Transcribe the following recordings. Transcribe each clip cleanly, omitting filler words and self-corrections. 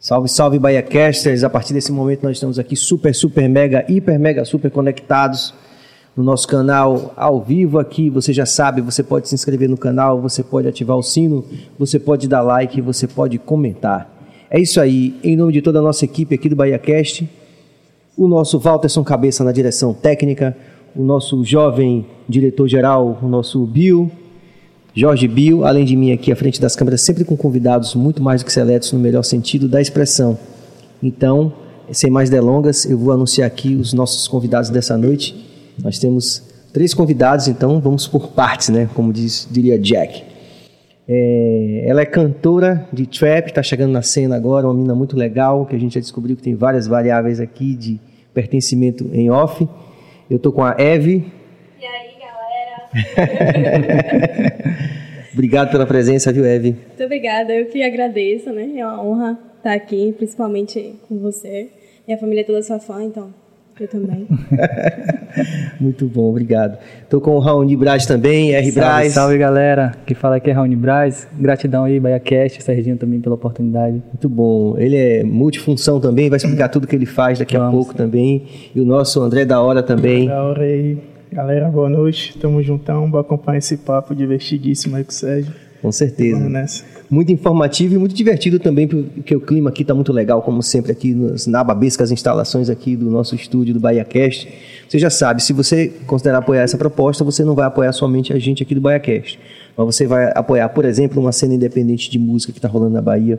Salve, salve, BahiaCasters! A partir desse momento nós estamos aqui super, mega, hiper, mega, super conectados no nosso canal ao vivo aqui. Você já sabe, você pode se inscrever no canal, você pode ativar o sino, você pode dar like, você pode comentar. É isso aí, em nome de toda a nossa equipe aqui do BahiaCast, o nosso Walterson Cabeça na direção técnica, o nosso jovem diretor-geral, o nosso Bill, Jorge Bill, além de mim aqui à frente das câmeras, sempre com convidados muito mais do que seletos no melhor sentido da expressão. Então, sem mais delongas, eu vou anunciar aqui os nossos convidados dessa noite. Nós temos 3 convidados, então vamos por partes, né? Como diria Jack. Ela é cantora de trap, está chegando na cena agora, uma menina muito legal, que a gente já descobriu que tem várias variáveis aqui de pertencimento em off. Eu estou com a Eve. E aí, galera? Obrigado pela presença, viu, Eve? Muito obrigada, eu que agradeço, né? É uma honra estar aqui, principalmente com você. Minha família é toda sua fã, então eu também. Muito bom, obrigado. Estou com o Raoni Braz também, R. Braz. Salve, galera. Quem fala aqui é Raoni Braz. Gratidão aí, BahiaCast, Serginho também pela oportunidade. Muito bom. Ele é multifunção também, vai explicar tudo que ele faz daqui a pouco também. E o nosso André da Hora também. Da Hora aí. Galera, boa noite. Tamo juntão, vou acompanhar esse papo divertidíssimo aí com o Sérgio. Com certeza. Vamos nessa. Muito informativo e muito divertido também, porque o clima aqui está muito legal, como sempre, aqui nas nababescas instalações aqui do nosso estúdio do BahiaCast. Você já sabe, se você considerar apoiar essa proposta, você não vai apoiar somente a gente aqui do BahiaCast, mas você vai apoiar, por exemplo, uma cena independente de música que está rolando na Bahia,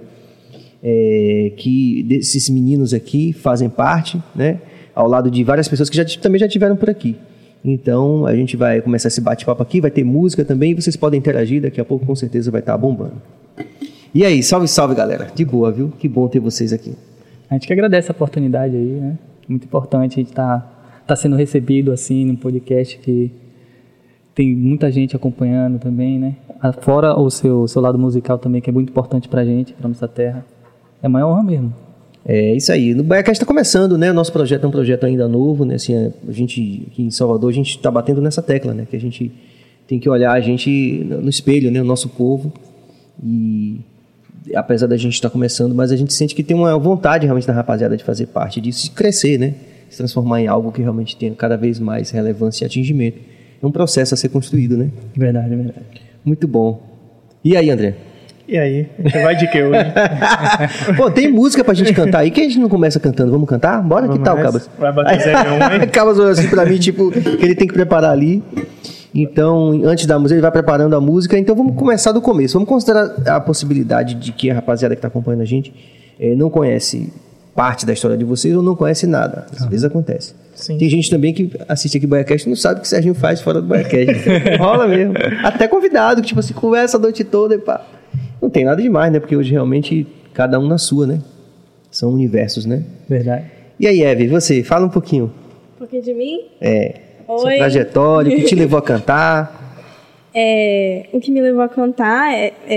que desses meninos aqui fazem parte, né, ao lado de várias pessoas que também já estiveram por aqui. Então, a gente vai começar esse bate-papo aqui, vai ter música também, e vocês podem interagir, daqui a pouco com certeza vai estar bombando. E aí, salve, salve, galera. De boa, viu? Que bom ter vocês aqui. A gente que agradece a oportunidade aí, né? Muito importante a gente tá sendo recebido assim num podcast que tem muita gente acompanhando também, né? Fora o seu lado musical também, que é muito importante pra gente, pra nossa terra. É uma honra mesmo. É isso aí. No BahiaCast está começando, né? O nosso projeto é um projeto ainda novo, né? Assim, a gente, aqui em Salvador, a gente está batendo nessa tecla, né? Que a gente tem que olhar a gente no espelho, né? O nosso povo. E apesar da gente estar começando, mas a gente sente que tem uma vontade realmente da rapaziada de fazer parte disso, de crescer, né? Se transformar em algo que realmente tenha cada vez mais relevância e atingimento. É um processo a ser construído, né? Verdade, verdade. Muito bom. E aí, André? E aí? A gente vai de que hoje? Pô, tem música pra gente cantar aí, que a gente não começa cantando. Vamos cantar? Bora? Vamos que tal, nessa. Cabas? Vai bater 0-1, hein? Cabas olhou assim pra mim, tipo, que ele tem que preparar ali. Então, antes da música, ele vai preparando a música. Então, vamos começar do começo. Vamos considerar a possibilidade de que a rapaziada que tá acompanhando a gente não conhece parte da história de vocês ou não conhece nada. Às vezes acontece. Sim. Tem gente também que assiste aqui o BahiaCast e não sabe o que o Serginho faz fora do BahiaCast. Rola mesmo. Até convidado, que tipo assim, conversa a noite toda e pá. Não tem nada demais, né? Porque hoje realmente cada um na sua, né? São universos, né? Verdade. E aí, Eve, você? Fala um pouquinho. Um pouquinho de mim? Sua Oi. trajetória, o que te levou a cantar? O que me levou a cantar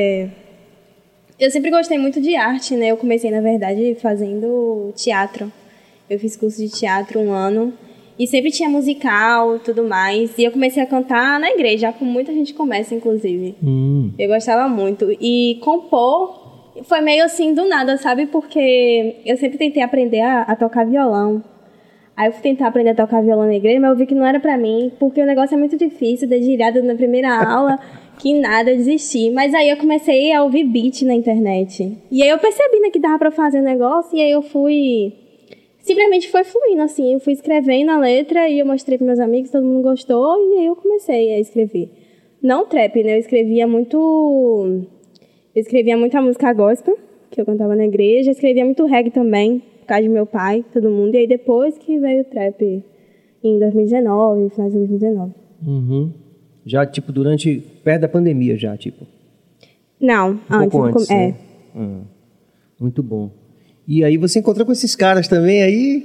eu sempre gostei muito de arte, né? Eu comecei, na verdade, fazendo teatro. Eu fiz curso de teatro 1 ano. E sempre tinha musical e tudo mais. E eu comecei a cantar na igreja, como muita gente começa, inclusive. Eu gostava muito. E compor foi meio assim do nada, sabe? Porque eu sempre tentei aprender a tocar violão. Aí eu fui tentar aprender a tocar violão na igreja, mas eu vi que não era pra mim, porque o negócio é muito difícil, dedilhado na primeira aula, que nada, eu desisti. Mas aí eu comecei a ouvir beat na internet. E aí eu percebi, né, que dava pra fazer o negócio, e aí eu fui... Simplesmente foi fluindo, assim, eu fui escrevendo a letra e eu mostrei para meus amigos, todo mundo gostou, e aí eu comecei a escrever. Não trap, né, eu escrevia muito a música gospel, que eu cantava na igreja, escrevia muito reggae também, por causa de meu pai, todo mundo, e aí depois que veio o trap, em 2019, final de 2019. Já, tipo, perto da pandemia já, tipo? Não, pouco antes, né? Muito bom. E aí você encontrou com esses caras também aí?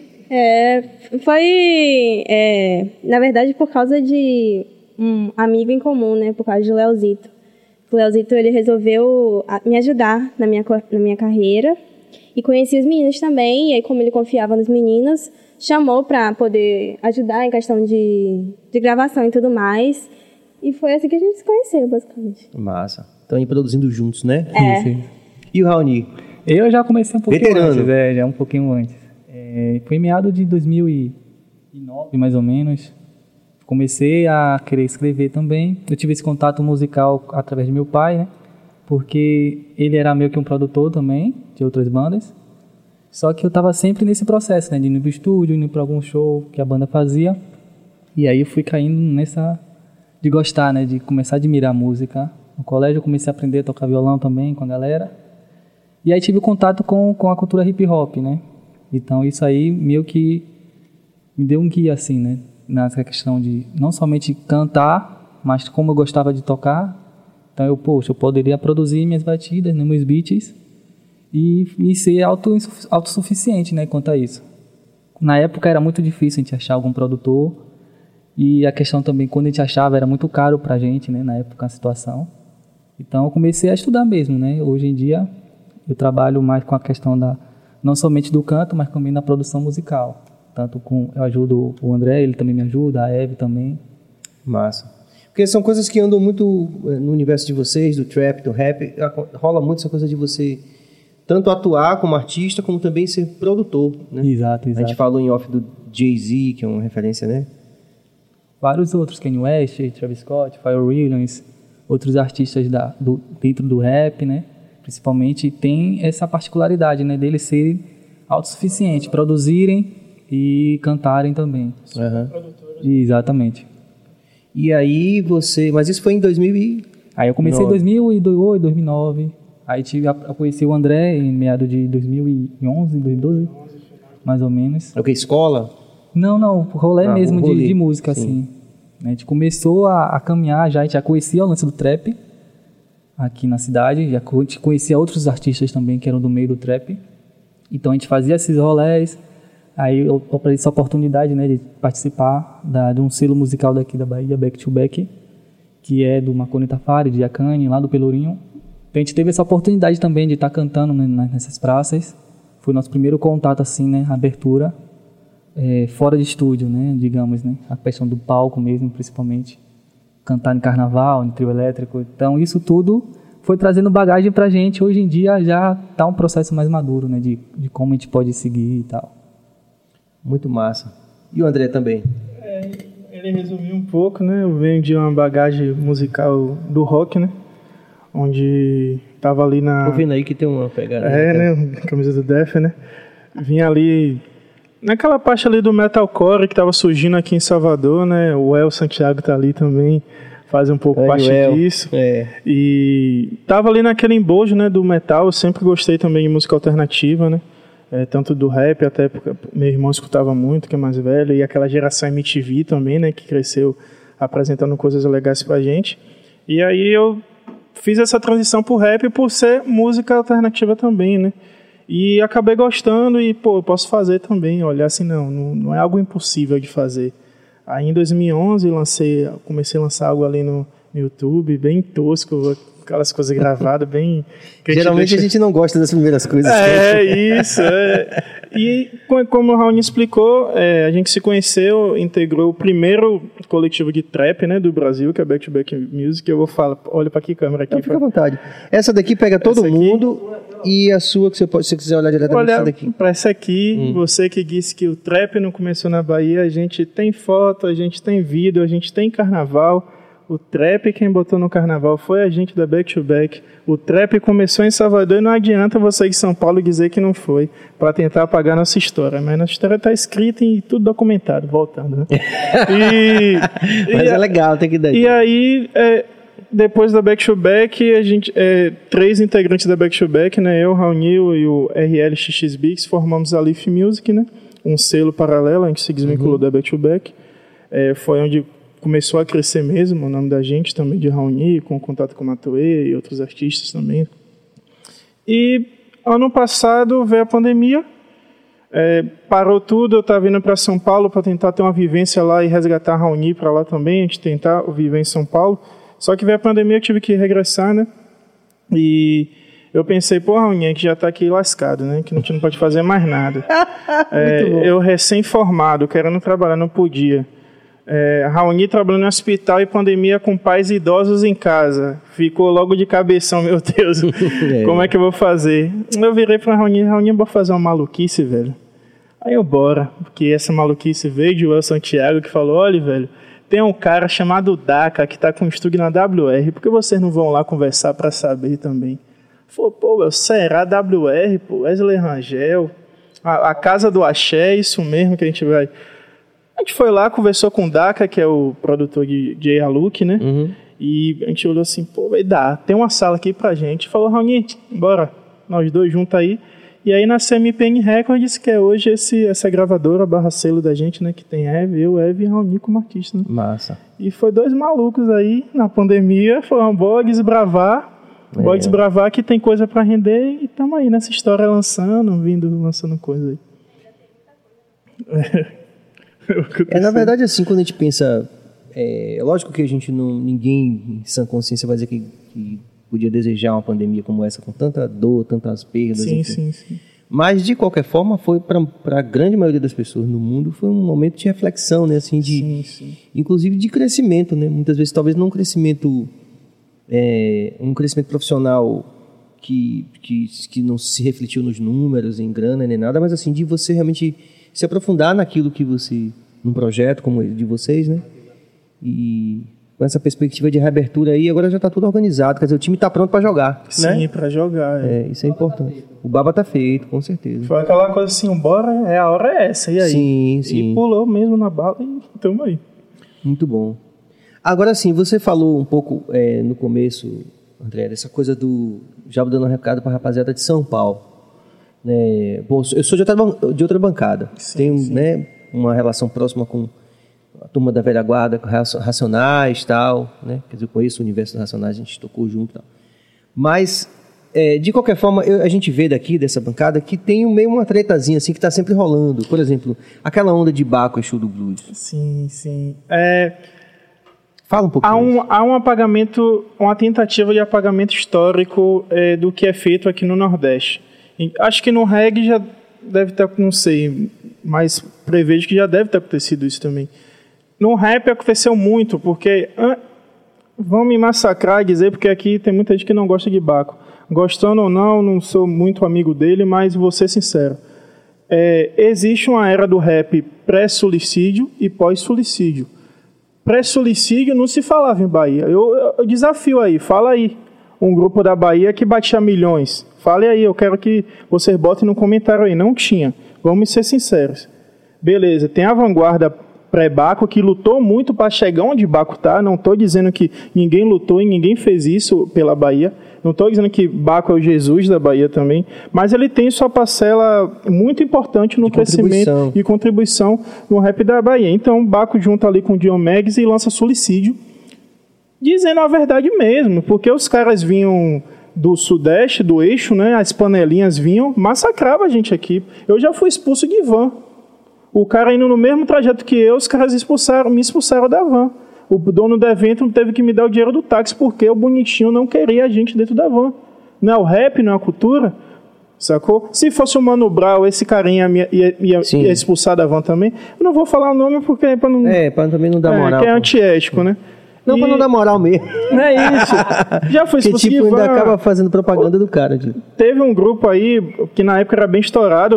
Foi, na verdade, por causa de um amigo em comum, né? Por causa de Leozito. O Leozito, ele resolveu me ajudar na minha carreira. E conheci os meninos também. E aí, como ele confiava nos meninos, chamou para poder ajudar em questão de gravação e tudo mais. E foi assim que a gente se conheceu, basicamente. Massa. Estão aí produzindo juntos, né? É. Sim. E o Raoni? Eu já comecei um pouquinho Veterano. antes, já um pouquinho antes. Foi em meados de 2009, mais ou menos. Comecei a querer escrever também. Eu tive esse contato musical através de meu pai, né? Porque ele era meio que um produtor também, de outras bandas. Só que eu estava sempre nesse processo, né? De ir no estúdio, indo para algum show que a banda fazia. E aí eu fui caindo nessa... de gostar, né? De começar a admirar a música. No colégio eu comecei a aprender a tocar violão também com a galera. E aí tive contato com a cultura hip hop, né? Então isso aí meio que me deu um guia, assim, né? Nessa questão de não somente cantar, mas como eu gostava de tocar. Então eu poderia produzir minhas batidas, né, meus beats e ser autossuficiente, né, quanto a isso. Na época era muito difícil a gente achar algum produtor e a questão também, quando a gente achava, era muito caro pra gente, né, na época, a situação. Então eu comecei a estudar mesmo, né. Hoje em dia eu trabalho mais com a questão não somente do canto, mas também da produção musical. Eu ajudo o André, ele também me ajuda, a Eve também. Massa. Porque são coisas que andam muito no universo de vocês, do trap, do rap. Rola muito essa coisa de você tanto atuar como artista, como também ser produtor, né? Exato. A gente falou em off do Jay-Z, que é uma referência, né? Vários outros, Kanye West, Travis Scott, Pharrell Williams, outros artistas dentro do rap, né? Principalmente tem essa particularidade, né? Deles serem autossuficientes, produzirem e cantarem também. Uhum. Exatamente. E aí mas isso foi em 2000 Aí eu comecei em 2008, 2009. Aí eu conheci o André em meados de 2011, 2012, mais ou menos. É o que, escola? Não, rolê mesmo rolê. De música, Sim. assim. A gente começou a caminhar, a gente já conhecia o lance do trap aqui na cidade, a gente conhecia outros artistas também que eram do meio do trap. Então a gente fazia esses rolés. Aí eu apareci essa oportunidade, né, de participar de um selo musical daqui da Bahia, Back to Back, que é do Marconi Tafari, de Acane, lá do Pelourinho. Então a gente teve essa oportunidade também de estar cantando, né, nessas praças. Foi o nosso primeiro contato, assim, né, abertura, fora de estúdio, né, digamos, né, a questão do palco mesmo, principalmente. Cantar em carnaval, em trio elétrico. Então isso tudo foi trazendo bagagem pra gente. Hoje em dia já tá um processo mais maduro, né, de como a gente pode seguir e tal. Muito massa. E o André também? Ele resumiu um pouco, né? Eu venho de uma bagagem musical do rock, né? Onde tava ali na... Tô vendo aí que tem uma pegada. né? Camisa do Def, né? Vinha ali... Naquela parte ali do metalcore que tava surgindo aqui em Salvador, né? O El Santiago tá ali também, faz um pouco parte disso. E tava ali naquele embojo, né, do metal. Eu sempre gostei também de música alternativa, né? Tanto do rap, até porque meu irmão escutava muito, que é mais velho, e aquela geração MTV também, né, que cresceu apresentando coisas legais pra gente. E aí eu fiz essa transição pro rap por ser música alternativa também, né? E acabei gostando e, eu posso fazer também, olhar assim, não é algo impossível de fazer. Aí em 2011 comecei a lançar algo ali no YouTube, bem tosco, aquelas coisas gravadas, bem... Geralmente a gente não gosta das primeiras coisas. Isso. E como o Raoni explicou, a gente se conheceu, integrou o primeiro coletivo de trap, né, do Brasil, que é Back to Back Music. Eu vou falar, olha para que câmera aqui. Fica à vontade. Essa daqui pega todo mundo e a sua, que você pode, se você quiser olhar diretamente essa daqui. Para essa aqui, você que disse que o trap não começou na Bahia, a gente tem foto, a gente tem vídeo, a gente tem carnaval. O trap quem botou no carnaval foi a gente da Back to Back. O trap começou em Salvador e não adianta você de São Paulo dizer que não foi, para tentar apagar nossa história. Mas nossa história está escrita e tudo documentado, voltando. Né? Mas é legal, tem que dar. E aí, depois da Back to Back, a gente, 3 integrantes da Back to Back, né, eu, Raunil e o RLXX Beats, formamos a Leaf Music, né, um selo paralelo, a gente se desvinculou da Back to Back. Foi onde começou a crescer mesmo o nome da gente, também de Raoni, com contato com o Matoê e outros artistas também. E ano passado veio a pandemia, parou tudo, eu estava indo para São Paulo para tentar ter uma vivência lá e resgatar a Raoni para lá também, a gente tentar viver em São Paulo. Só que veio a pandemia, eu tive que regressar, né? E eu pensei, Raoni, a gente já está aqui lascado, né? Que a gente não pode fazer mais nada. Eu recém-formado, querendo trabalhar, não podia. Raoni trabalhando no hospital e pandemia com pais idosos em casa. Ficou logo de cabeção, meu Deus. Como é que eu vou fazer? Eu virei pra Raoni, vou fazer uma maluquice, velho. Aí eu, bora. Porque essa maluquice veio de Joel Santiago, que falou, olha, velho, tem um cara chamado Daca que tá com um estúdio na WR. Por que vocês não vão lá conversar pra saber também? Falou, pô, velho, será WR, pô, Wesley Rangel, a Casa do Axé, isso mesmo que a gente vai... A gente foi lá, conversou com o Daca, que é o produtor de Jay Aluk, né? Uhum. E a gente olhou assim, pô, vai dar, tem uma sala aqui pra gente. Falou, Raoni, bora, nós dois juntos aí. E aí nasceu a MPN Records, que é hoje essa gravadora barra selo da gente, né? Que tem eu, Eve e Raoni como artista, né? Massa. E foi 2 malucos aí, na pandemia, foram bora desbravar. Bora desbravar que tem coisa pra render e estamos aí nessa história lançando coisa aí. Na verdade, assim, quando a gente pensa... É lógico que a gente ninguém em sã consciência vai dizer que podia desejar uma pandemia como essa, com tanta dor, tantas perdas. Sim. Mas, de qualquer forma, foi para a grande maioria das pessoas no mundo, foi um momento de reflexão, né? Assim, inclusive de crescimento, né? Muitas vezes, talvez não um crescimento profissional que não se refletiu nos números, em grana, nem nada, mas assim, de você realmente se aprofundar naquilo que você... num projeto como esse de vocês, né? E com essa perspectiva de reabertura aí, agora já está tudo organizado, quer dizer, o time está pronto para jogar. Sim, né? para jogar. Isso é importante. O baba está feito, com certeza. Foi aquela coisa assim, bora, a hora é essa, e aí? Sim. E pulou mesmo na bala e estamos aí. Muito bom. Agora sim, você falou um pouco no começo, André, dessa coisa já dando um recado para a rapaziada de São Paulo. Bom, eu sou de outra bancada. Tenho né, uma relação próxima com a turma da velha guarda, com Racionais e tal, né? Quer dizer, eu conheço o universo dos Racionais, a gente tocou junto e tal. Mas, de qualquer forma, a gente vê daqui, dessa bancada, que tem meio uma tretazinha assim, que está sempre rolando. Por exemplo, aquela onda de Baco e Exu do Blues. Sim. Fala um pouquinho. Há um apagamento, uma tentativa de apagamento histórico do que é feito aqui no Nordeste. Acho que no reggae já deve ter, não sei, mas prevejo que já deve ter acontecido isso também. No rap aconteceu muito, porque vão me massacrar e dizer, porque aqui tem muita gente que não gosta de Baco. Gostando ou não sou muito amigo dele, mas vou ser sincero. Existe uma era do rap pré-suicídio e pós-suicídio. Pré-suicídio não se falava em Bahia. Eu desafio aí, fala aí. Um grupo da Bahia que batia milhões. Fale aí, eu quero que vocês botem no comentário aí. Não tinha. Vamos ser sinceros. Beleza, tem a vanguarda pré-Baco que lutou muito para chegar onde Baco está. Não estou dizendo que ninguém lutou e ninguém fez isso pela Bahia. Não estou dizendo que Baco é o Jesus da Bahia também. Mas ele tem sua parcela muito importante no crescimento e contribuição no rap da Bahia. Então, Baco junta ali com o Dion Meggs e lança Suicídio. Dizendo a verdade mesmo, porque os caras vinham do Sudeste, do eixo, né? As panelinhas vinham, massacrava a gente aqui. Eu já fui expulso de van. O cara indo no mesmo trajeto que eu, os caras me expulsaram da van. O dono do evento teve que me dar o dinheiro do táxi, porque o bonitinho não queria a gente dentro da van. Não é o rap, não é a cultura, sacou? Se fosse o Mano Brown, esse carinha ia expulsar da van também. Eu não vou falar o nome, porque é para não... para também não dar moral. Que é antiético, né? Não, para não dar moral mesmo. É isso. Já foi expulso de van. Ainda acaba fazendo propaganda do cara. Tipo. Teve um grupo aí, que na época era bem estourado,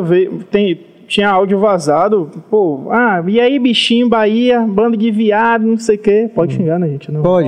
tinha áudio vazado. Pô, e aí, bichinho, Bahia, bando de viado, não sei o quê. Pode xingar, né, gente? Não. Pode.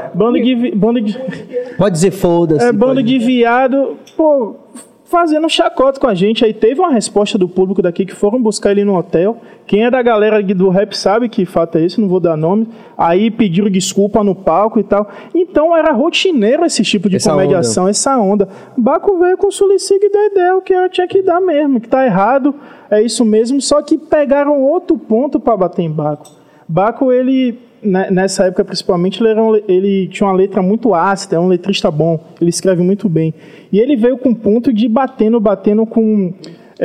Bando de... Pode dizer foda-se. Bando de viado, pô, fazendo chacota com a gente. Aí teve uma resposta do público daqui que foram buscar ele no hotel. Quem é da galera do rap sabe que fato é esse, não vou dar nome. Aí pediram desculpa no palco e tal. Então era rotineiro esse tipo de comediação, essa onda. Baco veio com o Suicídio e deu ideia, o que eu tinha que dar mesmo, que tá errado, é isso mesmo. Só que pegaram outro ponto para bater em Baco. Baco, ele, nessa época principalmente, ele tinha uma letra muito ácida, é um letrista bom, ele escreve muito bem. E ele veio com um ponto de batendo com...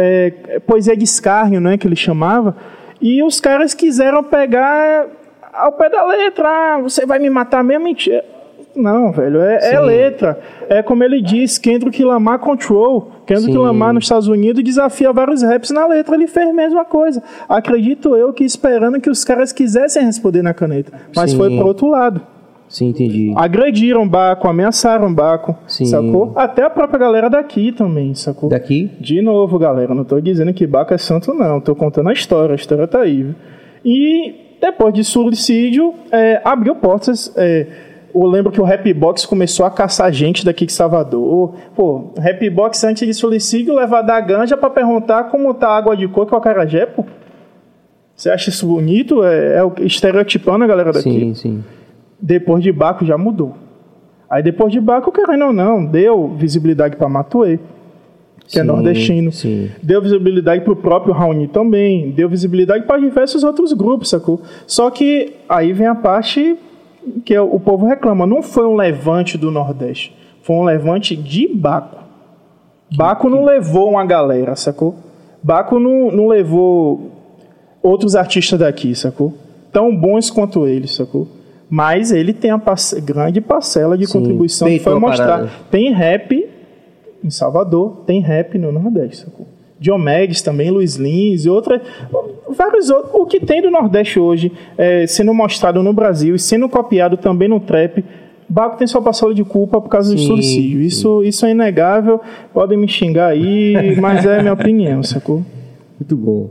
poesia de escárnio, né, que ele chamava, e os caras quiseram pegar ao pé da letra, você vai me matar mesmo, mentira. Não, velho, é letra. É como ele diz, Kendrick Lamar Control. Kendrick Lamar nos Estados Unidos desafia vários raps na letra, ele fez a mesma coisa. Acredito eu que esperando que os caras quisessem responder na caneta, mas foi pro outro lado. Sim, entendi. Agrediram Baco, ameaçaram Baco, sacou? Até a própria galera daqui também, sacou? Daqui? De novo, galera, não tô dizendo que Baco é santo, não. Tô contando a história tá aí. Viu? E depois de suicídio, abriu portas. Eu lembro que o Rapbox começou a caçar gente daqui de Salvador. Pô, Rapbox antes de suicídio levar da ganja pra perguntar como tá a água de coco ao acarajé, pô. Você acha isso bonito? Estereotipando a galera daqui. Sim. Depois de Baco já mudou. Aí depois de Baco, querendo ou não, deu visibilidade para Matuê, que é nordestino. Sim. Deu visibilidade para o próprio Raoni também. Deu visibilidade para diversos outros grupos, sacou? Só que aí vem a parte que o povo reclama. Não foi um levante do Nordeste. Foi um levante de Baco. Baco não levou uma galera, sacou? Baco não levou outros artistas daqui, sacou? Tão bons quanto ele, sacou? Mas ele tem a grande parcela de contribuição que foi mostrar. Tem rap em Salvador, tem rap no Nordeste, sacou? Diomedes também, Luiz Lins e outras, vários outros. O que tem do Nordeste hoje sendo mostrado no Brasil e sendo copiado também no trap, Baco tem sua parcela de culpa por causa do suicídio. Isso é inegável, podem me xingar aí, mas é a minha opinião, sacou? Muito bom.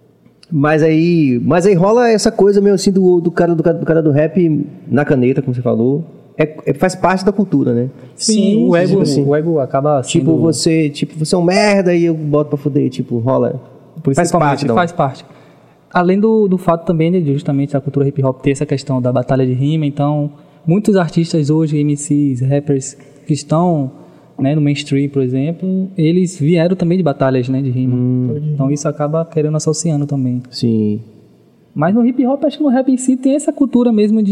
Mas aí rola essa coisa meio assim do cara do rap na caneta, como você falou. Faz parte da cultura, né? Sim, o ego acaba sendo... você é um merda e eu boto pra fuder, rola... Faz parte. Além do fato também, né, justamente, da cultura hip hop ter essa questão da batalha de rima, então, muitos artistas hoje, MCs, rappers, que estão, né, no mainstream, por exemplo, eles vieram também de batalhas, né, de rima. Então isso acaba querendo associando também. Sim. Mas no hip hop, acho que no rap em si tem essa cultura mesmo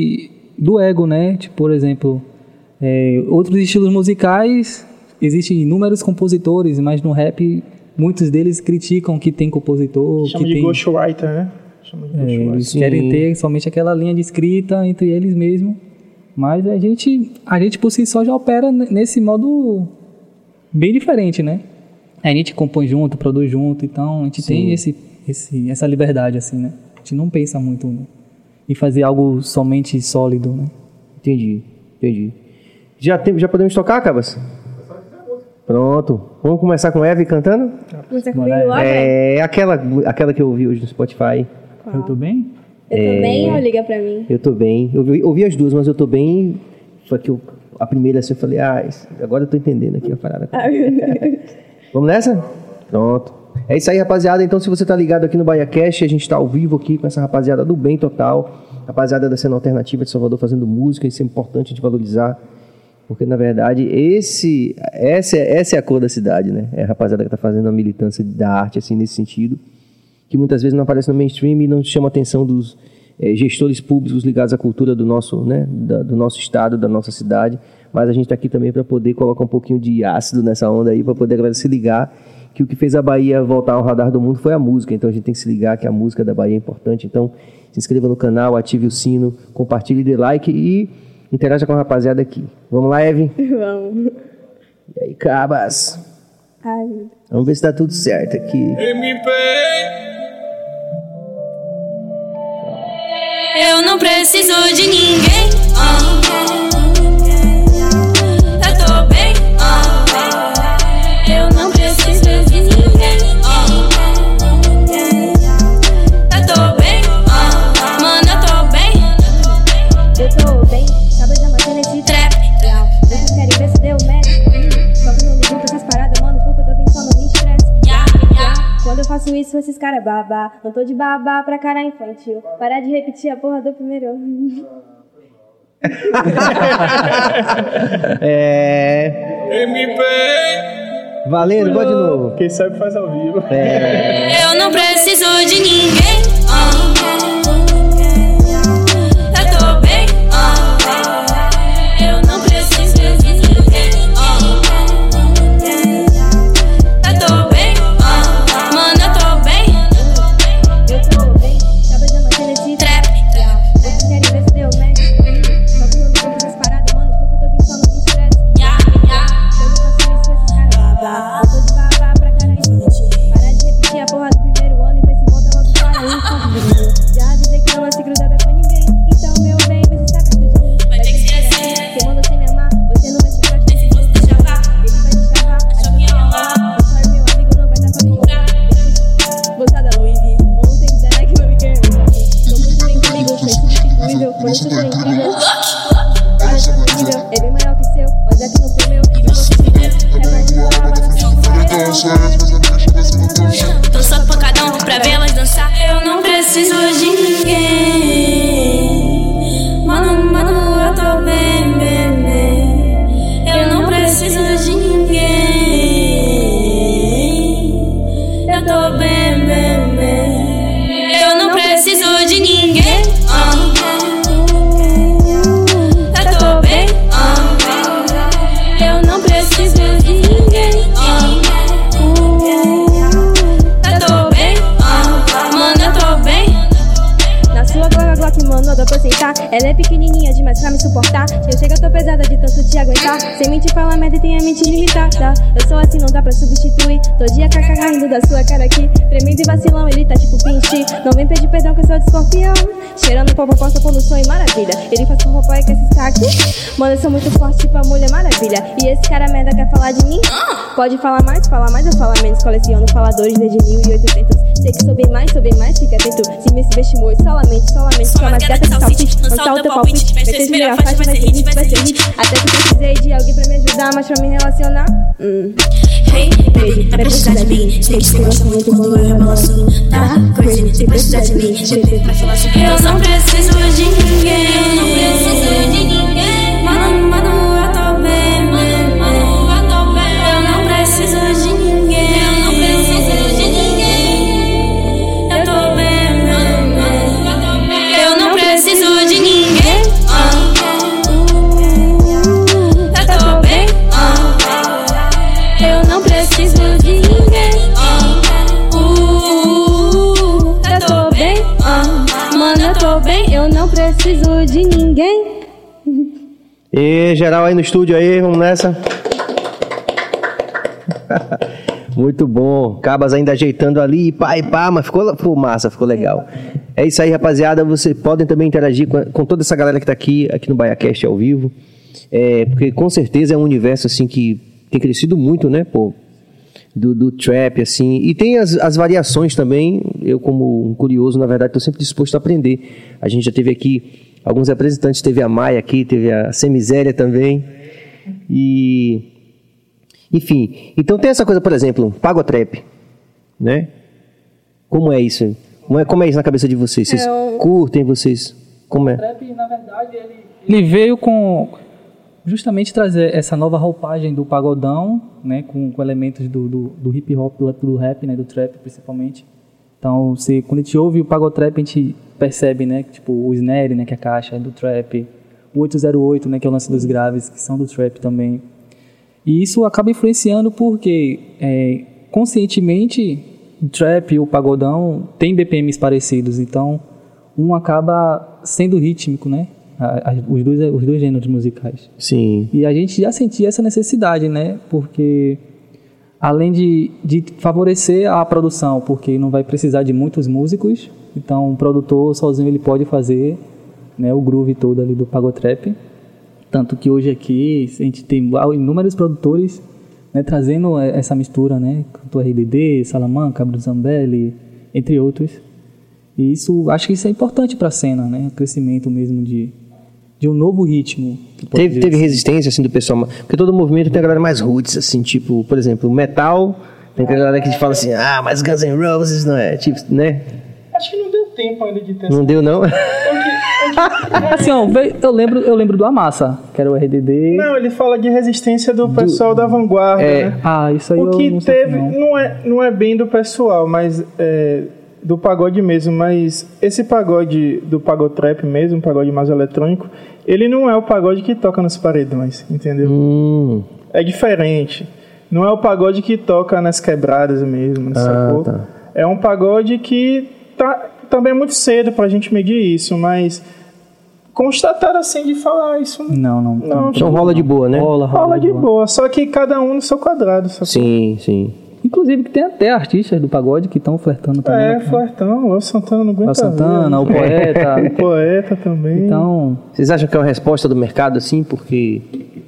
do ego, né? Tipo, por exemplo, outros estilos musicais, existem inúmeros compositores, mas no rap muitos deles criticam que tem compositor. Chama de ghostwriter, né? Eles querem ter somente aquela linha de escrita entre eles mesmos. Mas a gente por si só já opera nesse modo bem diferente, né? A gente compõe junto, produz junto, então a gente tem essa liberdade, assim, né? A gente não pensa muito em fazer algo somente sólido, né? Entendi. Já podemos tocar, Cabas? Pronto. Vamos começar com Eve cantando? Começar comigo logo? Aquela que eu ouvi hoje no Spotify. Eu tô bem? Eu tô bem ou liga pra mim? Eu tô bem. Eu ouvi as duas, mas eu tô bem. Foi que a primeira assim eu falei, agora eu tô entendendo aqui a parada. Vamos nessa? Pronto. É isso aí, rapaziada. Então, se você tá ligado aqui no BahiaCast, a gente tá ao vivo aqui com essa rapaziada do Bem Total, rapaziada da cena alternativa de Salvador fazendo música. Isso é importante a gente valorizar, porque na verdade essa é a cor da cidade, né? É a rapaziada que tá fazendo a militância da arte assim nesse sentido, que muitas vezes não aparece no mainstream e não chama a atenção dos gestores públicos ligados à cultura do nosso, né, do nosso estado, da nossa cidade. Mas a gente está aqui também para poder colocar um pouquinho de ácido nessa onda aí, para poder a galera se ligar que o que fez a Bahia voltar ao radar do mundo foi a música. Então a gente tem que se ligar que a música da Bahia é importante. Então se inscreva no canal, ative o sino, compartilhe, dê like e interaja com a rapaziada aqui. Vamos lá, Eve? Vamos. E aí, Cabas? Ai. Vamos ver se tá tudo certo aqui. Eu não preciso de ninguém. Eu tô bem. Eu não preciso de ninguém. Eu tô bem. Mano, eu tô bem. Eu tô bem. Acabei de matar nesse trap. Vocês querem ver se deu match? Só que não ligo pra essas paradas, mano, porque eu tô bem, só não me estresse. Quando eu faço isso, esses caras babá. Não tô de babá pra cara infantil. Parar de repetir a porra do primeiro. Valendo, bora de novo. Quem sabe faz ao vivo. Eu não preciso de ninguém. Eu tô bem. Eu não preciso de ninguém. Eu tô bem. Mano, eu tô bem. Eu tô bem. Acabei de matar nesse trap. Vocês querem ver se deu match? Só que não ligo pra essas paradas, mano. aguentar. Ela é pequenininha demais pra me suportar. Eu chego, eu tô pesada de tanto te aguentar. Sem mentir, fala merda e tem a mente limitada. Eu sou assim, não dá pra substituir. Todo dia caca rindo da sua cara aqui. Tremendo e vacilão, ele tá tipo pinche. Não vem pedir perdão que eu sou de escorpião. Cheirando popopó, só quando sonho maravilha. Ele faz popopó e quer se estar aqui. Mano, eu sou muito forte, tipo a Mulher Maravilha. E esse cara merda quer falar de mim? Pode falar mais eu falo menos. Coleciono faladores desde 1800. Sei que sou bem mais, fica atento. Se me subestimou, solamente só mais gata que salsicha. Lançar o teu palpite, vai ser primeira faixa, vai ser hit, vai ser hit. Até que precisei de alguém pra me ajudar, mas pra me relacionar. Hey, baby, vai precisar de mim. Sei que você gosta muito quando eu rebalanço. Tá crazy, sem precisar de mim. Eu não preciso de ninguém. Eu não preciso de ninguém. Mano, eu tô bem, eu tô bem. Eu não preciso de ninguém. Eu não preciso de ninguém. Eu tô bem, eu tô bem. Eu não preciso de ninguém. Eu tô bem. Eu não preciso de ninguém. Eu tô bem. Mano, eu tô bem. Eu não preciso de ninguém. E geral aí no estúdio aí, vamos nessa. Muito bom. Cabas ainda ajeitando ali, pá, mas ficou massa, ficou legal. É isso aí, rapaziada. Vocês podem também interagir com toda essa galera que tá aqui no BaiaCast ao vivo. Porque com certeza é um universo assim que tem crescido muito, né, pô? Do trap, assim. E tem as variações também. Eu, como um curioso, na verdade, estou sempre disposto a aprender. A gente já teve aqui alguns representantes. Teve a Maia aqui, teve a Semiséria também. E... enfim. Então tem essa coisa, por exemplo, Pagotrap, né? Como é isso? Como é isso na cabeça de vocês? Vocês curtem, vocês... Como é? O trap, na verdade, ele veio com... justamente trazer essa nova roupagem do pagodão, né, com elementos do hip hop, do rap, né, do trap principalmente. Então, quando a gente ouve o pagotrap, a gente percebe, né, que, tipo, o snare, né, que é a caixa do trap, o 808, né, que é o lance dos graves, que são do trap também. E isso acaba influenciando porque, conscientemente, o trap e o pagodão têm BPMs parecidos, então um acaba sendo rítmico, né? Os dois gêneros musicais. Sim. E a gente já sentia essa necessidade, né? Porque além de favorecer a produção, porque não vai precisar de muitos músicos, então um produtor sozinho ele pode fazer, né, o groove todo ali do Pagotrap. Tanto que hoje aqui a gente tem inúmeros produtores, né, trazendo essa mistura, né? Cantor RDD, Salamanca, Bruno Zambelli, entre outros. E isso, acho que isso é importante para a cena, né? O crescimento mesmo de um novo ritmo. Teve resistência, assim, do pessoal... Porque todo movimento tem a galera mais roots, assim, tipo... Por exemplo, metal... Tem a galera que fala assim... Ah, mas Guns N' Roses não é... Tipo, né? Acho que não deu tempo ainda de ter... Não deu, não? Assim, ó, eu lembro do Amassa, que era o RDD... Não, ele fala de resistência do pessoal da vanguarda, né? Ah, isso aí o que não teve... Não é bem do pessoal, mas... do pagode mesmo, mas esse pagode do pagotrap mesmo, um pagode mais eletrônico, ele não é o pagode que toca nos paredões, entendeu? É diferente. Não é o pagode que toca nas quebradas mesmo, sacou? Tá. É um pagode que também é muito cedo pra gente medir isso, mas constatar assim de falar isso... Não. Então rola de boa, né? Rola de boa, só que cada um no seu quadrado, sacou? Sim. Inclusive que tem até artistas do pagode que estão flertando também. Flertando. O Santana não aguenta. O Santana, o Poeta. O Poeta também. Então... Vocês acham que é uma resposta do mercado, assim? Porque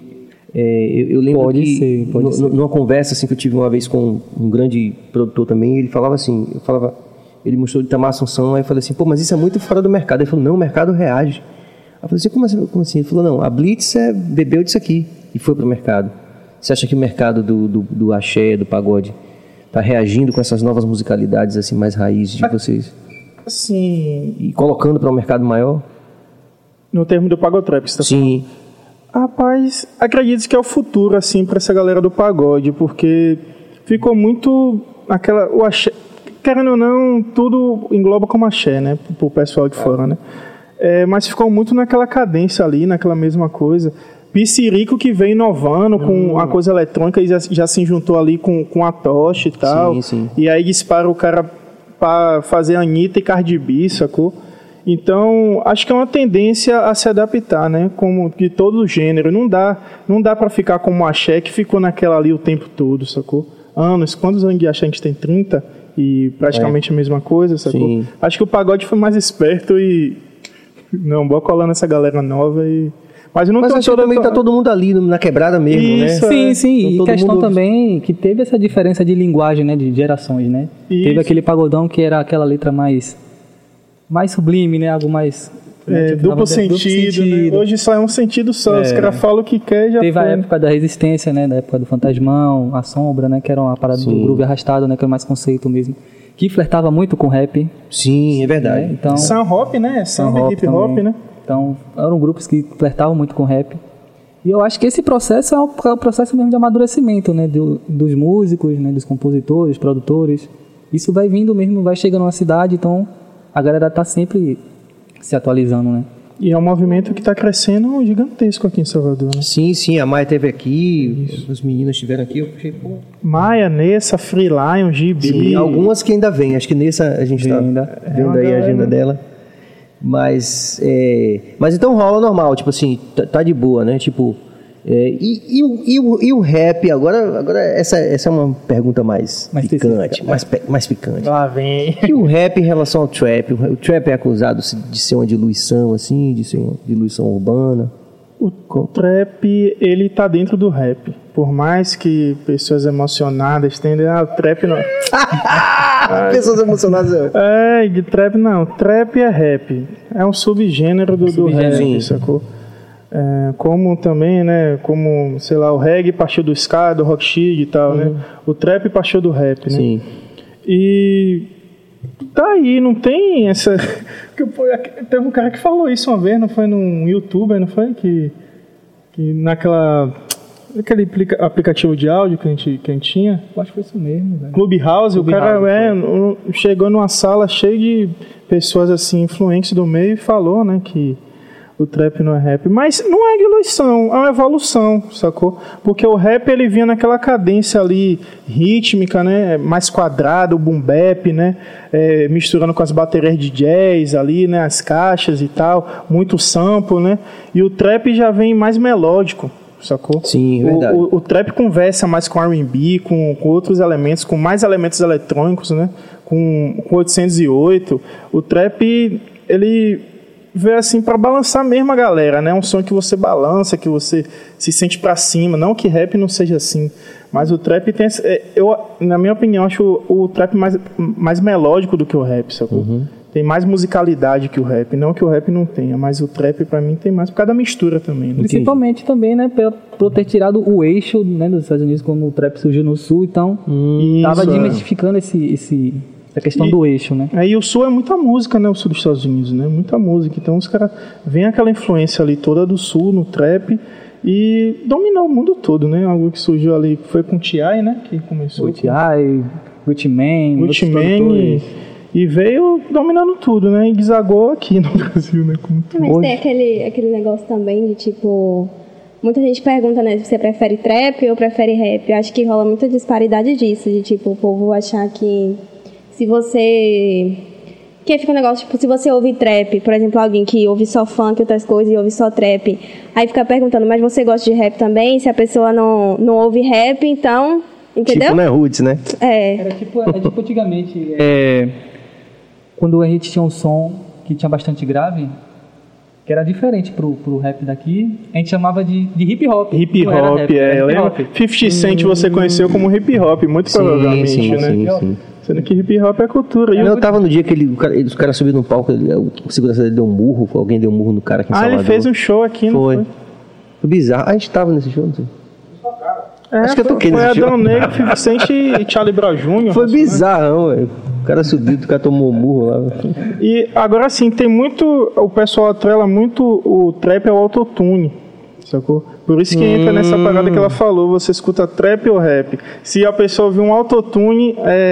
eu lembro pode que ser. Numa conversa assim, que eu tive uma vez com um grande produtor também, ele falava assim, ele mostrou de Itamar Assunção, aí eu falei assim, pô, mas isso é muito fora do mercado. Ele falou, não, o mercado reage. Aí eu falei assim, como assim? Ele falou, não, a Blitz bebeu disso aqui e foi pro mercado. Você acha que o mercado do axé, do pagode, está reagindo com essas novas musicalidades assim mais raiz de vocês? Sim. E colocando para um mercado maior? No termo do pagotrap, você está falando? Sim. Rapaz, acredito que é o futuro, assim, para essa galera do pagode, porque ficou muito o axé, querendo ou não, tudo engloba como axé, né, pro pessoal de fora, né? Mas ficou muito naquela cadência ali, naquela mesma coisa. Pissirico que vem inovando com a coisa eletrônica e já se juntou ali com a tocha e tal. Sim. E aí dispara o cara pra fazer Anitta e Cardi B, sacou? Então, acho que é uma tendência a se adaptar, né? Como de todo gênero. Não dá para ficar como o axé, que ficou naquela ali o tempo todo, sacou? Anos. Quantos anos de axé a gente tem? 30? E praticamente a mesma coisa, sacou? Sim. Acho que o pagode foi mais esperto e... Não, bora colar nessa galera nova e... Mas acho que também tá todo mundo ali na quebrada mesmo, isso, né? Sim. Então, e questão mundo... também que teve essa diferença de linguagem, né? De gerações, né? Isso. Teve aquele pagodão que era aquela letra mais sublime, né? Algo mais... Né? Duplo sentido. Né? Hoje só é um sentido só. Os caras falam o que quer e já teve foi. A época da resistência, né? Da época do fantasmão, a sombra, né? Que era uma parada do groove arrastado, né? Que era mais conceito mesmo. Que flertava muito com rap. Sim, é verdade. Né? Então, Sun Hop, né? Sun hip hop, né? Então, eram grupos que flertavam muito com rap. E eu acho que esse processo é um processo mesmo de amadurecimento, né? Dos músicos, né? Dos compositores, produtores. Isso vai vindo mesmo, vai chegando na cidade, então a galera tá sempre se atualizando, né? E é um movimento que está crescendo gigantesco aqui em Salvador, né? Sim, a Maia esteve aqui, os meninos estiveram aqui, eu puxei, pô... Maia, Nessa, Free Lion, GB... Sim, algumas que ainda vêm, acho que Nessa a gente está vendo aí a agenda dela. Mas então rola normal, tipo assim, tá de boa, né? Tipo, e o rap, agora essa é uma pergunta mais picante, mais picante. Lá vem. E o rap em relação ao trap? O trap é acusado de ser uma diluição, assim, de ser uma diluição urbana? O trap, ele tá dentro do rap. Por mais que pessoas emocionadas tendem o trap não... Pessoas emocionadas... de trap não. Trap é rap. É um subgênero do rap, sacou? Como também, né? Como, sei lá, o reggae partiu do ska, do rocksteady e tal, né? O trap partiu do rap, né? Sim. E... tá aí, não tem essa... Teve um cara que falou isso uma vez, não foi num youtuber, não foi? Que aquele aplicativo de áudio que a gente tinha. Eu acho que foi isso mesmo, velho. Clubhouse, o cara chegou numa sala cheia de pessoas assim, influentes do meio e falou, né, que o trap não é rap. Mas não é diluição, é uma evolução, sacou? Porque o rap, ele vinha naquela cadência ali, rítmica, né, mais quadrada, o boom bap, né, misturando com as baterias de jazz ali, né, as caixas e tal, muito sample, né, e o trap já vem mais melódico, sacou? Sim, verdade. O trap conversa mais com R&B, com outros elementos, com mais elementos eletrônicos, né, com 808. O trap, ele... ver assim para balançar mesmo a galera, né? Um som que você balança, que você se sente para cima, não que rap não seja assim, mas o trap tem na minha opinião, acho o trap mais melódico do que o rap, sacou? Tem mais musicalidade que o rap, não que o rap não tenha, mas o trap para mim tem mais por causa da mistura também, né? Principalmente também, né, por ter tirado o eixo, né, dos Estados Unidos quando o trap surgiu no sul, então tava desmistificando a questão do eixo, né? E o sul é muita música, né? O sul dos Estados Unidos, né? Muita música. Então os caras veem aquela influência ali toda do sul, no trap, e dominou o mundo todo, né? Algo que surgiu ali, foi com o T.I., né? Que começou. O T.I., Gucci Mane, e veio dominando tudo, né? E desagou aqui no Brasil, né? Mas tem aquele negócio também de tipo... Muita gente pergunta, né? Se você prefere trap ou prefere rap. Eu acho que rola muita disparidade disso, de tipo, o povo achar que... Se você... Que fica um negócio, tipo, se você ouve trap, por exemplo, alguém que ouve só funk e outras coisas e ouve só trap, aí fica perguntando, mas você gosta de rap também? Se a pessoa não ouve rap, então... Entendeu? Tipo, não é roots, né? Era tipo antigamente, quando a gente tinha um som que tinha bastante grave, que era diferente pro rap daqui, a gente chamava de hip hop. Hip hop, eu lembro. 50 Cent você conheceu como hip hop, muito provavelmente, né? Sim. Sendo que hip hop é cultura. Eu tava no dia que os caras subiram no palco, o segurança dele deu um murro, alguém deu um murro no cara aqui em Salvador. Ele fez um show aqui, não foi? Foi bizarro. A gente tava nesse show, não sei. Acho que eu toquei nesse show. Foi Adão Negro, 50 Cent e Charlie Brown Jr. Foi bizarro, velho. O cara subiu, o cara tomou um murro lá. E agora sim, tem muito... O pessoal atrela muito o trap ao autotune, sacou? Por isso que entra nessa parada que ela falou, você escuta trap ou rap. Se a pessoa ouvir um autotune,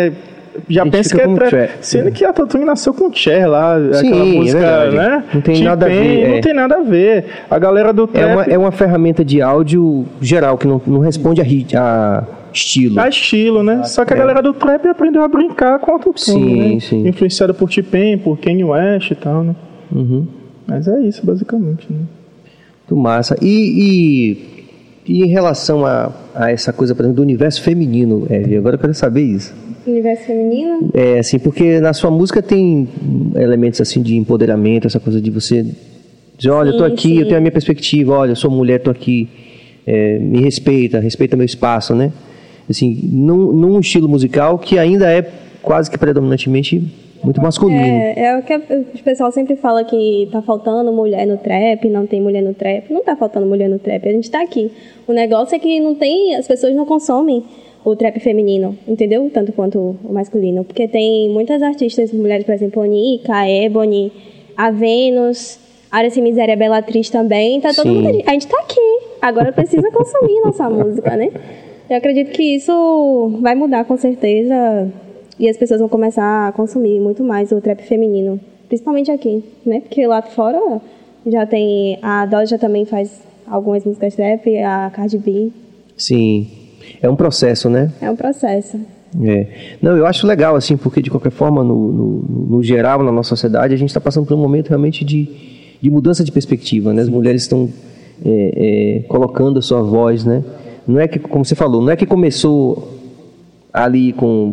já pensa que é trap. Sendo que autotune nasceu com o Cher lá, aquela música, né? Não tem nada a ver. Não tem nada a ver. A galera do trap... É uma ferramenta de áudio geral, que não responde a estilo. A estilo, né? Só que a galera do trap aprendeu a brincar com autotune, né? Sim. Influenciada por T-Pain, por Kanye West e tal, né? Mas é isso, basicamente, né? Muito massa. E em relação a essa coisa, por exemplo, do universo feminino, Eve, agora eu quero saber isso. Universo feminino? É, assim, porque na sua música tem elementos, assim, de empoderamento, essa coisa de você dizer, olha, eu tô aqui, sim, eu tenho a minha perspectiva, olha, eu sou mulher, tô aqui, me respeita meu espaço, né? Assim, num estilo musical que ainda é quase que predominantemente muito masculino. É o que o pessoal sempre fala que tá faltando mulher no trap, não tem mulher no trap. Não tá faltando mulher no trap, a gente tá aqui. O negócio é que as pessoas não consomem o trap feminino, entendeu? Tanto quanto o masculino. Porque tem muitas artistas mulheres, por exemplo, Onika, Ebony, a Vênus, Aracy Miséria, Bellatrix também. Tá todo mundo, a gente tá aqui. Agora precisa consumir nossa música, né? Eu acredito que isso vai mudar com certeza e as pessoas vão começar a consumir muito mais o trap feminino, principalmente aqui, né? Porque lá fora já tem, a Doja também faz algumas músicas trap, a Cardi B. Sim, é um processo, né? É um processo. Não, eu acho legal, assim, porque de qualquer forma, no geral, na nossa sociedade, a gente está passando por um momento realmente de mudança de perspectiva, né? As mulheres estão colocando a sua voz, né? Não é que, como você falou, não é que começou ali com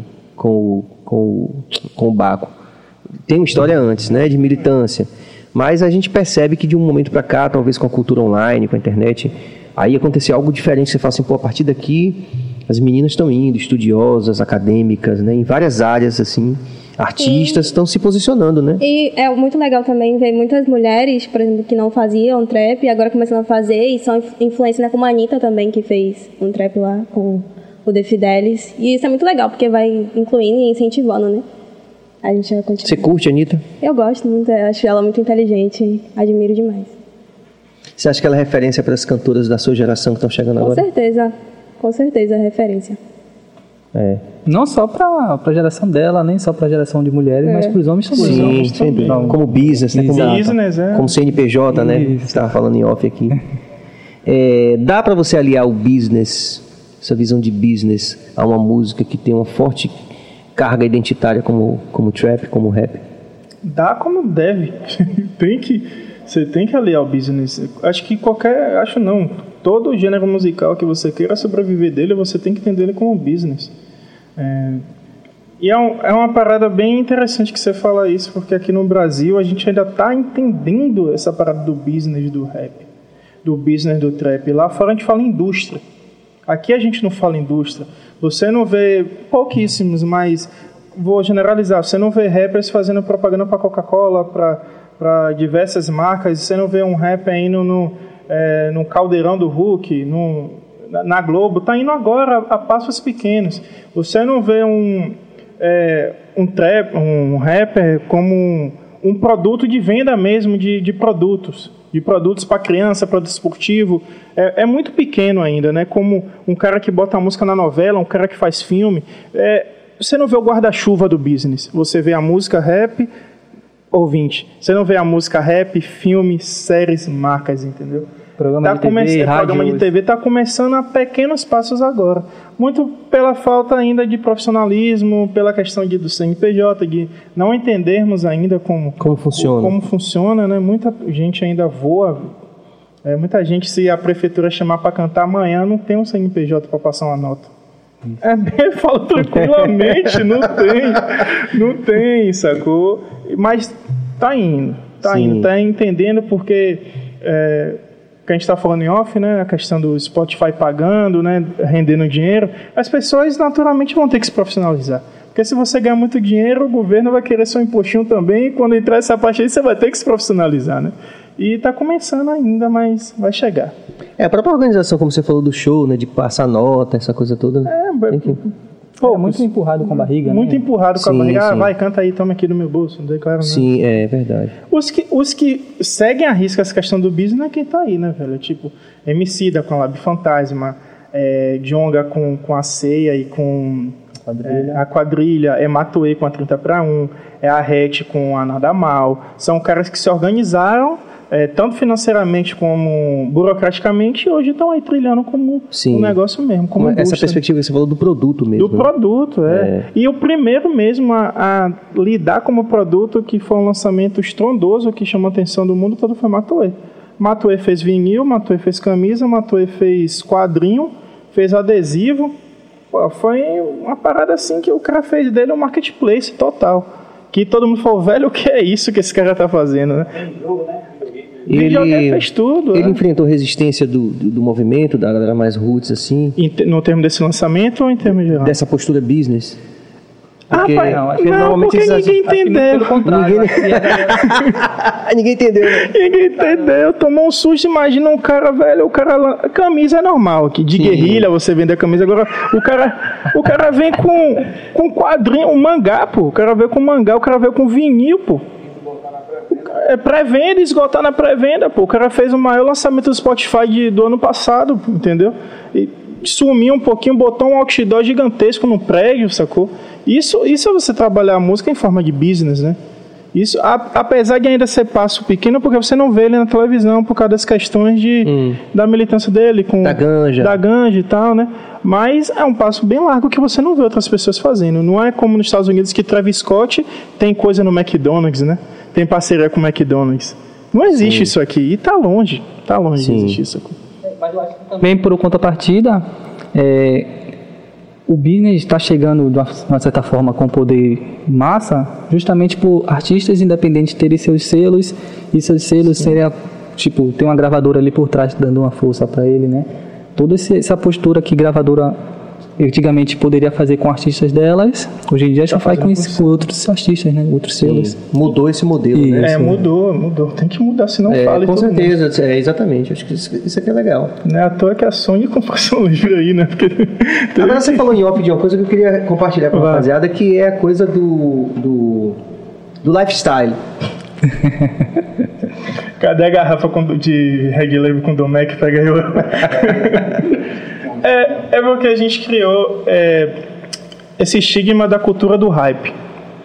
o Baco. Tem uma história antes, né, de militância. Mas a gente percebe que de um momento para cá, talvez com a cultura online, com a internet, aí aconteceu algo diferente. Você fala assim, pô, a partir daqui as meninas estão indo, estudiosas, acadêmicas, né, em várias áreas, assim, artistas estão se posicionando, né? E é muito legal também ver muitas mulheres, por exemplo, que não faziam trap e agora começando a fazer, e são influência, né, como a Anitta também, que fez um trap lá com o The Fidelis. E isso é muito legal, porque vai incluindo e incentivando, né? A gente vai continuar. Você curte a Anitta? Eu gosto muito, eu acho ela muito inteligente, admiro demais. Você acha que ela é referência para as cantoras da sua geração que estão chegando agora? Com certeza é referência. Não só para a geração dela, nem só para a geração de mulheres, mas para os homens também. Sim, como business, né? Como CNPJ, né? Você estava falando em off aqui. Dá para você aliar o business, essa visão de business, a uma música que tem uma forte carga identitária como trap, como rap? Dá como deve. Você tem que aliar o business. Todo gênero musical que você queira sobreviver dele, você tem que entender ele como business. E é uma parada bem interessante que você fala isso, porque aqui no Brasil a gente ainda está entendendo essa parada do business do rap, do business do trap. Lá fora a gente fala indústria. Aqui a gente não fala indústria. Você não vê pouquíssimos, mas vou generalizar. Você não vê rappers fazendo propaganda para Coca-Cola, para diversas marcas. Você não vê um rapper indo no Caldeirão do Hulk, na Globo. Está indo agora a passos pequenos. Você não vê um rapper como um produto de venda mesmo de produtos. De produtos para criança, produto esportivo, é muito pequeno ainda, né? Como um cara que bota a música na novela, um cara que faz filme. Você não vê o guarda-chuva do business. Você vê a música rap, ouvinte. Você não vê a música rap, filme, séries, marcas, entendeu? Programa de TV está começando a pequenos passos agora. Muito pela falta ainda de profissionalismo, pela questão do CNPJ, de não entendermos ainda como funciona, né? Muita gente ainda voa. Muita gente, se a prefeitura chamar para cantar amanhã, não tem um CNPJ para passar uma nota. Eu falo tranquilamente, não tem, sacou? Mas tá indo, tá entendendo porque... que a gente está falando em off, né, a questão do Spotify pagando, né, rendendo dinheiro, as pessoas naturalmente vão ter que se profissionalizar. Porque se você ganhar muito dinheiro, o governo vai querer seu impostinho também, e quando entrar essa parte aí, você vai ter que se profissionalizar, né? E está começando ainda, mas vai chegar. A própria organização, como você falou do show, né, de passar nota, essa coisa toda. Muito empurrado com a barriga, muito né? empurrado com a barriga. Vai, canta aí, toma aqui do meu bolso. Não declara nada. Sim, é verdade. Os que seguem a risca essa questão do business é quem tá aí, né, velho? Tipo, Emicida com a Lab Fantasma, Djonga com a Ceia e com a Quadrilha, Matuê com a 30 para 1, a Rete com a Nada Mal. São caras que se organizaram tanto financeiramente como burocraticamente, hoje estão aí trilhando como um negócio mesmo. Como essa perspectiva que você falou do produto mesmo. Do produto, E o primeiro mesmo a lidar como produto, que foi um lançamento estrondoso, que chamou a atenção do mundo todo, foi Matuê. Matuê fez vinil, Matuê fez camisa, Matuê fez quadrinho, fez adesivo. Pô, foi uma parada assim que o cara fez dele um marketplace total. Que todo mundo falou, velho, o que é isso que esse cara tá fazendo, né? Ele fez tudo. Ele enfrentou resistência do movimento, da galera mais roots, assim? No termo desse lançamento ou em termos geral? Dessa postura business? Porque, porque ninguém entendeu. Ninguém entendeu, né? Ninguém entendeu. Tomou um susto. Imagina um cara, velho. Camisa é normal aqui. De guerrilha, você vende a camisa. Agora, o cara vem com quadrinho, um mangá, pô. O cara veio com mangá, o cara veio com vinil, pô. É pré-venda, esgotar na pré-venda, pô. O cara fez o maior lançamento do Spotify do ano passado, entendeu? E sumiu um pouquinho, botou um outdoor gigantesco no prédio, sacou? Isso é você trabalhar a música em forma de business, né? Isso, apesar de ainda ser passo pequeno, porque você não vê ele na televisão por causa das questões da militância dele, da ganja e tal, né? Mas é um passo bem largo que você não vê outras pessoas fazendo. Não é como nos Estados Unidos que Travis Scott tem coisa no McDonald's, né? Tem parceria com o McDonald's. Não existe isso aqui. E tá longe de existir isso aqui. Mas eu acho que também, por contrapartida, o business está chegando de uma certa forma com poder massa, justamente por artistas independentes terem seus selos, e seus selos serem, tipo, tem uma gravadora ali por trás dando uma força para ele, né? Toda essa postura que gravadora antigamente poderia fazer com artistas delas, hoje em dia já faz com outros artistas, né? Outros selos. Mudou esse modelo, né? Mudou. Tem que mudar, senão fala. Com certeza, exatamente. Acho que isso aqui é legal. Não é à toa que a Sony comprou esse livro aí, né? Porque agora você falou em off de uma coisa que eu queria compartilhar com a rapaziada, que é a coisa do lifestyle. Cadê a garrafa de Reg Label com Domec pra ganhar? É porque a gente criou esse estigma da cultura do hype.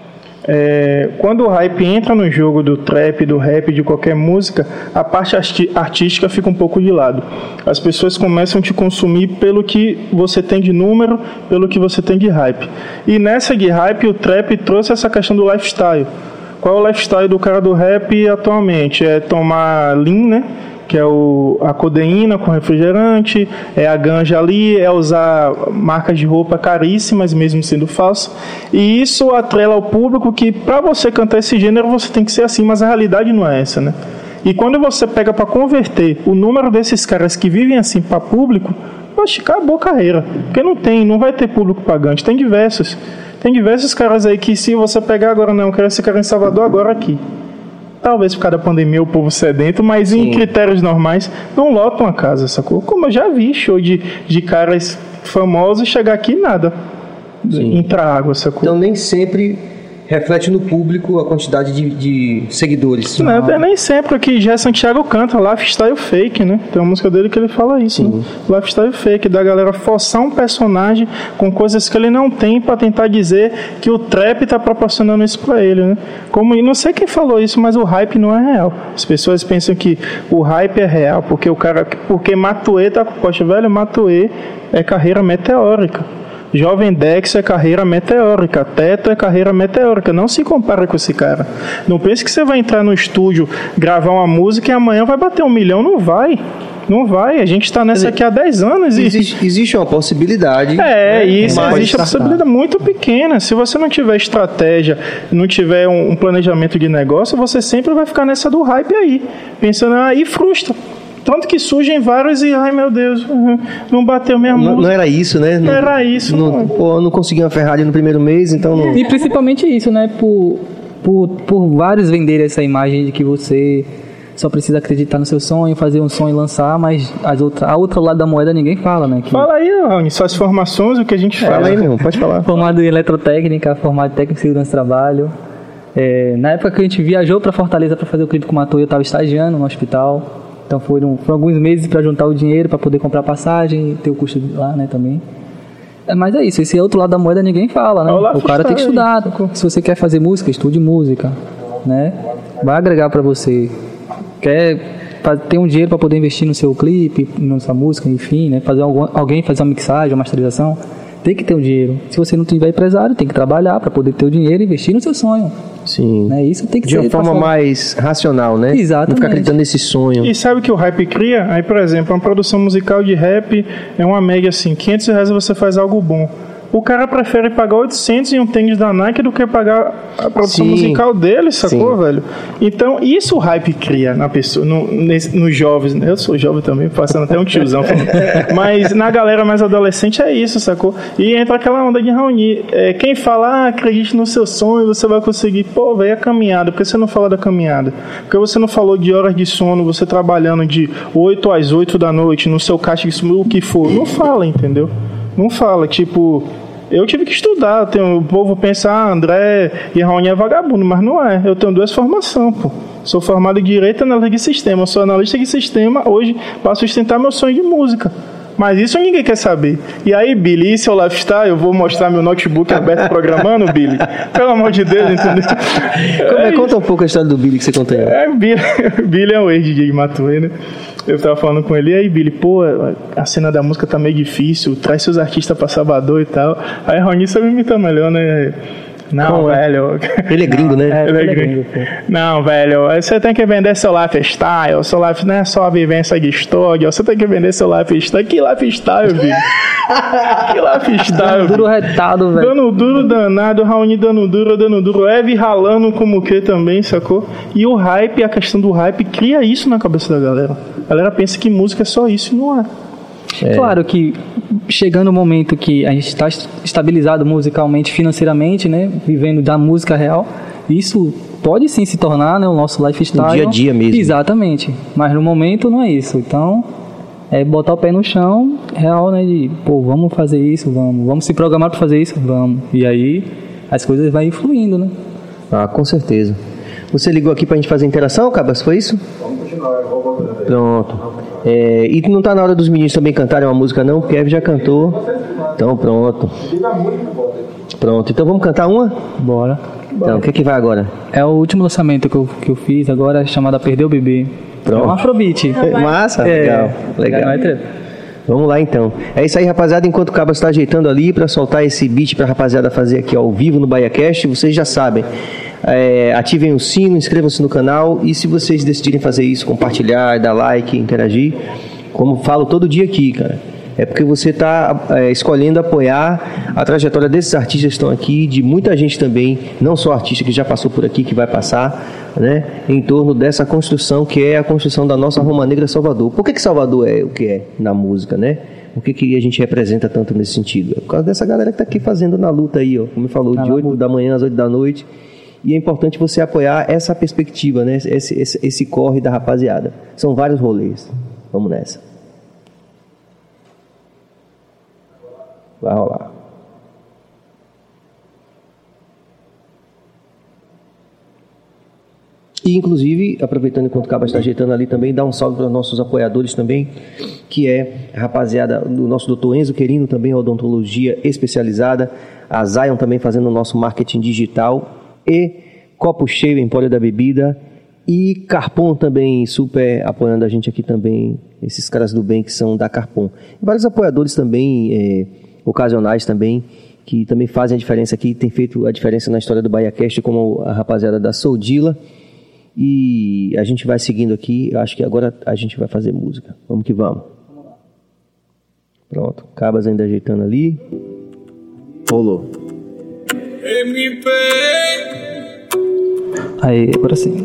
Quando o hype entra no jogo do trap, do rap, de qualquer música, a parte artística fica um pouco de lado. As pessoas começam a te consumir pelo que você tem de número, pelo que você tem de hype. E nessa de hype, o trap trouxe essa questão do lifestyle. Qual é o lifestyle do cara do rap atualmente? É tomar lean, né? Que é a codeína com refrigerante, é a ganja ali, é usar marcas de roupa caríssimas, mesmo sendo falso. E isso atrela ao público que, para você cantar esse gênero, você tem que ser assim, mas a realidade não é essa, né? E quando você pega para converter o número desses caras que vivem assim para público, poxa, acabou a carreira. Porque não vai ter público pagante, tem diversos. Tem diversos caras aí que, se você pegar agora, não, eu quero esse cara em Salvador agora aqui. Talvez por causa da pandemia o povo sedento, mas em critérios normais não lotam a casa, sacou? Como eu já vi show de caras famosos chegar aqui e nada. Entrar água, sacou? Então nem sempre reflete no público a quantidade de seguidores. Não, nem sempre. Aqui Jé Santiago canta Lifestyle Fake, né? Tem uma música dele que ele fala isso, né? Lifestyle Fake, da galera forçar um personagem com coisas que ele não tem pra tentar dizer que o trap tá proporcionando isso pra ele, né? E não sei quem falou isso, mas o hype não é real. As pessoas pensam que o hype é real, porque Matuê tá... Poxa, velho, Matuê é carreira meteórica. Jovem Dex é carreira meteórica, Teto é carreira meteórica, não se compara com esse cara. Não pense que você vai entrar no estúdio, gravar uma música e amanhã vai bater 1 milhão, não vai, a gente está nessa aqui há 10 anos. Existe uma possibilidade. Existe uma possibilidade muito pequena. Se você não tiver estratégia, não tiver um planejamento de negócio, você sempre vai ficar nessa do hype aí, pensando, e frustra. Tanto que surgem vários e, ai meu Deus, não bateu minha música. Não era isso, né? Não era isso. Não consegui uma Ferrari no primeiro mês, então não... E principalmente isso, né? Por vários venderem essa imagem de que você só precisa acreditar no seu sonho, fazer um sonho e lançar, mas a outro lado da moeda ninguém fala, né? Fala aí, Raoni, suas formações, o que a gente fala. Fala aí, meu, pode falar. Formado em eletrotécnica, formado em técnico de segurança do trabalho. Na época que a gente viajou para Fortaleza para fazer o clipe com o Matuê, eu estava estagiando no hospital. Então foram alguns meses para juntar o dinheiro para poder comprar passagem e ter o custo lá, né, também. Mas é isso, esse outro lado da moeda ninguém fala, né? O cara tem que estudar. Se você quer fazer música, estude música, né? Vai agregar para você. quer ter um dinheiro para poder investir no seu clipe, na sua música, enfim, né? Alguém fazer uma mixagem, uma masterização, tem que ter um dinheiro. Se você não tiver empresário, tem que trabalhar para poder ter o dinheiro e investir no seu sonho. Sim. Né? Isso tem que de ser uma forma mais racional, né? Exatamente. Não ficar acreditando nesse sonho. E sabe o que o hype cria? Aí, por exemplo, uma produção musical de rap é uma média assim, R$500 você faz algo bom. O cara prefere pagar 800 em um tênis da Nike do que pagar a produção musical dele, sacou, velho? Então, isso o hype cria na pessoa, nos jovens. Eu sou jovem também, passando até um tiozão. Mas na galera mais adolescente é isso, sacou? E entra aquela onda de reunir. Quem fala, acredite no seu sonho, você vai conseguir. Pô, velho, a caminhada. Por que você não fala da caminhada? Porque você não falou de horas de sono, você trabalhando de 8 às 8 da noite, no seu caixa, o que for. Não fala, entendeu? Não fala, tipo, eu tive que estudar, o povo pensa, André e Raoni é vagabundo, mas não é, eu tenho 2 formações, pô. Sou formado em Direito e Analista de Sistema, sou analista de sistema hoje para sustentar meu sonho de música. Mas isso ninguém quer saber. E aí, Billy, e seu lifestyle? Eu vou mostrar meu notebook aberto programando, Billy? Pelo amor de Deus, entendeu? Conta um pouco a história do Billy que você contou aí. Billy é o ex-DJ Matuê, né? Eu tava falando com ele, e aí, Billy, pô, a cena da música tá meio difícil, traz seus artistas pra Salvador e tal. Aí, Raoni sabe imitar melhor, né? Não, velho. Ele é gringo, né? Ele é gringo. Não, velho, você tem que vender seu lifestyle. Seu life não é só a vivência de estúdio. Você tem que vender seu lifestyle. Que lifestyle, Billy? Que lifestyle? Dando duro retado, velho. Dando duro danado, Raoni dando duro. Eve ralando como que também, sacou? E o hype, a questão do hype, cria isso na cabeça da galera. A galera pensa que música é só isso e não é. Claro que chegando o momento que a gente está estabilizado musicalmente, financeiramente, né, vivendo da música real, isso pode sim se tornar, né, o nosso lifestyle. No dia a dia mesmo. Exatamente. Mas no momento não é isso. Então, é botar o pé no chão, real, né, de, pô, vamos fazer isso, vamos se programar para fazer isso, vamos. E aí as coisas vão fluindo, né? Ah, com certeza. Você ligou aqui pra gente fazer interação, Cabas, foi isso? Vamos continuar, Pronto. E não tá na hora dos meninos também cantarem uma música não, porque Eve já cantou. Então pronto. Pronto, então vamos cantar uma? Bora. Então, o que vai agora? É o último lançamento que eu fiz agora, chamada Perdeu o Bebê. Pronto. É um afrobeat. Massa? Legal. Vamos lá então. É isso aí, rapaziada. Enquanto o Cabas está ajeitando ali para soltar esse beat para a rapaziada fazer aqui ao vivo no BahiaCast, vocês já sabem. Ativem o sino, inscrevam-se no canal e se vocês decidirem fazer isso, compartilhar, dar like, interagir, como falo todo dia aqui, cara, é porque você está escolhendo apoiar a trajetória desses artistas que estão aqui, de muita gente também, não só artista que já passou por aqui, que vai passar, né, em torno dessa construção que é a construção da nossa Roma Negra Salvador. Por que Salvador é o que é na música, né? O que a gente representa tanto nesse sentido? É por causa dessa galera que está aqui fazendo na luta aí, ó, como eu falou, de 8 da manhã às 8 da noite. E é importante você apoiar essa perspectiva, né? Esse corre da rapaziada. São vários rolês. Vamos nessa. Vai rolar. E, inclusive, aproveitando enquanto o Caba está ajeitando ali também, dá um salve para os nossos apoiadores também, que é a rapaziada do nosso doutor Enzo Querino, também odontologia especializada, a Zion também fazendo o nosso marketing digital, e Copo Cheio, Empório da Bebida, e Carpon também super apoiando a gente aqui também, esses caras do bem que são da Carpon. E vários apoiadores também, ocasionais também, que também fazem a diferença aqui, tem feito a diferença na história do BahiaCast, como a rapaziada da Soldila. E a gente vai seguindo aqui, eu acho que agora a gente vai fazer música. Vamos que vamos. Pronto, Cabas ainda ajeitando ali. Rolou. Aí, agora sim.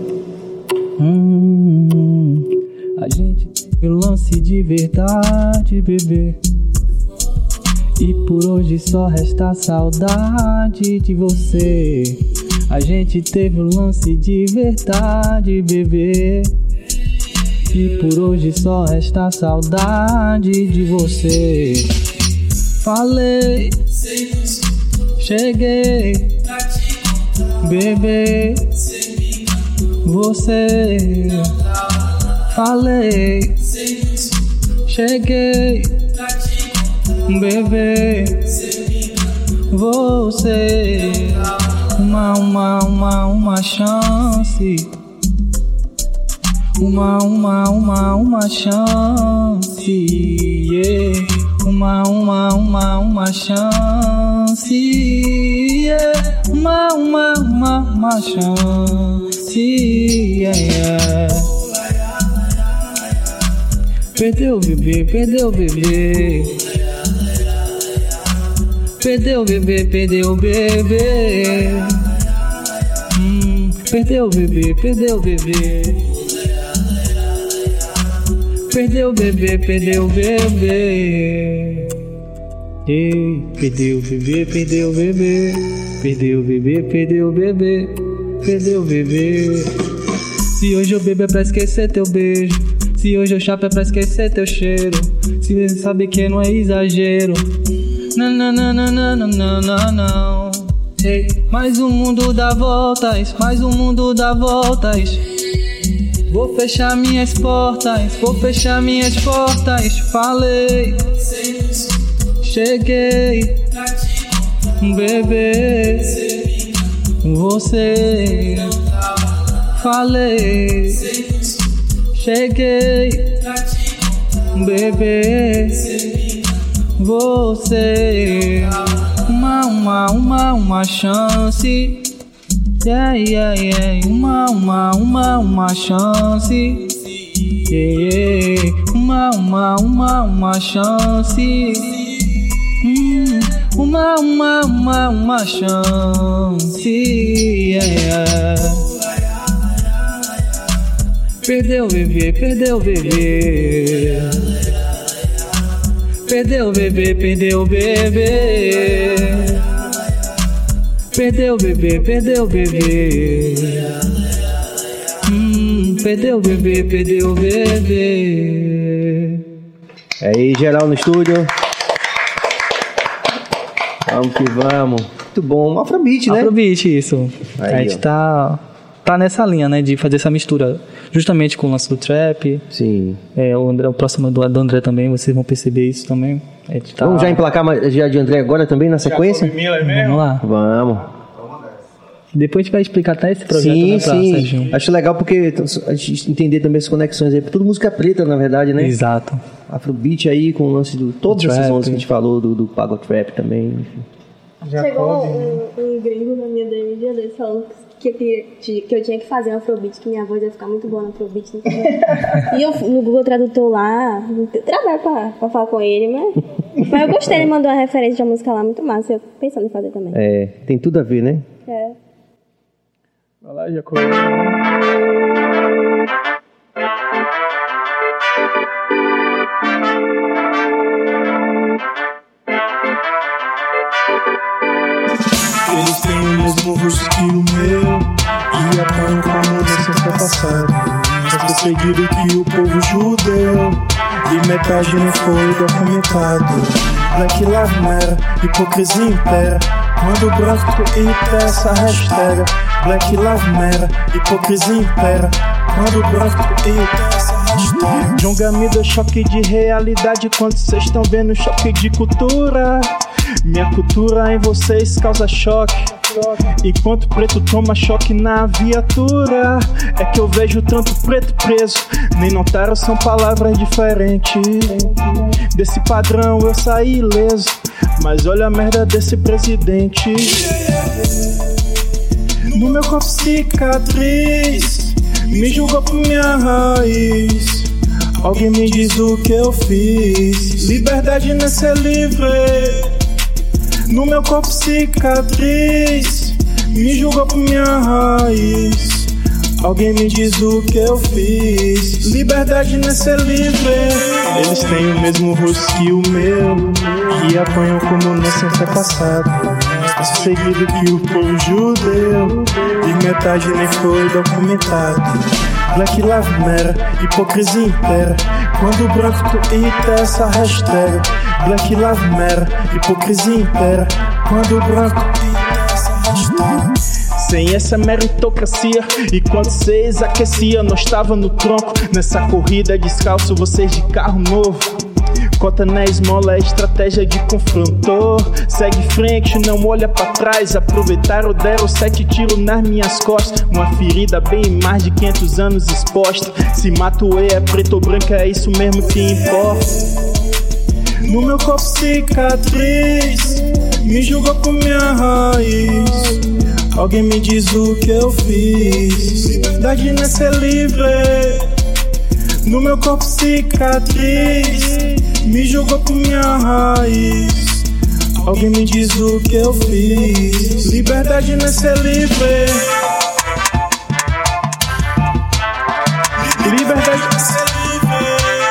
A gente tem um lance de verdade, bebê. E por hoje só resta saudade de você. A gente teve um lance de verdade, bebê. E por hoje só resta saudade de você. Falei, cheguei, bebê. Você. Falei, cheguei, bebê. Você. Uma chance. Uma chance, yeah. Uma chance, yeah. Uma chance, yeah. Perdeu o bebê. Perdeu o bebê. Perdeu o bebê. Perdeu o bebê. Perdeu o bebê. Perdeu o bebê. Perdeu o bebê. Perdeu o bebê. Perdeu o bebê. Perdeu o bebê. Perdeu o bebê. Perdeu o bebê. Perdeu o bebê. Se hoje eu bebo é pra esquecer teu beijo. Se hoje eu chapo é pra esquecer teu cheiro. Se você sabe que não é exagero. Não. Ei, mais um mundo dá voltas. Mais um mundo dá voltas. Vou fechar minhas portas. Vou fechar minhas portas. Falei. Cheguei. Bebê. Você. Falei. Cheguei, bebê, você, uma chance, yeah, uma chance, yeah, uma chance, uma chance, yeah. Perdeu o bebê, perdeu o bebê. Perdeu o bebê, perdeu o bebê. Perdeu o bebê, perdeu o bebê. Perdeu o bebê, perdeu o bebê. Aí, geral no estúdio. Vamos que vamos. Muito bom, Afrobeat, né? Afrobeat, isso. Aí, a gente tá nessa linha, né, de fazer essa mistura, justamente com o lance do trap. Sim. O próximo do André também, vocês vão perceber isso também. Vamos já emplacar já de André agora também na sequência? Vamos lá. Vamos. Depois a gente vai explicar até esse projeto. Sim. Serginho. Acho legal porque a gente entender também as conexões aí. Tudo música preta, na verdade, né? Exato. Afrobeat aí com o lance do... Todas essas ondas que a gente falou, do Pago Trap também. Chegou um gringo na minha DM dia desse falando que eu tinha que fazer um Afrobeat, que minha voz ia ficar muito boa no Afrobeat. E eu, no Google Tradutor lá, trabalho pra falar com ele, mas eu gostei, ele mandou uma referência de uma música lá muito massa, eu pensando em fazer também. Tem tudo a ver, né? Vai lá, Jacob. Eles têm o mesmo rosto que o meu e apanham como no seu passado. Mais perseguido que o povo judeu e metade não foi documentado. Black Lives Matter, hipocrisia impera. Quando o branco twitta essa hashtag. Black Lives Matter, hipocrisia impera. Quando o branco twitta essa hashtag. Jonga me deu choque de realidade quando vocês estão vendo choque de cultura. Minha cultura em vocês causa choque. Enquanto preto toma choque na viatura. É que eu vejo tanto preto preso. Nem notaram, são palavras diferentes. Desse padrão eu saí ileso. Mas olha a merda desse presidente. No meu corpo cicatriz, me julgou por minha raiz. Alguém me diz o que eu fiz. Liberdade não é ser livre. No meu corpo cicatriz, me julgou por minha raiz. Alguém me diz o que eu fiz. Liberdade não é ser livre. Eles têm o mesmo rosto que o meu e apanham como nosso antepassado. Mais seguido que o povo judeu e metade nem foi documentado. Black Lives Matter, hipocrisia impera. Quando o branco twitta essa hashtag. Black Lives Matter, hipocrisia impera. Quando o branco twitta essa hashtag. Sem essa meritocracia, e quando vocês aqueciam, nós tava no tronco. Nessa corrida descalço, vocês de carro novo. Cota na esmola é estratégia de confrontor. Segue em frente, não olha pra trás. Aproveitaram, deram 7 tiros nas minhas costas. Uma ferida bem mais de 500 anos exposta. Se matoei é preto ou branca, é isso mesmo que importa. No meu corpo cicatriz, me julga por minha raiz. Alguém me diz o que eu fiz. Liberdade não é ser livre. No meu corpo cicatriz, me julgou por minha raiz. Alguém me diz o que eu fiz. Liberdade não é ser livre. Liberdade não é ser livre.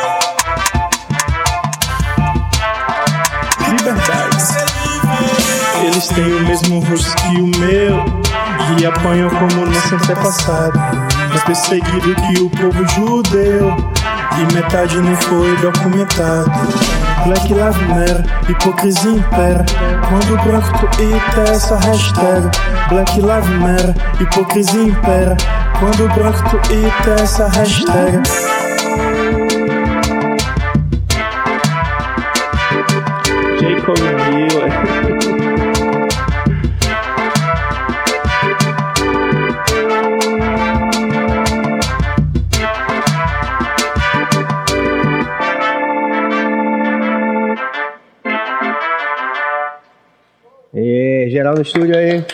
Liberdade. Eles têm o mesmo rosto que o meu e apanham como nosso antepassado. Mais perseguido que o povo judeu e metade nem foi documentado. Black Lives Matter, hipocrisia impera. Quando o branco tuita essa hashtag. Black Lives Matter, hipocrisia impera. Quando o branco tuita essa hashtag. Jacob Miller. Geral no estúdio aí.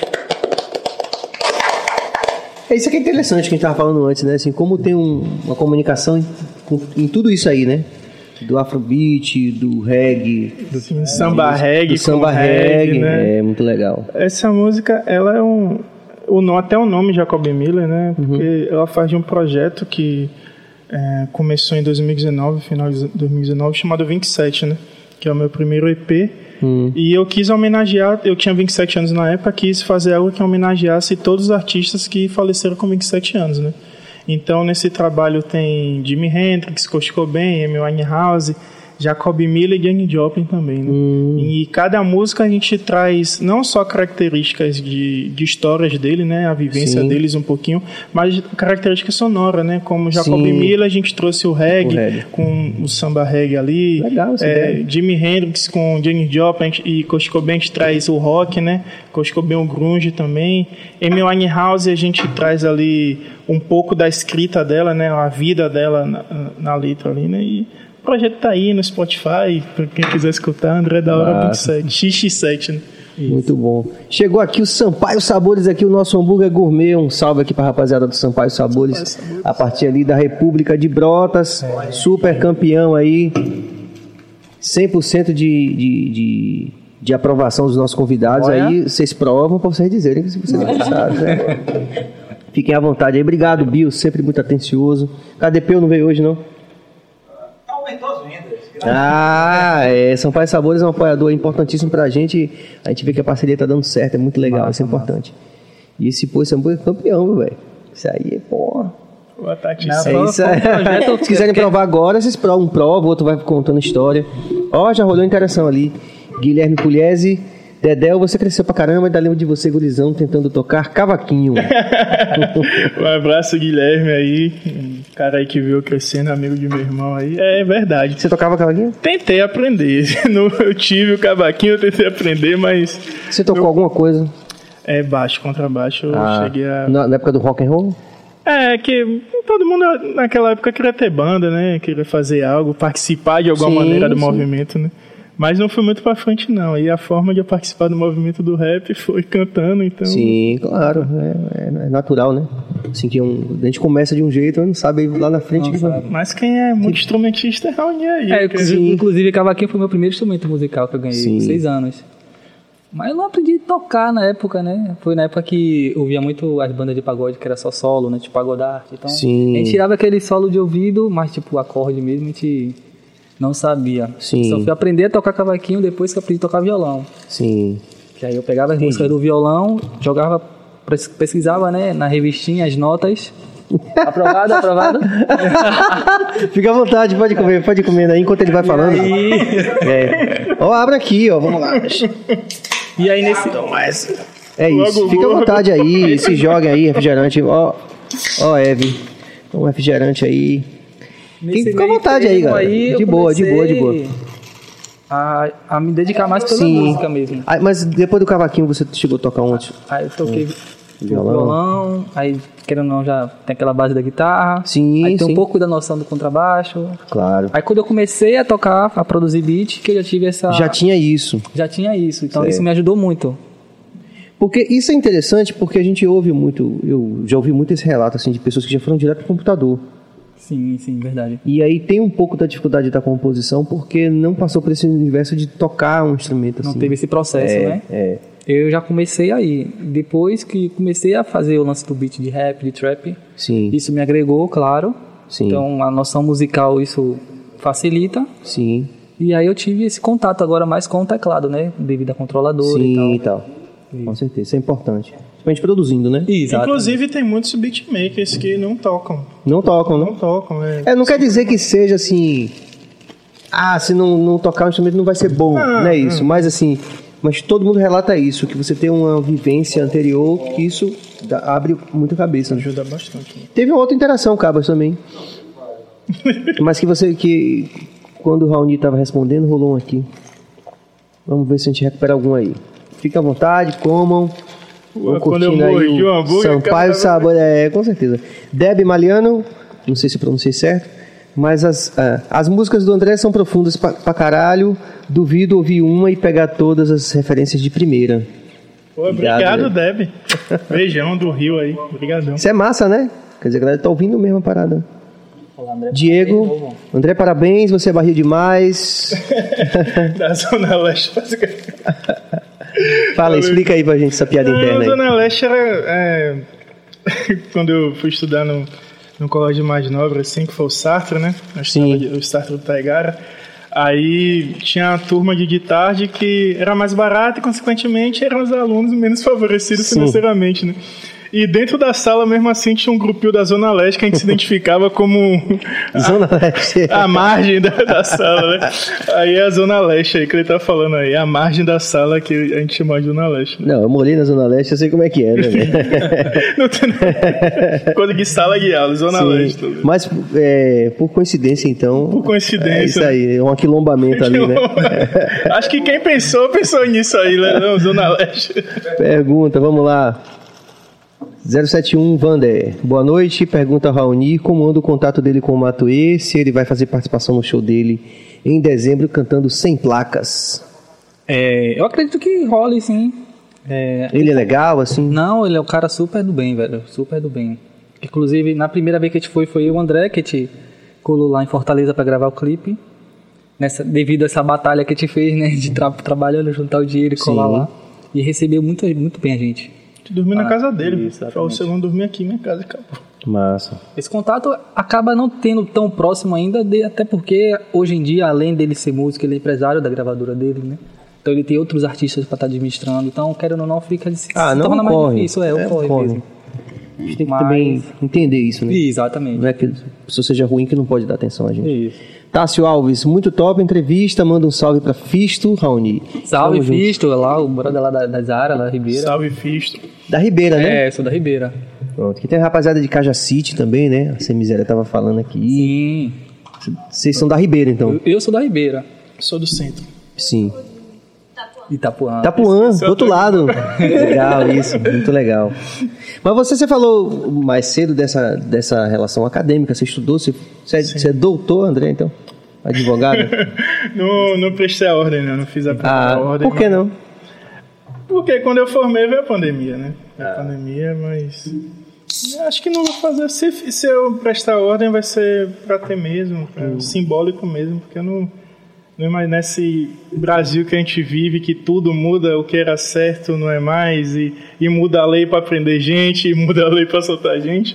Isso aqui é interessante que a gente estava falando antes, né? Assim, como tem uma comunicação em tudo isso aí, né? Do afrobeat, do reggae, do samba reggae, do samba reggae, né? É muito legal. Essa música, ela é até o nome Jacob Miller, né? Porque ela faz de um projeto que começou em 2019, final de 2019, chamado 27, né? Que é o meu primeiro EP. E eu quis homenagear, eu tinha 27 anos na época, quis fazer algo que homenageasse todos os artistas que faleceram com 27 anos, né? Então nesse trabalho tem Jimi Hendrix, Kurt Cobain, Amy Winehouse, Jacob Miller e Janis Joplin também, né? E cada música a gente traz não só características de histórias dele, né? A vivência deles um pouquinho, mas características sonoras, né? Como Jacob Miller, a gente trouxe o reggae, com o samba reggae ali. Legal, Jimi Hendrix com Janis Joplin e Kurt Cobain, a gente traz o rock, né? Kurt Cobain o grunge também. Amy Winehouse a gente traz ali um pouco da escrita dela, né? A vida dela na letra ali, né? E o projeto tá aí no Spotify, pra quem quiser escutar, André da Hora 27, XX7, né? Muito bom. Chegou aqui o Sampaio Sabores, aqui o nosso hambúrguer gourmet. Um salve aqui pra rapaziada do Sampaio Sabores, a partir ali da República de Brotas, super campeão aí, 100% de aprovação dos nossos convidados. Olha. Aí vocês provam pra vocês dizerem que vocês gostaram, né? Fiquem à vontade aí. Obrigado, Bill, sempre muito atencioso. Cadê Peu? Não veio hoje, não? Aumentou as vendas. Sampaio Sabores é um apoiador importantíssimo pra gente. A gente vê que a parceria tá dando certo, é muito legal, isso é importante. E esse hambúrguer é campeão, velho. Isso aí, porra. Se quiserem provar agora, vocês provam, um prova, o outro vai contando história. Já rolou interação ali. Guilherme Pugliese. Dedéu, você cresceu pra caramba, ainda lembro de você, gurizão, tentando tocar cavaquinho. Um abraço, Guilherme, aí, um cara aí que viu eu crescendo, amigo de meu irmão aí, é verdade. Você tocava cavaquinho? Tentei aprender, eu tive o cavaquinho, eu tentei aprender, mas... Você tocou alguma coisa? Baixo, contrabaixo, eu cheguei a... Na época do rock and roll? Que todo mundo naquela época queria ter banda, né, queria fazer algo, participar de alguma maneira do movimento, né. Mas não fui muito pra frente, não. E a forma de eu participar do movimento do rap foi cantando, então... Sim, claro. É natural, né? Assim, que a gente começa de um jeito, não sabe lá na frente... Mas quem é muito instrumentista é Raoni aí. Inclusive, cavaquinho foi o meu primeiro instrumento musical que eu ganhei, com 6 anos. Mas eu não aprendi a tocar na época, né? Foi na época que eu via muito as bandas de pagode, que era só solo, né? Tipo pagodarte. Então, a gente tirava aquele solo de ouvido, mas tipo o acorde mesmo, a gente... não sabia. Só fui aprender a tocar cavaquinho depois que aprendi a tocar violão. Sim. Que aí eu pegava as músicas do violão, jogava, pesquisava, né, na revistinha as notas. Aprovado. Fica à vontade, pode comer aí enquanto ele vai falando. Abre aqui, vamos lá. E aí nesse... É isso, fica à vontade aí, se joguem aí, refrigerante. Eve, um refrigerante aí. Fica à vontade aí, galera. De boa. a me dedicar mais pela música mesmo. Mas depois do cavaquinho você chegou a tocar ontem? Aí eu toquei violão, aí querendo ou não já tem aquela base da guitarra, aí tem um pouco da noção do contrabaixo. Claro. Aí quando eu comecei a tocar, a produzir beat, que eu já tive essa... Já tinha isso, então isso me ajudou muito. Porque isso é interessante, porque a gente ouve muito, eu já ouvi muito esse relato assim, de pessoas que já foram direto pro computador. Sim, verdade. E aí tem um pouco da dificuldade da composição, porque não passou por esse universo de tocar um instrumento assim. Não teve esse processo, né? Eu já comecei aí. Depois que comecei a fazer o lance do beat de rap, de trap, isso me agregou, claro. Então a noção musical isso facilita. E aí eu tive esse contato agora mais com o teclado, né? Devido a controlador e tal. Com certeza, isso é importante. Principalmente produzindo, né? Exatamente. Inclusive tem muitos beatmakers que não tocam. Não tocam. Não quer dizer que seja assim... se não tocar o instrumento não vai ser bom, não é isso. Mas assim... Mas todo mundo relata isso, que você tem uma vivência anterior, que isso abre muita cabeça. Né? Ajuda bastante. Né? Teve uma outra interação, Cabas, também. Mas que quando o Raoni estava respondendo, rolou um aqui. Vamos ver se a gente recupera algum aí. Fica à vontade, comam. Quando eu morri o hambúrguer... Sampaio Sabor, com certeza. Deb Maliano, não sei se eu pronunciei certo, mas as músicas do André são profundas pra caralho. Duvido ouvir uma e pegar todas as referências de primeira. Obrigado, Deb. Beijão do Rio aí. Obrigadão. Isso é massa, né? Quer dizer, a galera tá ouvindo mesmo a parada. Olá, André. Diego, André, parabéns, você é barril demais. Da Zona Leste. Fala, explica aí pra gente essa piada interna aí. A Zona Leste era... quando eu fui estudar no colégio mais nobre, assim, que foi o Sartre, né? O Sartre do Taigara. Aí tinha a turma de tarde que era mais barata e, consequentemente, eram os alunos menos favorecidos financeiramente, né? E dentro da sala, mesmo assim, tinha um grupinho da Zona Leste que a gente se identificava como Zona Leste. A margem da sala, né? Aí é a Zona Leste aí que ele tá falando aí, a margem da sala que a gente chama de Zona Leste. Né? Não, eu morei na Zona Leste, eu sei como é que é, né? Não tem coisa de sala de aula, Zona Leste. Mas por coincidência, então... Por coincidência. É isso aí, é um aquilombamento ali, né? Acho que quem pensou nisso aí, né? Não, Zona Leste. Pergunta, vamos lá. 071 Vander, boa noite, pergunta ao Raoni como anda o contato dele com o Matuê, se ele vai fazer participação no show dele em dezembro cantando Sem Placas. Eu acredito que role, sim. Ele é legal, assim? Não, ele é um cara super do bem, velho, super do bem. Inclusive, na primeira vez que a gente foi o André, que a gente colou lá em Fortaleza para gravar o clipe, devido a essa batalha que a gente fez, né, de trabalhando, juntar o dinheiro e colar lá, e recebeu muito, muito bem a gente. Dormi na casa dele, o segundo dormir aqui em minha casa e acabou. Massa. Esse contato acaba não tendo tão próximo ainda, até porque hoje em dia, além dele ser músico, ele é empresário da gravadora dele, né? Então ele tem outros artistas para estar administrando, então querendo ou não, fica se torna mais difícil, ocorre mesmo. A gente tem que também entender isso, né? Exatamente. Não é que a pessoa seja ruim que não pode dar atenção a gente. Isso. Tássio Alves, muito top a entrevista, manda um salve pra Fisto, Raoni. Salve Fisto, lá, o brother lá da Zara, da Ribeira. Salve Fisto. Da Ribeira, né? Sou da Ribeira. Pronto, que tem a rapaziada de Cajacite também, né? A Semiséria tava falando aqui. Sim. Vocês são da Ribeira, então? Eu sou da Ribeira. Sou do centro. Sim. Itapuã, do outro lado. Legal isso, muito legal. Mas você falou mais cedo dessa relação acadêmica, você estudou, você é doutor, André, então? Advogado? Não prestei a ordem, não fiz a primeira ordem. Por que não? Porque quando eu formei veio a pandemia, né? A pandemia, mas... Acho que não vou fazer. Se eu prestar ordem vai ser pra ter mesmo, simbólico mesmo, porque eu não imagino nesse Brasil que a gente vive, que tudo muda, o que era certo não é mais, e muda a lei para prender gente, e muda a lei para soltar gente,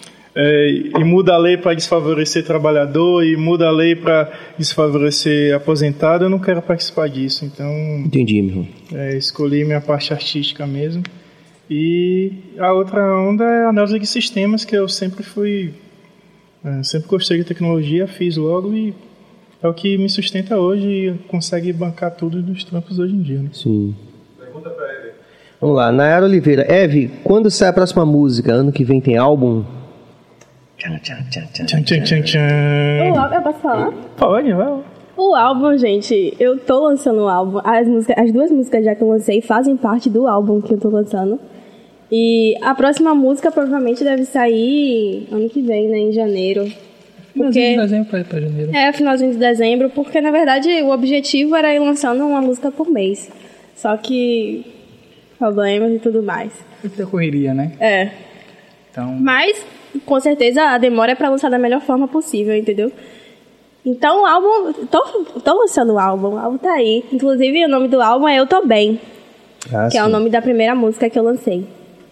e muda a lei para desfavorecer trabalhador, e muda a lei para desfavorecer aposentado. Eu não quero participar disso, então... Entendi, meu irmão. Escolhi minha parte artística mesmo. E a outra onda é a análise de sistemas, que eu sempre sempre gostei de tecnologia, fiz logo e é o que me sustenta hoje e consegue bancar tudo dos trampos hoje em dia. Né? Sim. Pergunta pra Eve. Vamos lá, Nayara Oliveira. Eve, quando sai a próxima música? Ano que vem tem álbum? Eu posso falar? Pode, vai. O álbum, gente, eu tô lançando o álbum. As duas músicas já que eu lancei fazem parte do álbum que eu tô lançando. E a próxima música provavelmente deve sair ano que vem, né, em janeiro. Finalzinho de dezembro pra janeiro. Finalzinho de dezembro, porque na verdade o objetivo era ir lançando uma música por mês. Só que problemas e tudo mais. Muita correria, né? Então... Mas, com certeza, a demora é pra lançar da melhor forma possível, entendeu? Então o álbum... Tô lançando o álbum tá aí. Inclusive o nome do álbum é Eu Tô Bem. Que é o nome da primeira música que eu lancei.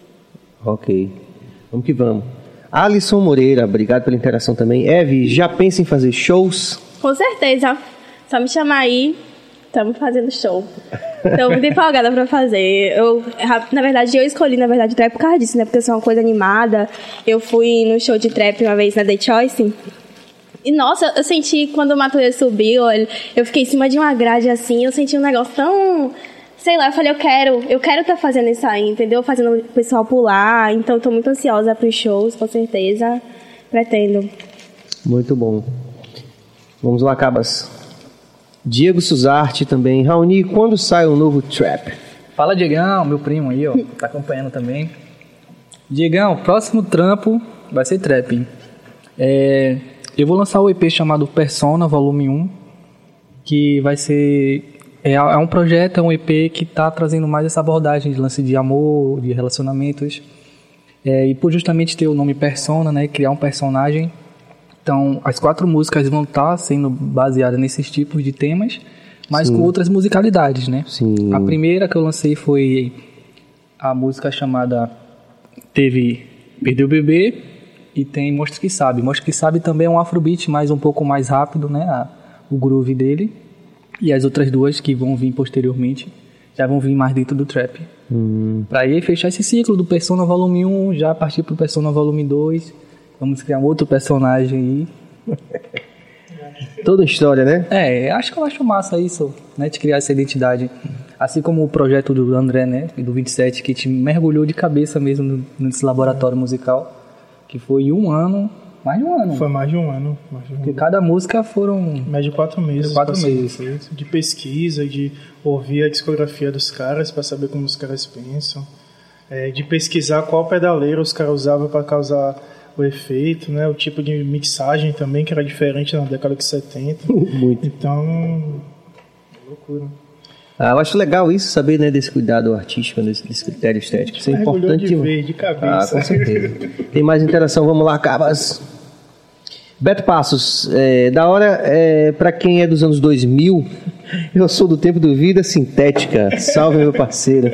Ok. Vamos que vamos. Alisson Moreira, obrigado pela interação também. Eve, já pensa em fazer shows? Com certeza. Só me chamar aí, estamos fazendo show. Estou muito empolgada pra fazer. Na verdade, eu escolhi, trap por causa disso, né? Porque eu sou uma coisa animada. Eu fui no show de trap uma vez na The Choice. E, nossa, eu senti, quando o Matuê subiu, eu fiquei em cima de uma grade assim, eu senti um negócio tão... Sei lá, eu falei, eu quero estar fazendo isso aí, entendeu? Fazendo o pessoal pular. Então, estou muito ansiosa para os shows, com certeza. Pretendo. Muito bom. Vamos lá, Cabas. Diego Suzarte também. Raoni, quando sai um novo trap? Fala, Diegão, meu primo aí, ó. Tá acompanhando também. Diegão, próximo trampo vai ser trap. Eu vou lançar o EP chamado Persona, volume 1. Que vai ser... É um projeto, é um EP que está trazendo mais essa abordagem de lance de amor, de relacionamentos. E por justamente ter o nome Persona, né, criar um personagem. Então, as 4 músicas vão estar sendo baseadas nesses tipos de temas, mas com outras musicalidades, né? Sim. A primeira que eu lancei foi a música chamada... Teve Perdeu o Bebê e tem Monstro que Sabe. Monstro que Sabe também é um afrobeat, mas um pouco mais rápido, né? O groove dele. E as outras 2 que vão vir posteriormente já vão vir mais dentro do trap. Pra aí fechar esse ciclo do Persona Volume 1, já partir pro Persona Volume 2. Vamos criar um outro personagem aí. Toda história, né? Acho que eu acho massa isso, né? De criar essa identidade. Assim como o projeto do André, né? Do 27, que te mergulhou de cabeça mesmo nesse laboratório musical. Que foi mais de um ano. Foi mais de um ano. Porque cada música foram... Mais de 4 meses. 4 meses. De pesquisa, de ouvir a discografia dos caras para saber como os caras pensam. De pesquisar qual pedaleira os caras usavam para causar o efeito, né? O tipo de mixagem também, que era diferente na década de 70. Muito. Então, loucura. Eu acho legal isso, saber, né, desse cuidado artístico, desse critério estético. Isso é importante. De cabeça. Com certeza. Tem mais interação, vamos lá, Cabas. Beto Passos, da hora, pra quem é dos anos 2000, eu sou do tempo do Vida Sintética. Salve, meu parceiro.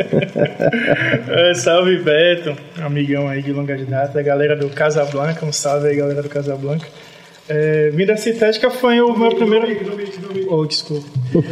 Salve, Beto, amigão aí de longa data, a galera do Casablanca, um salve aí, galera do Casablanca. Vida Sintética foi o meu primeiro... Oh, desculpa.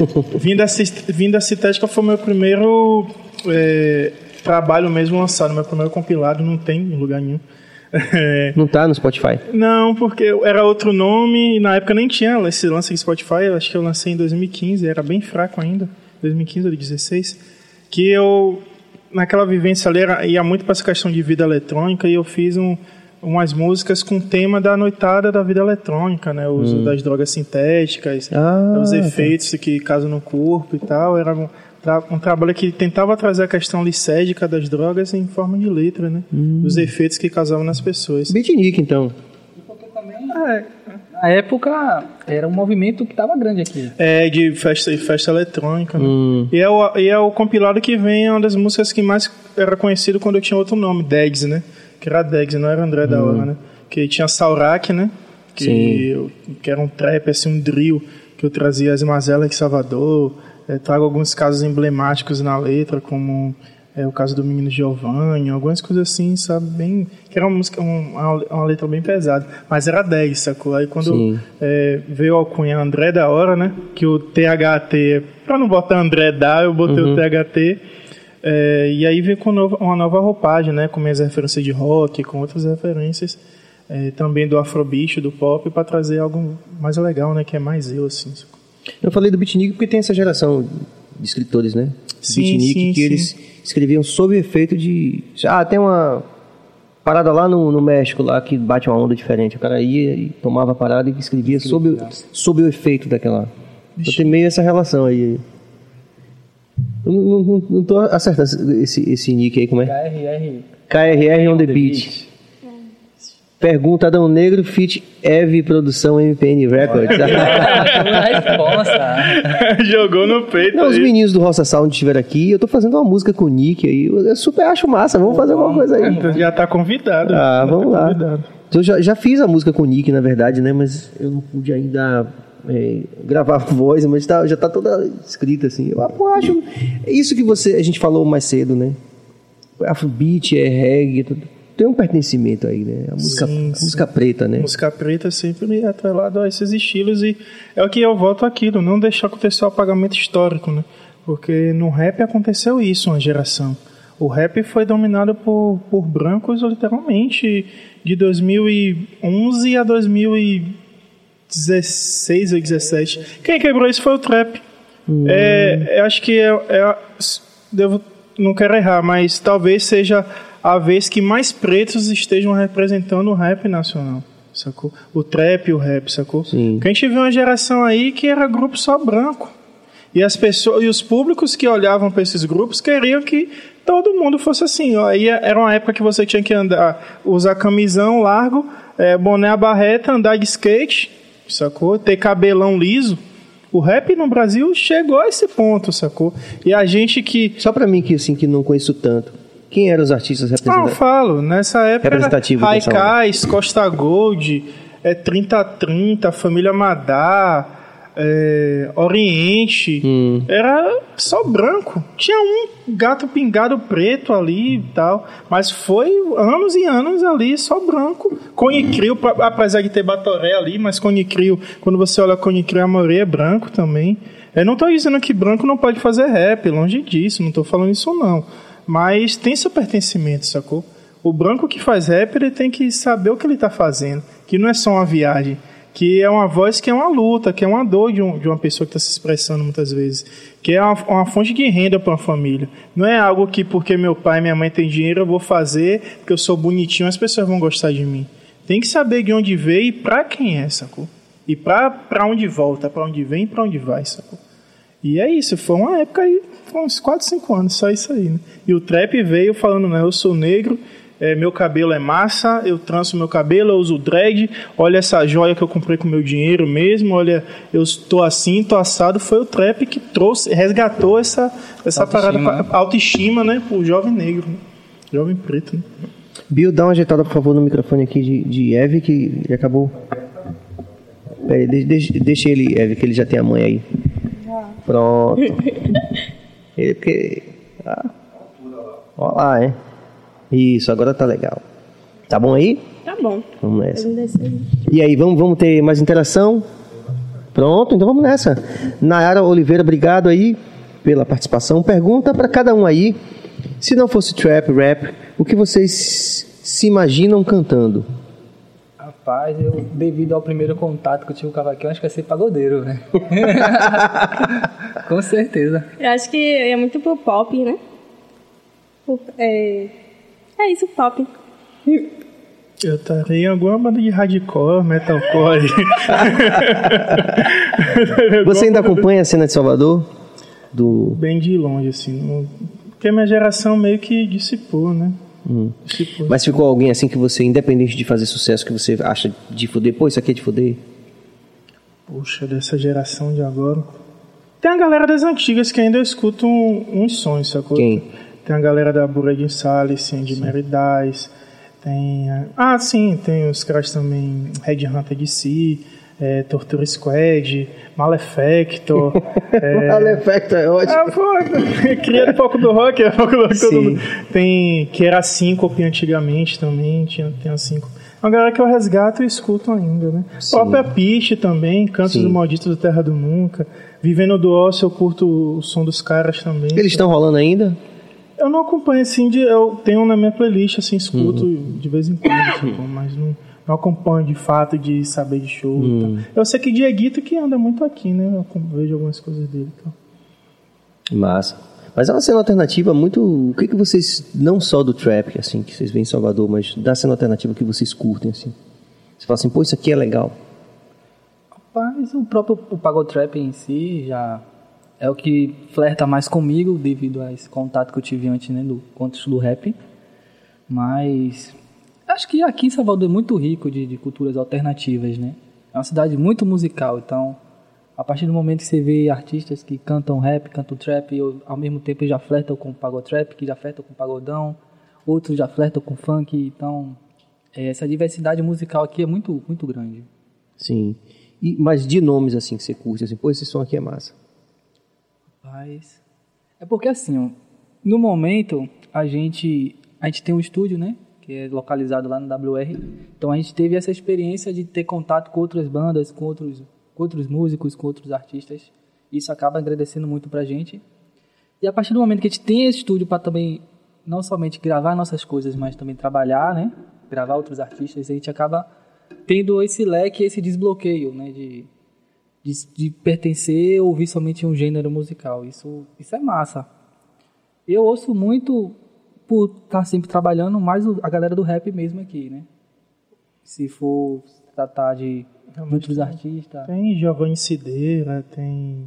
Vida Sintética foi o meu primeiro trabalho mesmo lançado, meu primeiro compilado, não tem em lugar nenhum. Não tá no Spotify? Não, porque era outro nome e na época nem tinha esse lance em Spotify. Eu acho que eu lancei em 2015, era bem fraco ainda, 2015 ou 2016, que eu, naquela vivência ali, ia muito para essa questão de vida eletrônica e eu fiz umas músicas com o tema da noitada da vida eletrônica, né? O uso das drogas sintéticas, os efeitos que causam no corpo e tal. Era um trabalho que tentava trazer a questão licédica das drogas em forma de letra, né? Os efeitos que causavam nas pessoas. Beatnik, então. Na época, era um movimento que estava grande aqui. De festa eletrônica, né? E é o compilado que vem, uma das músicas que mais era conhecido quando eu tinha outro nome, Degs, né? Que era Degs, não era André da Hora, né? Que tinha Saurak, né? Que era um trap, assim, um drill, que eu trazia as mazelas de Salvador. Trago alguns casos emblemáticos na letra, como o caso do Menino Giovanni, algumas coisas assim, sabe, bem... Que era uma música, uma letra bem pesada, mas era 10, sacou? Aí quando veio a alcunha André da Hora, né, que o THT, pra não botar André da, eu botei o THT, e aí veio com uma nova roupagem, né, com minhas referências de rock, com outras referências, também do afrobeat, do pop, para trazer algo mais legal, né, que é mais eu, assim, sacou? Eu falei do Beatnik porque tem essa geração de escritores, né? Beatnik, que eles escreviam sob o efeito de... tem uma parada lá no México, lá que bate uma onda diferente. O cara ia e tomava a parada e escrevia sob o efeito daquela Eu tenho meio essa relação aí. Eu não tô acertando esse nick aí, como é? KRR on the beat. Pergunta Adão Negro, feat. Eve Produção MPN Records. Jogou no peito. Não, os meninos do Roça Sound estiveram aqui. Eu tô fazendo uma música com o Nick aí. Eu super acho massa. Vamos fazer alguma coisa aí. Já tá convidado. Vamos lá. Convidado. Eu já fiz a música com o Nick, na verdade, né? Mas eu não pude ainda gravar a voz, mas já tá toda escrita assim. Eu acho isso que a gente falou mais cedo, né? Afrobeat, reggae, tem um pertencimento aí, né? A música preta, né? Música preta sempre atrelado a esses estilos, e é o que eu volto aquilo, não deixar acontecer o apagamento histórico, né? Porque no rap aconteceu isso, uma geração. O rap foi dominado por brancos, literalmente, de 2011 a 2016 ou 2017. Quem quebrou isso foi o trap. Eu acho que não quero errar, mas talvez seja a vez que mais pretos estejam representando o rap nacional, sacou? O trap e o rap, sacou? Sim. Porque a gente viu uma geração aí que era grupo só branco. E as pessoas, e os públicos que olhavam para esses grupos queriam que todo mundo fosse assim. Aí era uma época que você tinha que usar camisão largo, boné à barreta, andar de skate, sacou? Ter cabelão liso. O rap no Brasil chegou a esse ponto, sacou? E a gente que... Só pra mim que não conheço tanto, quem eram os artistas representativos? Eu falo, nessa época era Raikais, Costa Gold, 3030, Família Madá, Oriente, era só branco. Tinha um gato pingado preto ali e tal, mas foi anos e anos ali só branco. Cone Crew, apesar de ter Batoré ali, mas Cone Crew, quando você olha Cone Crew, a maioria é branco também. Eu não tô dizendo que branco não pode fazer rap, longe disso, não tô falando isso não, mas tem seu pertencimento, sacou? O branco que faz rap, ele tem que saber o que ele tá fazendo, que não é só uma viagem, que é uma voz que é uma luta, que é uma dor de uma pessoa que está se expressando muitas vezes, que é uma fonte de renda para uma família. Não é algo que porque meu pai e minha mãe têm dinheiro eu vou fazer, porque eu sou bonitinho, as pessoas vão gostar de mim. Tem que saber de onde veio e para quem é, sacou? E para onde volta, para onde vem e para onde vai, sacou? E é isso, foi uma época aí, foi uns 4, 5 anos, só isso aí, né? E o trap veio falando, né, eu sou negro, meu cabelo é massa, eu tranço meu cabelo, eu uso dread, olha essa joia que eu comprei com meu dinheiro mesmo, olha, eu estou assim, tô assado. Foi o trap que resgatou essa parada, autoestima, né, pro jovem negro, né? Jovem preto, né? Bill, dá uma ajeitada, por favor, no microfone aqui de Eve, que ele acabou. Peraí, deixa ele, Eve, que ele já tem a mãe aí. Pronto. Ele porque... Olha lá, hein? Isso, agora tá legal. Tá bom aí? Tá bom. Vamos nessa. E aí, vamos ter mais interação? Pronto, então vamos nessa. Nayara Oliveira, obrigado aí pela participação. Pergunta para cada um aí, se não fosse trap, rap, o que vocês se imaginam cantando? Rapaz, devido ao primeiro contato que eu tive com o cavaquinho, acho que vai ser pagodeiro, né? Com certeza. Eu acho que é muito pro pop, né? É isso, pop. Eu estaria em alguma banda de hardcore, metalcore. Você ainda acompanha a cena de Salvador? Bem de longe, assim. Porque a minha geração meio que dissipou, né? Mas ficou alguém assim que você, independente de fazer sucesso, que você acha de foder? Pô, isso aqui é de foder? Puxa, dessa geração de agora. Tem a galera das antigas que ainda eu escuto uns sons, sacou? Quem? Tem a galera da Buradin Salles, de Mary Dice. Tem. Tem os caras também, Red Hunter DC, Torture Squad, Malefactor. Malefactor é ótimo. Cria um pouco do rock, todo mundo. Tem que era Syncope antigamente também, tem a Syncope. Uma galera que eu resgato e escuto ainda, né? Sim. Própria Pitch também, Cantos do Maldito do Terra do Nunca. Vivendo do Ócio, eu curto o som dos caras também. Eles estão rolando ainda? Eu não acompanho assim, eu tenho na minha playlist, assim, escuto de vez em quando, mas não acompanho de fato de saber de show. Tá. Eu sei que Dieguito que anda muito aqui, né? Eu vejo algumas coisas dele. Então. Massa. Mas é uma cena alternativa muito... O que vocês, não só do trap, assim, que vocês veem em Salvador, mas da cena alternativa que vocês curtem, assim? Você fala assim, pô, isso aqui é legal. Rapaz, Mas o próprio Pagode Trap em si já é o que flerta mais comigo devido a esse contato que eu tive antes, né, do contexto do rap. Mas acho que aqui em Salvador é muito rico de culturas alternativas, né? É uma cidade muito musical, então a partir do momento que você vê artistas que cantam rap, cantam trap, e ao mesmo tempo já flertam com Pagode Trap, que já flertam com pagodão, outros já flertam com funk, então essa diversidade musical aqui é muito, muito grande. Sim. Mas de nomes assim que você curte, assim, pô, esse som aqui é massa. Mas é porque assim, ó, no momento a gente tem um estúdio, né, que é localizado lá no WR, então a gente teve essa experiência de ter contato com outras bandas, com outros músicos, com outros artistas. Isso acaba agradecendo muito pra gente. E a partir do momento que a gente tem esse estúdio para também não somente gravar nossas coisas, mas também trabalhar, né, gravar outros artistas, a gente acaba tendo esse leque, esse desbloqueio, né, de pertencer ou ouvir somente um gênero musical. Isso é massa. Eu ouço muito por estar sempre trabalhando mais a galera do rap mesmo aqui, né? Se for tratar de outros artistas. Tem Giovanni Cideira, tem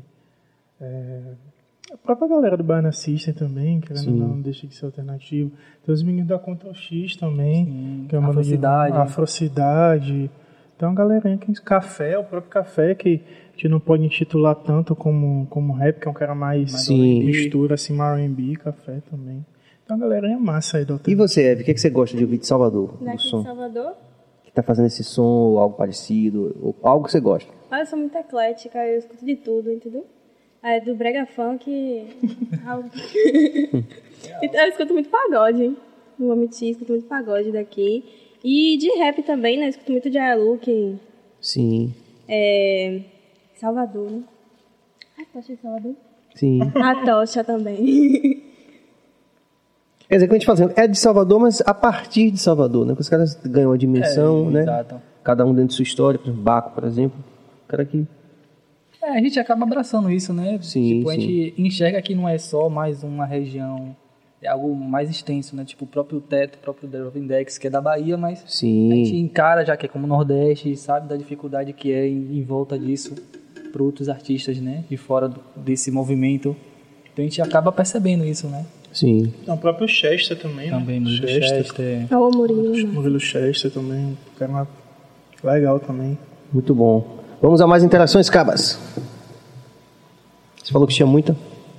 a própria galera do Baiana System também, que não deixa de ser alternativo. Tem os meninos da Ctrl X também, sim, que é uma Afrocidade. Então a galerinha que o próprio Café, que a gente não pode intitular tanto como rap, que é um cara mais mistura assim, R&B, Café também. Então a galerinha é massa aí do E você, Eve, o que você gosta de ouvir de Salvador? Daqui de Salvador? Que tá fazendo esse som, ou algo parecido, ou algo que você gosta? Eu sou muito eclética, eu escuto de tudo, entendeu? Do brega funk eu escuto muito pagode, hein? Não vou mentir, escuto muito pagode daqui. E de rap também, né? Eu escuto muito de Luke. Sim. Salvador, né? A Tocha de Salvador? Sim. A Tocha também. Quer dizer, que a gente fala, é de Salvador, mas a partir de Salvador, né? Porque os caras ganham uma dimensão, né? Exato. Cada um dentro de sua história, por exemplo, Baco, por exemplo. O cara que... a gente acaba abraçando isso, né? Sim, a gente enxerga que não é só mais uma região, é algo mais extenso, né? Tipo o próprio Teto, o próprio Drop Index, que é da Bahia, mas a gente encara já que é como Nordeste, sabe da dificuldade que é em volta disso para outros artistas, né? De fora desse movimento. Então a gente acaba percebendo isso, né? Sim. O próprio Chester também, também, né? Chester. É o Murilo. Murilo Chester também, um cara legal também. Muito bom. Vamos a mais interações, Cabas. Você falou que tinha muita?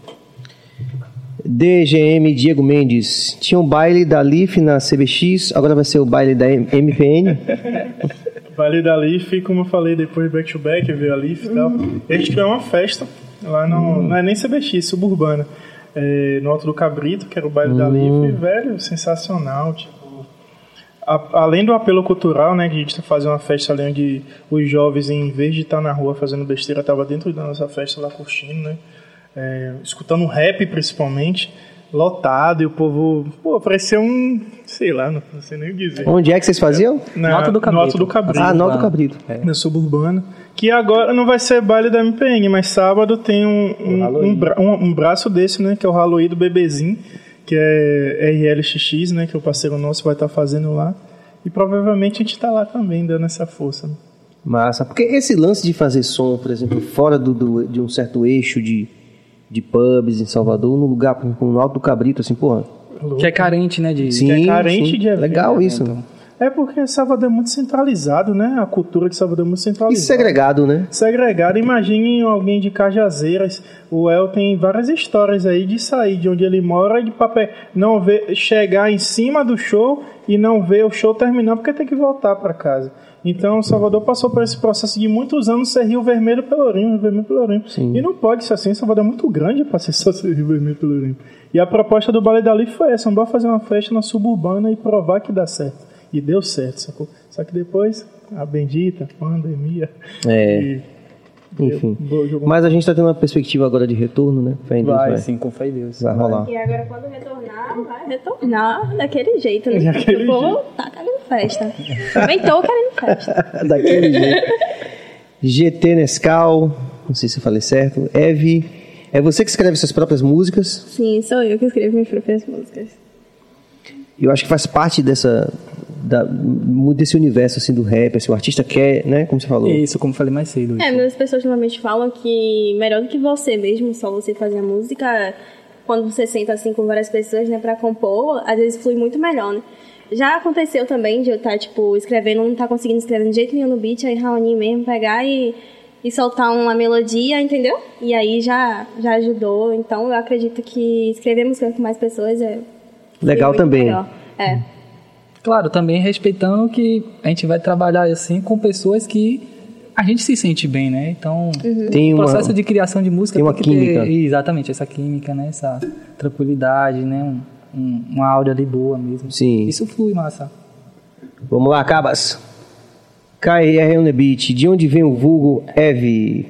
DGM Diego Mendes. Tinha um baile da LIF na CBX, agora vai ser o baile da MPN. Baile da LIF, como eu falei, depois back to back, veio a LIF e tal. E a gente criou uma festa lá não é nem CBX, suburbana. No Alto do Cabrito, que era o baile da LIF, velho, sensacional, tipo. Além do apelo cultural, né, que a gente fazia uma festa ali onde os jovens, em vez de estar na rua fazendo besteira, estavam dentro da nossa festa lá curtindo, né, escutando rap principalmente, lotado, e o povo, parecia sei lá, não sei nem o que dizer. Onde é que vocês faziam? No Alto do Cabrito. No Alto do Cabrito. No Alto do Cabrito. Na suburbana. Que agora não vai ser baile da MPN, mas sábado tem um braço desse, né, que é o Halloween do Bebezinho, que é RLXX, né, que é o parceiro nosso vai estar fazendo lá. E provavelmente a gente está lá também, dando essa força. Né? Massa. Porque esse lance de fazer som, por exemplo, fora de um certo eixo de pubs em Salvador, no lugar, por exemplo, no Alto do Cabrito, assim, porra... Que é carente, né? Sim, que é carente de evento. Legal isso. É porque Salvador é muito centralizado, né? A cultura de Salvador é muito centralizada. E segregado, né? Segregado. Imagine alguém de Cajazeiras. O El tem várias histórias aí de sair de onde ele mora e de não ver, chegar em cima do show e não ver o show terminar porque tem que voltar para casa. Então, Salvador passou por esse processo de muitos anos ser Rio Vermelho Pelourinho, Sim. E não pode ser assim, Salvador é muito grande para ser só Rio Vermelho Pelourinho. E a proposta do Baile da LIF foi essa, vamos fazer uma festa na suburbana e provar que dá certo. E deu certo, sacou? Só que depois, a bendita pandemia... Enfim. Mas a gente está tendo uma perspectiva agora de retorno, né? Fé em Deus, vai. Sim, com fé em Deus. Vai rolar. E agora quando retornar, vai retornar daquele jeito, né? O povo tá querendo festa. Também tô querendo festa. Daquele jeito. GT Nescau, não sei se eu falei certo. Eve, é você que escreve suas próprias músicas? Sim, sou eu que escrevo minhas próprias músicas. Eu acho que faz parte muito desse universo assim, do rap, assim, o artista quer, né, como você falou. Isso, como eu falei mais cedo. Muitas pessoas normalmente falam que melhor do que você mesmo, só você fazer a música, quando você senta assim com várias pessoas, né, pra compor, às vezes flui muito melhor, né. Já aconteceu também de eu estar, tipo, escrevendo, não estar conseguindo escrever de jeito nenhum no beat, aí Raoni mesmo pegar e soltar uma melodia, entendeu? E aí já ajudou. Então, eu acredito que escrever música com mais pessoas é legal também. Melhor. Claro, também respeitando que a gente vai trabalhar assim com pessoas que a gente se sente bem, né? Então, o processo de criação de música tem uma química. Ter exatamente essa química, né? Essa tranquilidade, né? Uma áurea ali boa mesmo. Sim. Isso flui, massa. Vamos lá, Cabas. KR on the beat. De onde vem o vulgo Eve?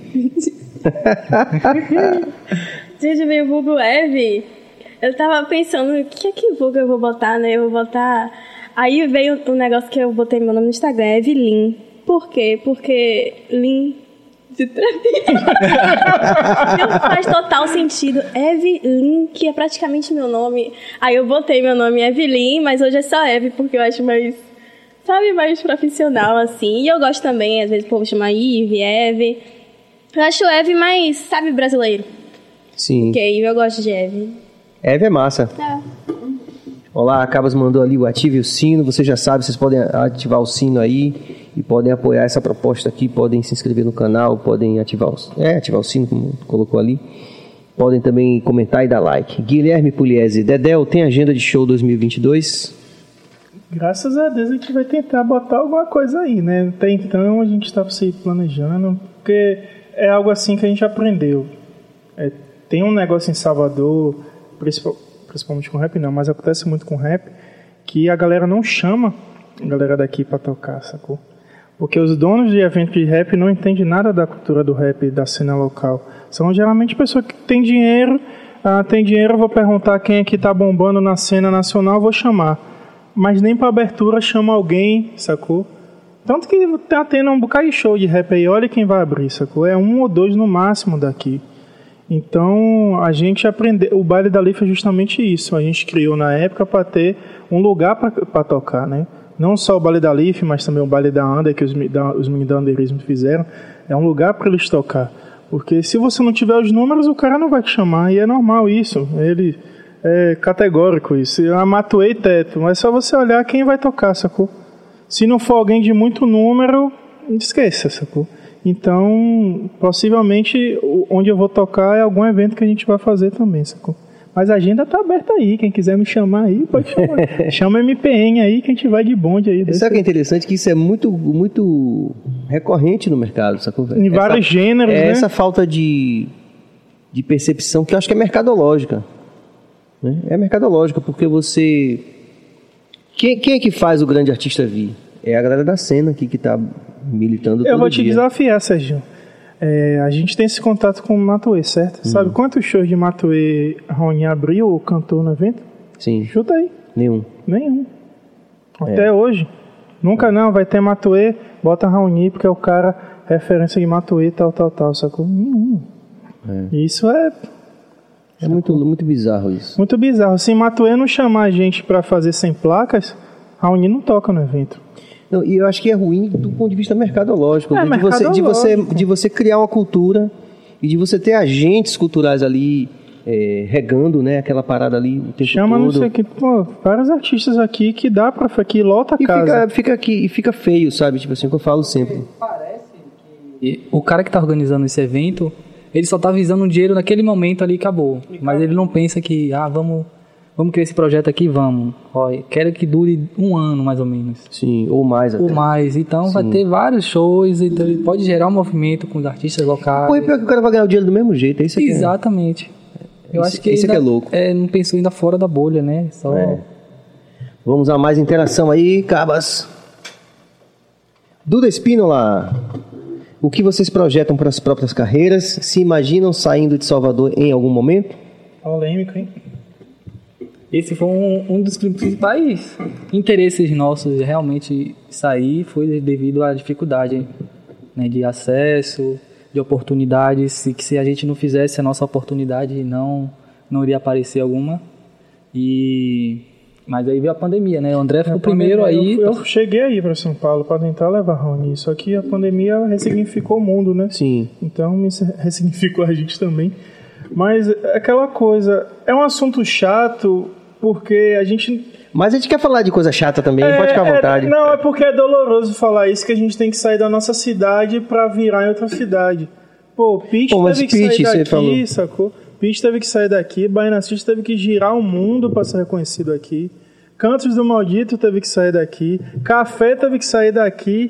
De onde vem o vulgo Eve? Eu tava pensando, o que vulgo eu vou botar, né? Eu vou botar... Aí veio um negócio que eu botei meu nome no Instagram, Evelyn. Por quê? Porque Lin de faz total sentido. Evelyn, que é praticamente meu nome. Aí eu botei meu nome Evelyn, mas hoje é só Eve, porque eu acho mais, sabe, mais profissional, assim. E eu gosto também, às vezes o povo chama Eve, Eve. Eu acho Eve mais, sabe, brasileiro. Sim. Porque eu gosto de Eve. Eve é massa. Olá, a Cabas mandou ali o ative o sino. Você já sabe, vocês podem ativar o sino aí e podem apoiar essa proposta aqui, podem se inscrever no canal, podem ativar o sino, como colocou ali. Podem também comentar e dar like. Guilherme Pugliese, Dedéu, tem agenda de show 2022? Graças a Deus a gente vai tentar botar alguma coisa aí, né? Até então a gente está se planejando, porque é algo assim que a gente aprendeu. Tem um negócio em Salvador, principalmente com rap não, mas acontece muito com rap, que a galera não chama a galera daqui pra tocar, sacou? Porque os donos de evento de rap não entendem nada da cultura do rap, da cena local. São geralmente pessoas que têm dinheiro, eu vou perguntar quem é que tá bombando na cena nacional, vou chamar. Mas nem pra abertura chama alguém, sacou? Tanto que tá tendo um bocado de show de rap aí, olha quem vai abrir, sacou? É 1 ou 2 no máximo daqui. Então, a gente aprendeu, o Baile da Lifa é justamente isso, a gente criou na época para ter um lugar para tocar, né? Não só o Baile da Lifa, mas também o Baile da Under, que os meninos da Underismo fizeram, é um lugar para eles tocar, porque se você não tiver os números, o cara não vai te chamar, e é normal isso, ele é categórico isso, Matuê e teto, mas é só você olhar quem vai tocar, sacou? Se não for alguém de muito número, esqueça, sacou? Então, possivelmente, onde eu vou tocar é algum evento que a gente vai fazer também, sacou? Mas a agenda tá aberta aí, quem quiser me chamar aí, pode chamar. Chama MPN aí que a gente vai de bonde aí. Sabe o que é interessante? Que isso é muito, muito recorrente no mercado, sacou? Em vários gêneros, né? Essa falta de percepção que eu acho que é mercadológica. Né? É mercadológica, porque você... Quem é que faz o grande artista vir? É a galera da cena aqui que tá militando todo dia. Eu vou te desafiar, Serginho. A gente tem esse contato com o Matuê, certo? Sabe quantos shows de Matuê Raoni abriu ou cantou no evento? Sim. Chuta aí. Nenhum. Até hoje. Nunca não, vai ter Matuê, bota Raoni, porque é o cara referência de Matuê, tal, sacou? Nenhum. Isso é muito, muito bizarro isso. Muito bizarro. Se Matuê não chamar a gente pra fazer 100 placas, Raoni não toca no evento. Não, e eu acho que é ruim do ponto de vista mercadológico, de você criar uma cultura e de você ter agentes culturais ali regando, né, aquela parada ali o tempo Chama todo. Não sei que, vários artistas aqui que dá pra que lota a casa. Fica feio, sabe? Tipo assim, que eu falo sempre. Parece que o cara que tá organizando esse evento, ele só tá visando um dinheiro naquele momento ali e acabou. Mas ele não pensa que, vamos criar esse projeto aqui, vamos. Quero que dure 1 ano, mais ou menos. Sim, ou mais até. Ou mais. Então, vai ter vários shows, então ele pode gerar um movimento com os artistas locais. Pô, e pior que o cara vai ganhar o dinheiro do mesmo jeito, é isso aqui. Exatamente. Eu acho que isso ainda, é louco. Não pensou ainda fora da bolha, né? Vamos a mais interação aí, Cabas. Duda Espínola, o que vocês projetam para as próprias carreiras? Se imaginam saindo de Salvador em algum momento? Polêmico, hein? Esse foi um dos principais interesses nossos de realmente sair, foi devido à dificuldade, né, de acesso, de oportunidades, que se a gente não fizesse a nossa oportunidade não iria aparecer alguma. E Mas aí veio a pandemia, né? O André foi o primeiro aí... Eu cheguei aí para São Paulo para tentar levar Raoni, só que a pandemia ressignificou o mundo, né? Sim. Então me ressignificou a gente também. Mas aquela coisa, é um assunto chato porque a gente... Mas a gente quer falar de coisa chata também, pode ficar à vontade. Não, é porque é doloroso falar isso, que a gente tem que sair da nossa cidade para virar em outra cidade. Pô, Pitch teve que sair daqui, sacou? Pitch teve que sair daqui, Baiana City teve que girar o mundo para ser reconhecido aqui. Cantos do Maldito teve que sair daqui. Café teve que sair daqui.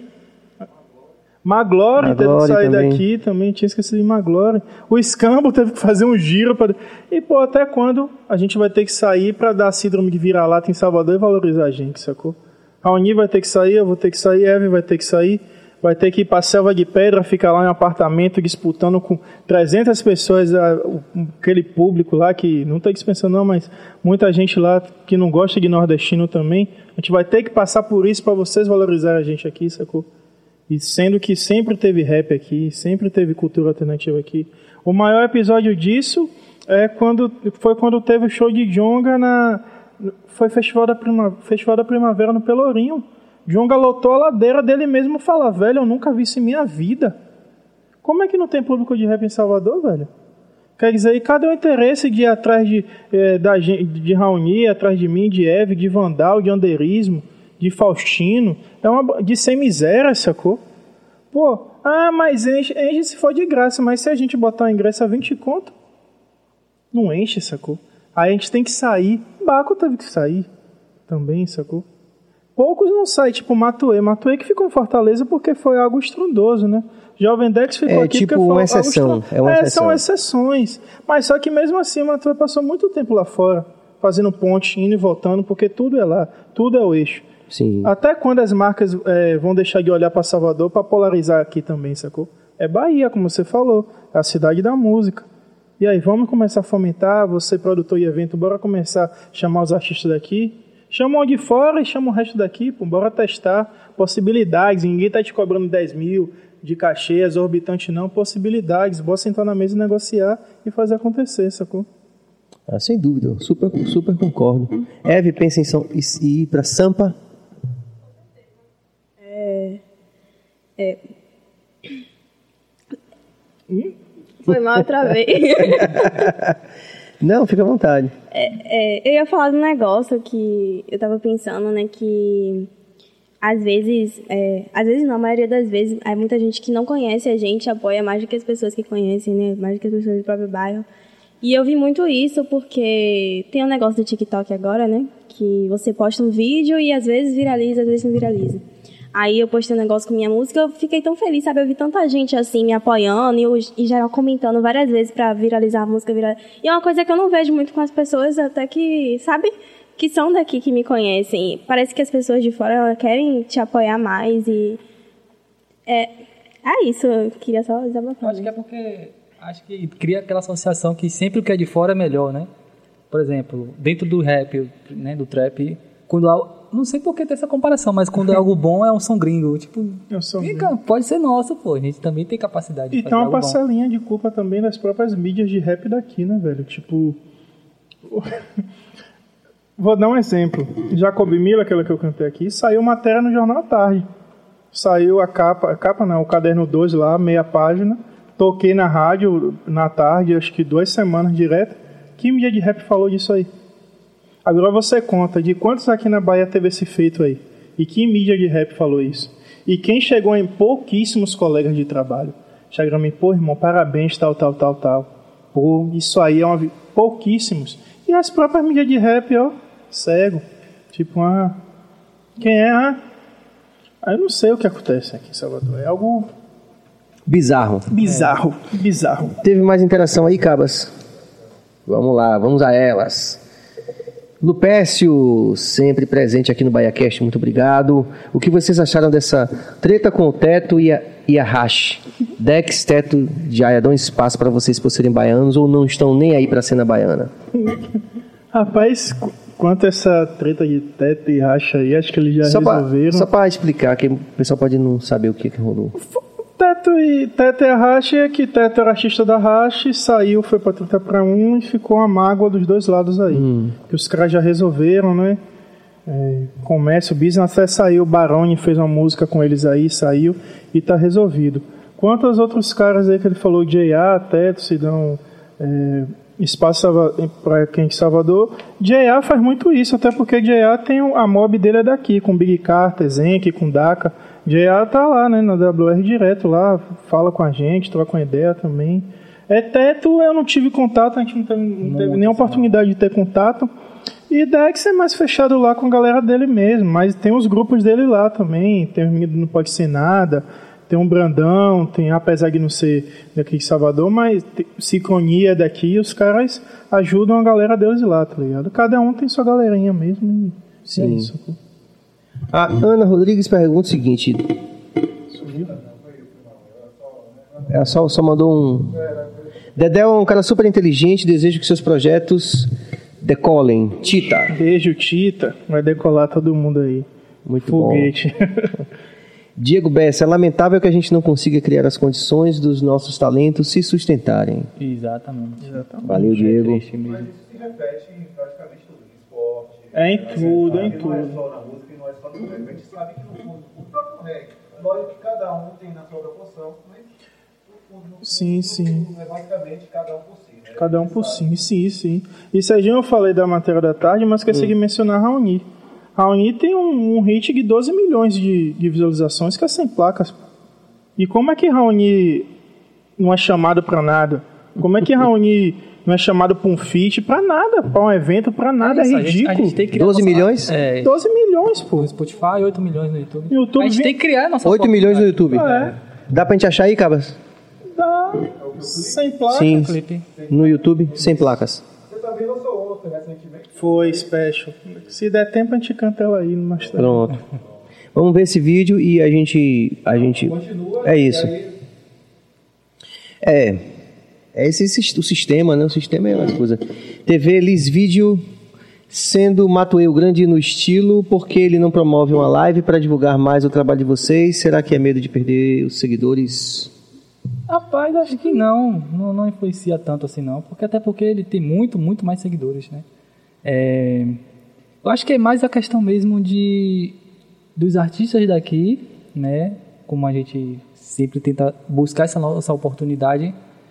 Maglore teve que sair daqui também. Tinha esquecido de Maglore. O Escambo teve que fazer um giro. E, pô, até quando a gente vai ter que sair para dar síndrome de vira-lata em Salvador e valorizar a gente, sacou? Raoni vai ter que sair, eu vou ter que sair, Eve vai ter que sair. Vai ter que ir para a Selva de Pedra, ficar lá em um apartamento disputando com 300 pessoas, aquele público lá que não está dispensando não, mas muita gente lá que não gosta de nordestino também. A gente vai ter que passar por isso para vocês valorizarem a gente aqui, sacou? E sendo que sempre teve rap aqui, sempre teve cultura alternativa aqui. O maior episódio disso foi quando teve o show de Djonga foi Festival da Primavera no Pelourinho. Djonga lotou a ladeira dele mesmo e fala, velho, eu nunca vi isso em minha vida. Como é que não tem público de rap em Salvador, velho? Quer dizer, cadê o interesse de ir atrás de Raoni, atrás de mim, de Eve, de Vandal, de Anderismo, de Faustino, de Sem Miséria, sacou? Pô, mas enche se for de graça, mas se a gente botar o ingresso a 20 conto, não enche, sacou? Aí a gente tem que sair. Baco teve que sair também, sacou? Poucos não saem, tipo Matuê que ficou em Fortaleza porque foi algo estrondoso, né? Jovem Dex ficou aqui tipo porque foi uma exceção. São exceções. Mas só que mesmo assim, Matuê passou muito tempo lá fora, fazendo ponte, indo e voltando, porque tudo é lá, tudo é o eixo. Sim. Até quando as marcas vão deixar de olhar para Salvador para polarizar aqui também, sacou? É Bahia, como você falou, é a cidade da música. E aí, vamos começar a fomentar, você produtor de evento, bora começar a chamar os artistas daqui. Chama o de fora e chama o resto daqui, pô, bora testar possibilidades. Ninguém tá te cobrando 10 mil de cachê exorbitante, não. Possibilidades, bora sentar na mesa e negociar e fazer acontecer, sacou? Sem dúvida, super concordo. Eve, pensa em ir para Sampa? Foi mal outra vez. Não, fica à vontade. Eu ia falar de um negócio que eu tava pensando, né, que às vezes não, a maioria das vezes, há muita gente que não conhece a gente, apoia mais do que as pessoas que conhecem, né, mais do que as pessoas do próprio bairro. E eu vi muito isso porque tem um negócio do TikTok agora, né, que você posta um vídeo e às vezes viraliza, às vezes não viraliza. Aí eu postei um negócio com minha música, eu fiquei tão feliz, sabe? Eu vi tanta gente assim me apoiando e geral comentando várias vezes pra viralizar a música. E é uma coisa que eu não vejo muito com as pessoas, até que, sabe? Que são daqui, que me conhecem. Parece que as pessoas de fora elas querem te apoiar mais e... É isso, eu queria só desabafar. Acho que é porque... Acho que cria aquela associação que sempre o que é de fora é melhor, né? Por exemplo, dentro do rap, né, do trap, quando... Não sei por que ter essa comparação, mas quando é algo bom é um som gringo. Tipo, pode ser nosso, pô. A gente também tem capacidade de fazer algo bom. E tem uma parcelinha de culpa também das próprias mídias de rap daqui, né, velho? Tipo... Vou dar um exemplo. Jacob Miller, aquela que eu cantei aqui, saiu matéria no Jornal à Tarde. Saiu a capa não, o caderno 2 lá, meia página. Toquei na rádio na tarde, acho que 2 semanas direto. Que mídia de rap falou disso aí? Agora você conta de quantos aqui na Bahia teve esse feito aí. E que mídia de rap falou isso? E quem chegou em pouquíssimos colegas de trabalho. Chegaram a mim, pô, irmão, parabéns, tal. Pô, isso aí é pouquíssimos. E as próprias mídias de rap, ó, cego. Tipo, quem é, Aí eu não sei o que acontece aqui em Salvador. É algo... Bizarro. Teve mais interação aí, Cabas? Vamos lá, vamos a elas. Lupécio, sempre presente aqui no BahiaCast, muito obrigado. O que vocês acharam dessa treta com o Teto e a Hash? Dex, Teto, Jaya, dão espaço para vocês por serem baianos ou não estão nem aí para a cena baiana? Rapaz, quanto a essa treta de Teto e Hash aí, acho que eles já resolveram. Só para explicar, que o pessoal pode não saber o que rolou. Teto e a Hash é que Teto era artista da Hash, saiu, foi pra 30 para 1 e ficou uma mágoa dos dois lados aí. Que os caras já resolveram, né? Comércio, Business, até saiu, o Barone fez uma música com eles aí, saiu e tá resolvido. Quanto aos outros caras aí que ele falou, J.A., Teto, Sidão, Espaço para quem de Salvador, J.A. faz muito isso, até porque J.A. tem a mob dele é daqui, com Big Carter, Zenk, com Daka. J.A. tá lá, né, na WR direto lá, fala com a gente, troca uma ideia também. Teto eu não tive contato, a gente não teve nenhuma oportunidade de ter contato. E Dex é mais fechado lá com a galera dele mesmo, mas tem os grupos dele lá também, tem o menino Não Pode Ser Nada, tem um Brandão, tem, apesar de não ser daqui de Salvador, mas Sincronia daqui, os caras ajudam a galera deles lá, tá ligado? Cada um tem sua galerinha mesmo. Sim. É isso. A Ana Rodrigues pergunta o seguinte. Ela só mandou um... Dedé é um cara super inteligente, desejo que seus projetos decolem. Tita. Beijo, Tita. Vai decolar todo mundo aí. Muito Foguete. bom. Diego Bessa, é lamentável que a gente não consiga criar as condições dos nossos talentos se sustentarem. Exatamente. Valeu, Diego. Mas isso se repete em praticamente tudo. Em esporte. Em tudo, em tudo. Não é só na música e não é só no reggae. A gente sabe que no fundo, o próprio reggae, lógico que cada um tem na sua proporção, mas no fundo, Sim. é basicamente cada um por si. Né? Cada um por si, sim. E Serginho, eu falei da matéria da tarde, mas esqueci de mencionar Raoni. Raoni tem um hit de 12 milhões de visualizações, que é sem placas. E como é que Raoni não é chamado pra nada? Como é que Raoni não é chamado pra um feat? Pra nada, pra um evento, pra nada, é ridículo. A gente tem que criar 12 milhões? 12 milhões, pô. No Spotify, 8 milhões no YouTube. YouTube a gente tem que criar a nossa 8 milhões no YouTube. Dá pra gente achar aí, Cabas? Dá. Sem placa. Sim, clipe. no YouTube, sem placas. Você também lançou outra recentemente? Foi, Special. Se der tempo, a gente canta ela aí no mais tarde. Pronto. Vamos ver esse vídeo e a gente Continua. é isso. Aí, Esse o sistema, né? O sistema é uma coisa. TV Liz Vídeo sendo Matuê o grande no estilo, porque ele não promove uma live para divulgar mais o trabalho de vocês? Será que é medo de perder os seguidores? Rapaz, acho que não influencia tanto assim não, até porque ele tem muito mais seguidores, né? Eu acho que é mais a questão mesmo dos artistas daqui, né? Como a gente sempre tenta buscar essa oportunidade,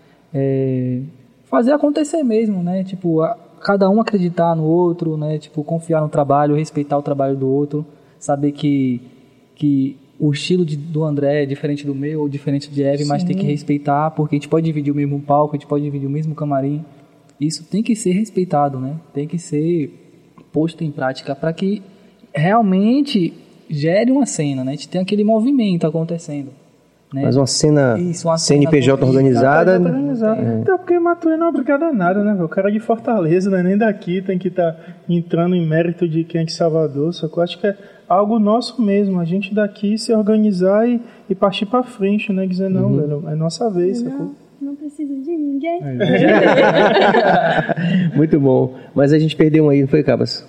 fazer acontecer mesmo, né? Tipo, cada um acreditar no outro, né? Tipo, confiar no trabalho, respeitar o trabalho do outro, saber que o estilo do André é diferente do meu ou diferente de Eve, mas tem que respeitar, porque a gente pode dividir o mesmo palco, a gente pode dividir o mesmo camarim. Isso tem que ser respeitado, né? Tem que ser posto em prática para que realmente gere uma cena, né? A gente tem aquele movimento acontecendo. Né? Mas uma cena CNPJ organizada. Até porque Matuê não é obrigado a nada, né? O cara é de Fortaleza, não é nem daqui, tem que estar entrando em mérito de quem é de Salvador. Só que eu acho que é algo nosso mesmo, a gente daqui se organizar e partir pra frente, né? Dizer, não, velho, é nossa vez, sacou? Não precisa de ninguém. Muito bom. Mas a gente perdeu um aí, não foi, Cabas?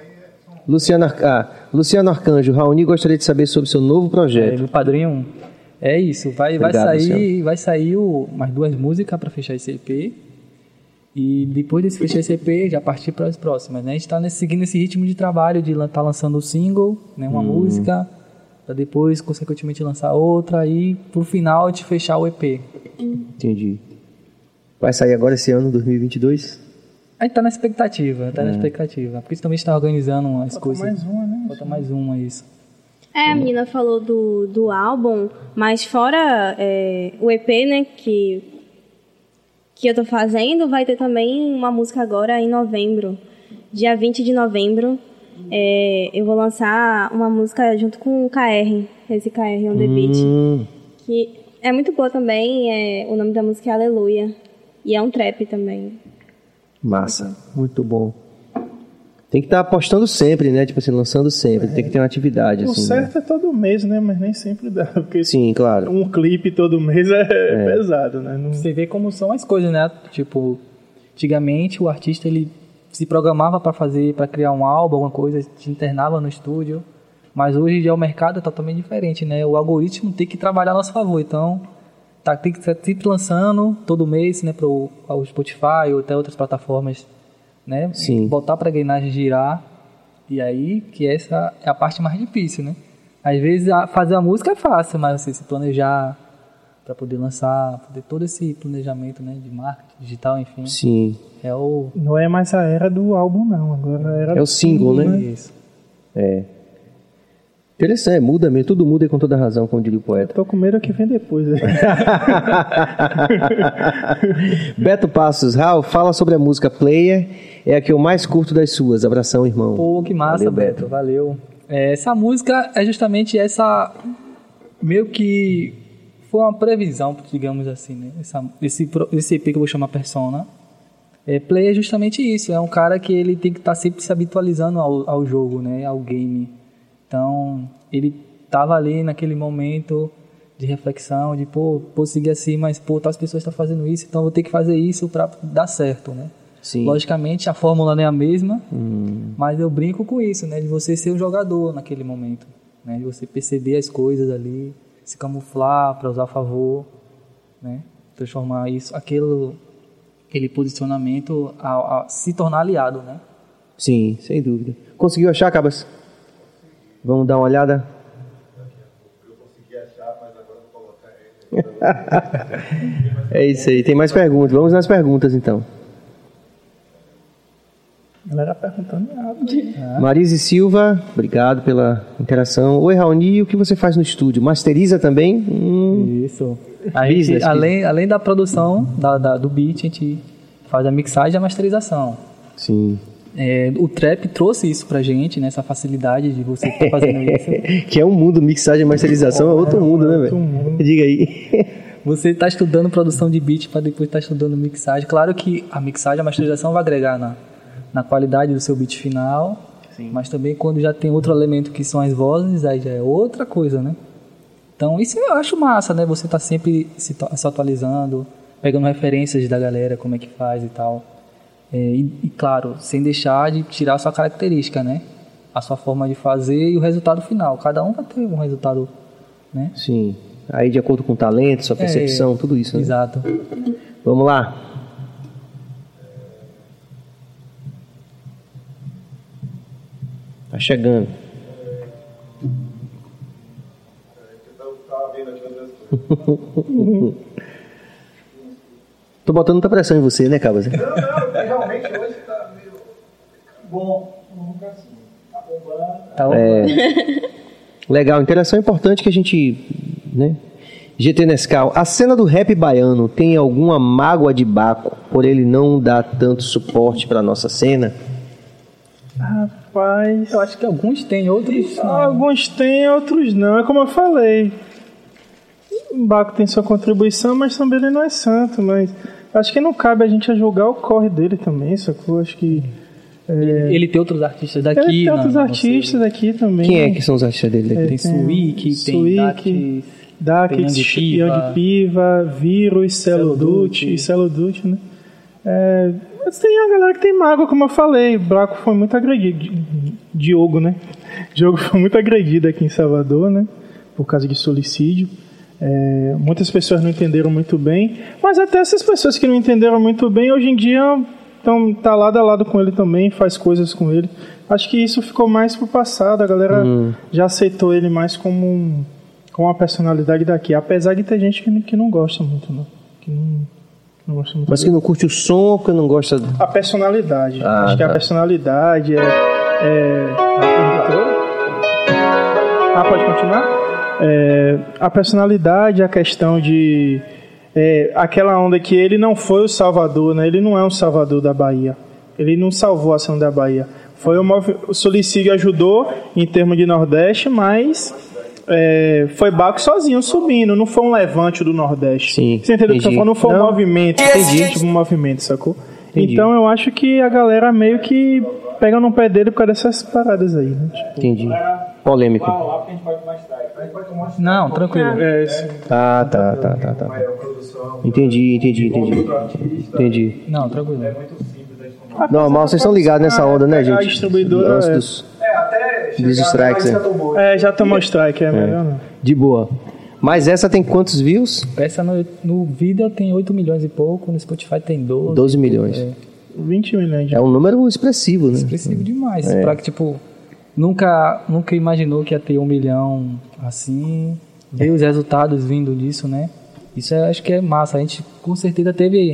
Luciano Arcanjo, Raoni gostaria de saber sobre seu novo projeto. Meu padrinho, é isso. Vai sair mais 2 músicas para fechar esse EP. E depois de fechar esse EP, já partir para as próximas, né? A gente está seguindo esse ritmo de trabalho de estar lançando o single, né? Uma música, para depois, consequentemente, lançar outra e, por final, a gente fechar o EP. Entendi. Vai sair agora esse ano, 2022? A gente tá na expectativa, Porque também está organizando as coisas. Mais uma, né? Falta mais uma, isso. A menina falou do álbum, mas fora o EP, né, que eu tô fazendo, vai ter também uma música agora em novembro. Dia 20 de novembro, eu vou lançar uma música junto com o KR, esse KR on the Beat, que é muito boa também, o nome da música é Aleluia, e é um trap também. Massa, muito bom. Tem que estar apostando sempre, né? Tipo assim, lançando sempre. Tem que ter uma atividade. O assim, certo né? é todo mês, né? Mas nem sempre dá. Porque sim, claro. Um clipe todo mês é pesado, né? Você vê como são as coisas, né? Tipo, antigamente o artista ele se programava para criar um álbum, alguma coisa, se internava no estúdio. Mas hoje já o mercado é totalmente diferente, né? O algoritmo tem que trabalhar a nosso favor. Então, tem que estar sempre lançando todo mês, né? Para o Spotify ou até outras plataformas, né? Sim. Botar para a engrenagem girar E aí que essa é a parte mais difícil, né? Às vezes fazer a música é fácil, mas você se planejar para poder lançar, fazer todo esse planejamento, né, de marketing digital, enfim. Sim. Não é mais a era do álbum, não. Agora a era é o single, né? Isso. Interessante, muda mesmo, tudo muda e com toda razão, como diria o poeta. Tô com medo que vem depois. Beto Passos, Raul, fala sobre a música Player, é a que eu mais curto das suas. Abração, irmão. Pô, que massa, valeu, Beto. Valeu. Essa música é justamente essa, meio que foi uma previsão, digamos assim, né? Esse EP que eu vou chamar Persona. Player é justamente isso, é um cara que ele tem que estar sempre se habitualizando ao jogo, né? Ao game. Então, ele estava ali naquele momento de reflexão, de, seguir assim, mas, as pessoas estão fazendo isso, então eu vou ter que fazer isso para dar certo, né? Sim. Logicamente, a fórmula não é a mesma, mas eu brinco com isso, né? De você ser um jogador naquele momento, né? De você perceber as coisas ali, se camuflar para usar a favor, né? Transformar isso, aquele posicionamento a se tornar aliado, né? Sim, sem dúvida. Conseguiu achar, Cabas? Vamos dar uma olhada? Eu consegui achar, mas agora vou colocar ele. É isso aí, tem mais perguntas. Vamos nas perguntas, então. A galera perguntando nada. Marise Silva, obrigado pela interação. Oi, Raoni, o que você faz no estúdio? Masteriza também? Isso. A gente, além da produção do beat, a gente faz a mixagem e a masterização. Sim. O trap trouxe isso pra gente, né? Essa facilidade de você estar fazendo isso. Que é um mundo, mixagem e masterização é outro mundo, né, velho? Diga aí. Você está estudando produção de beat para depois estar estudando mixagem. Claro que a mixagem e a masterização vai agregar na qualidade do seu beat final. Sim. Mas também quando já tem outro elemento que são as vozes, aí já é outra coisa, né? Então isso eu acho massa, né? Você tá sempre se atualizando, pegando referências da galera, como é que faz e tal. E claro, sem deixar de tirar a sua característica, né? A sua forma de fazer e o resultado final. Cada um vai ter um resultado, né? Sim. Aí de acordo com o talento, sua percepção, tudo isso, né? Exato. Vamos lá. Tá chegando. Eu tava vendo aqui outras coisas. Tô botando muita pressão em você, né, Cabas? Não, realmente hoje tá meio bom. Nunca assim. Tá bombando. Legal, interação importante que a gente, né? GT Nescau, a cena do rap baiano tem alguma mágoa de Baco por ele não dar tanto suporte pra nossa cena? Rapaz, eu acho que alguns têm, outros não. Alguns têm, outros não. É como eu falei. O Baco tem sua contribuição, mas também ele não é santo. Mas acho que não cabe a gente julgar o corre dele também, sacou? Acho que... Ele tem outros artistas daqui. Ele tem outros artistas daqui também. Quem é que são os artistas dele daqui? Tem Suíque, tem Dax, Young Piva, Vírus, Celo Dutti, né? Mas tem a galera que tem mágoa, como eu falei. O Baco foi muito agredido. Diogo, né? Diogo foi muito agredido aqui em Salvador, né? Por causa de suicídio. Muitas pessoas não entenderam muito bem. Mas até essas pessoas que não entenderam muito bem, hoje em dia tá lado a lado com ele também, faz coisas com ele. Acho que isso ficou mais pro passado. A galera já aceitou ele mais como uma personalidade daqui. Apesar de ter gente que não gosta muito, né? Que não gosta muito. Mas que não curte o som ou que não gosta... A personalidade. Acho que a personalidade pode continuar? A personalidade, a questão de... aquela onda que ele não foi o salvador, né? Ele não é um salvador da Bahia. Ele não salvou a ação da Bahia. O Suicídio ajudou em termos de Nordeste, mas foi Baco sozinho subindo. Não foi um levante do Nordeste. Sim, você entendeu o que eu tô falando? Não foi um movimento. Tipo um movimento, sacou? Entendi. Então eu acho que a galera meio que pega no pé dele por causa dessas paradas aí, né? Tipo, entendi. Polêmico. Não, tranquilo. Tá. Entendi. Não, tranquilo. Normal, vocês estão ligados nessa onda, né, gente? A distribuidora dos strikes. Já tomou strike, melhor não. De boa. Mas essa tem quantos views? Essa no vídeo tem 8 milhões e pouco, no Spotify tem 12 milhões. 20 milhões. É um número expressivo, né? Expressivo demais. Pra que, tipo, nunca imaginou que ia ter 1 milhão assim, ver os resultados vindo disso, né? Isso acho que é massa. A gente com certeza teve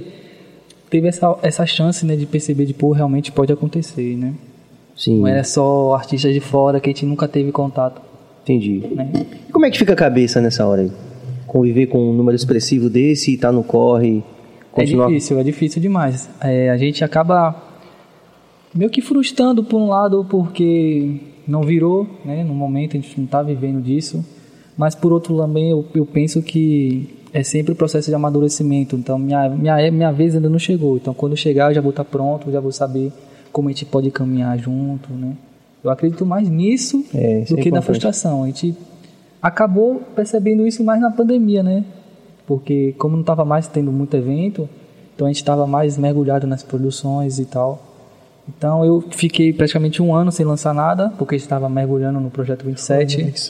essa chance, né, de perceber de pô, realmente pode acontecer, né? Sim. Não era só artistas de fora que a gente nunca teve contato. Entendi. Né? E como é que fica a cabeça nessa hora aí? Conviver com um número expressivo desse e tá no corre, continuar... É difícil demais. A gente acaba meio que frustrando por um lado porque não virou, né? No momento a gente não tá vivendo disso, mas por outro também eu penso que é sempre o processo de amadurecimento. Então minha vez ainda não chegou, então quando chegar eu já vou estar pronto, já vou saber como a gente pode caminhar junto, né? Eu acredito mais nisso do que na frustração. A gente acabou percebendo isso mais na pandemia, né? Porque como não estava mais tendo muito evento, então a gente estava mais mergulhado nas produções e tal. Então eu fiquei praticamente 1 ano sem lançar nada, porque estava mergulhando no Projeto 27.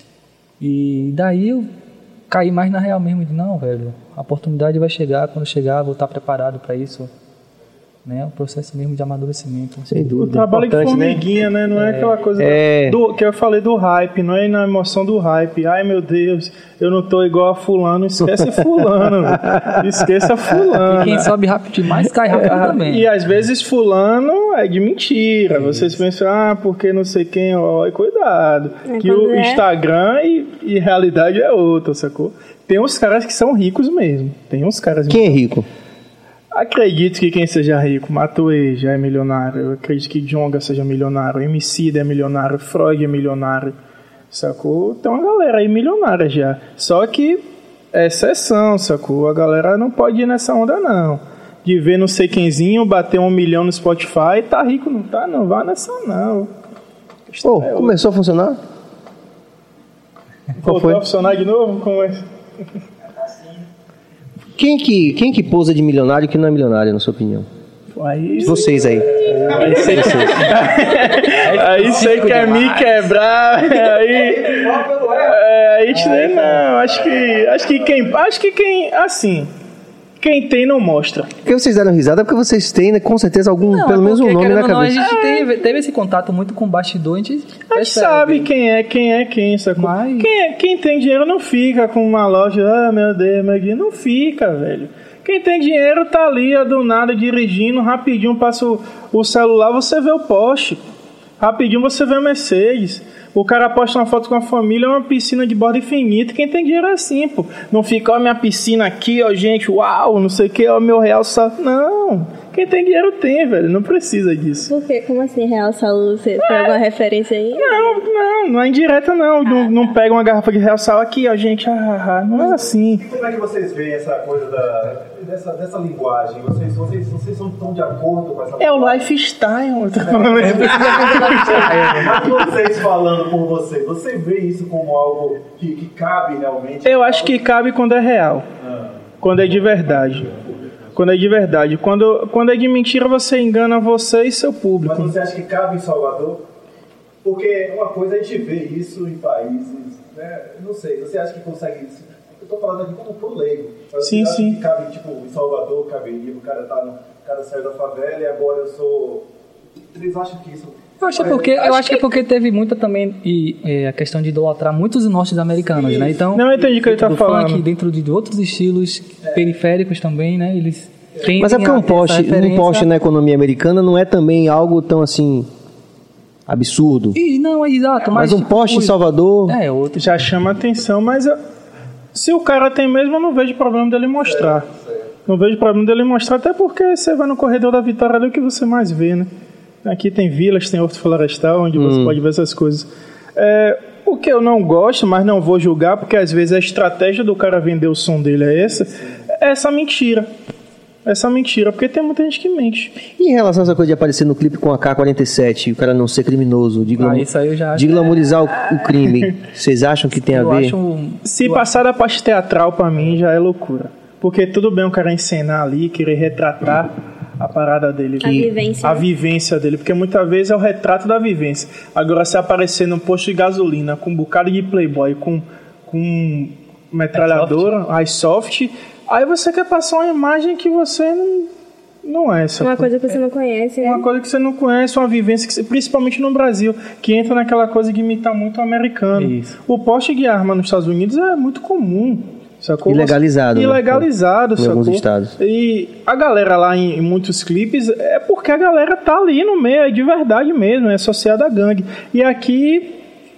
E daí eu caí mais na real mesmo, de não, velho, a oportunidade vai chegar, quando chegar eu vou estar preparado para isso. Né, o processo mesmo de amadurecimento. Sem dúvida. O trabalho de formiguinha, né? Não é aquela coisa que eu falei do hype, não é na emoção do hype. Ai, meu Deus, eu não tô igual a fulano. Esquece fulano. Esqueça fulano. E quem sobe rápido demais, cai rápido também. E às vezes fulano é de mentira. Vocês pensam, porque não sei quem, cuidado. Que o Instagram e realidade é outra, sacou? Tem uns caras que são ricos mesmo. Tem uns caras... Quem é rico? Acredito que quem seja rico, Matuê já é milionário, eu acredito que Djonga seja milionário, Emicida é milionário, Freud é milionário, sacou? Tem uma galera aí milionária já, só que é exceção, sacou? A galera não pode ir nessa onda não, de ver não sei quemzinho, bater 1 milhão no Spotify, tá rico, não tá? Não vá nessa não. Começou a funcionar? Voltou a funcionar de novo? Como é? Quem que pousa de milionário e que não é milionário, na sua opinião? Aí, vocês aí. Aí você quer me quebrar. Aí não. Acho que quem assim. Quem tem não mostra. Porque vocês deram risada porque vocês têm, né, com certeza, pelo menos um nome na cabeça. A gente teve esse contato muito com o bastidor, a gente sabe quem é quem, sacou? Mas... Quem tem dinheiro não fica com uma loja, meu Deus, não fica, velho. Quem tem dinheiro tá ali, do nada, dirigindo, rapidinho passa o celular, você vê o Porsche. Rapidinho você vê a Mercedes. O cara posta uma foto com a família, uma piscina de borda infinita. Quem tem dinheiro é assim, pô. Não fica, minha piscina aqui, gente, uau, não sei o que, meu real só. Não. Quem tem dinheiro tem, velho. Não precisa disso. Por quê? Como assim, Real Sal? Você tem alguma referência aí? Não é indireta, não. Não pega uma garrafa de Real Sal aqui, gente. Não é assim. E como é que vocês veem essa coisa dessa linguagem? Vocês são tão de acordo com essa linguagem? É o lifestyle. Mas vocês falando por vocês, você vê isso como algo que cabe realmente? Eu acho que cabe quando é real. Quando é de verdade. Quando é de mentira, você engana você e seu público. Mas você acha que cabe em Salvador? Porque uma coisa a gente vê isso em países, né? Não sei, você acha que consegue isso? Eu estou falando aqui como pro leigo. Sim. Que cabe, tipo, em Salvador, caberia, o cara saiu da favela e agora eu sou... Eles acham que isso... Eu acho que é porque teve muita também a questão de idolatrar muitos norte-americanos, né? Então, não entendi o que ele tá falando. Funk, dentro de outros estilos periféricos também, né? Eles têm. Mas é porque um poste na economia americana não é também algo tão assim absurdo. Não, é exato. Mas um poste em Salvador outro já chama atenção, mas se o cara tem mesmo, eu não vejo problema dele mostrar. Não vejo problema dele mostrar, até porque você vai no corredor da Vitória ali, o que você mais vê, né? Aqui tem vilas, tem horto florestal, onde você pode ver essas coisas. O que eu não gosto, mas não vou julgar, porque às vezes a estratégia do cara vender o som dele é essa mentira. Essa mentira, porque tem muita gente que mente. E em relação a essa coisa de aparecer no clipe com a K-47 e o cara não ser criminoso, isso aí eu já acho de glamorizar o crime, vocês acham que tem a ver? Se passar da parte teatral, pra mim, já é loucura. Porque tudo bem o cara encenar ali, querer retratar a parada dele, a vivência dele, porque muitas vezes é o retrato da vivência. Agora, se aparecer num posto de gasolina com um bocado de playboy, com metralhadora, iSoft, aí você quer passar uma imagem que você Não é essa. Uma coisa que você não conhece, né? Uma coisa que você não conhece, uma vivência, principalmente no Brasil, que entra naquela coisa de imitar muito o americano. Isso. O porte de arma nos Estados Unidos é muito comum, sacou? Ilegalizado. Ilegalizado, em sacou? alguns estados. E a galera lá em muitos clipes é porque a galera tá ali no meio, é de verdade mesmo, é associada a gangue. E aqui,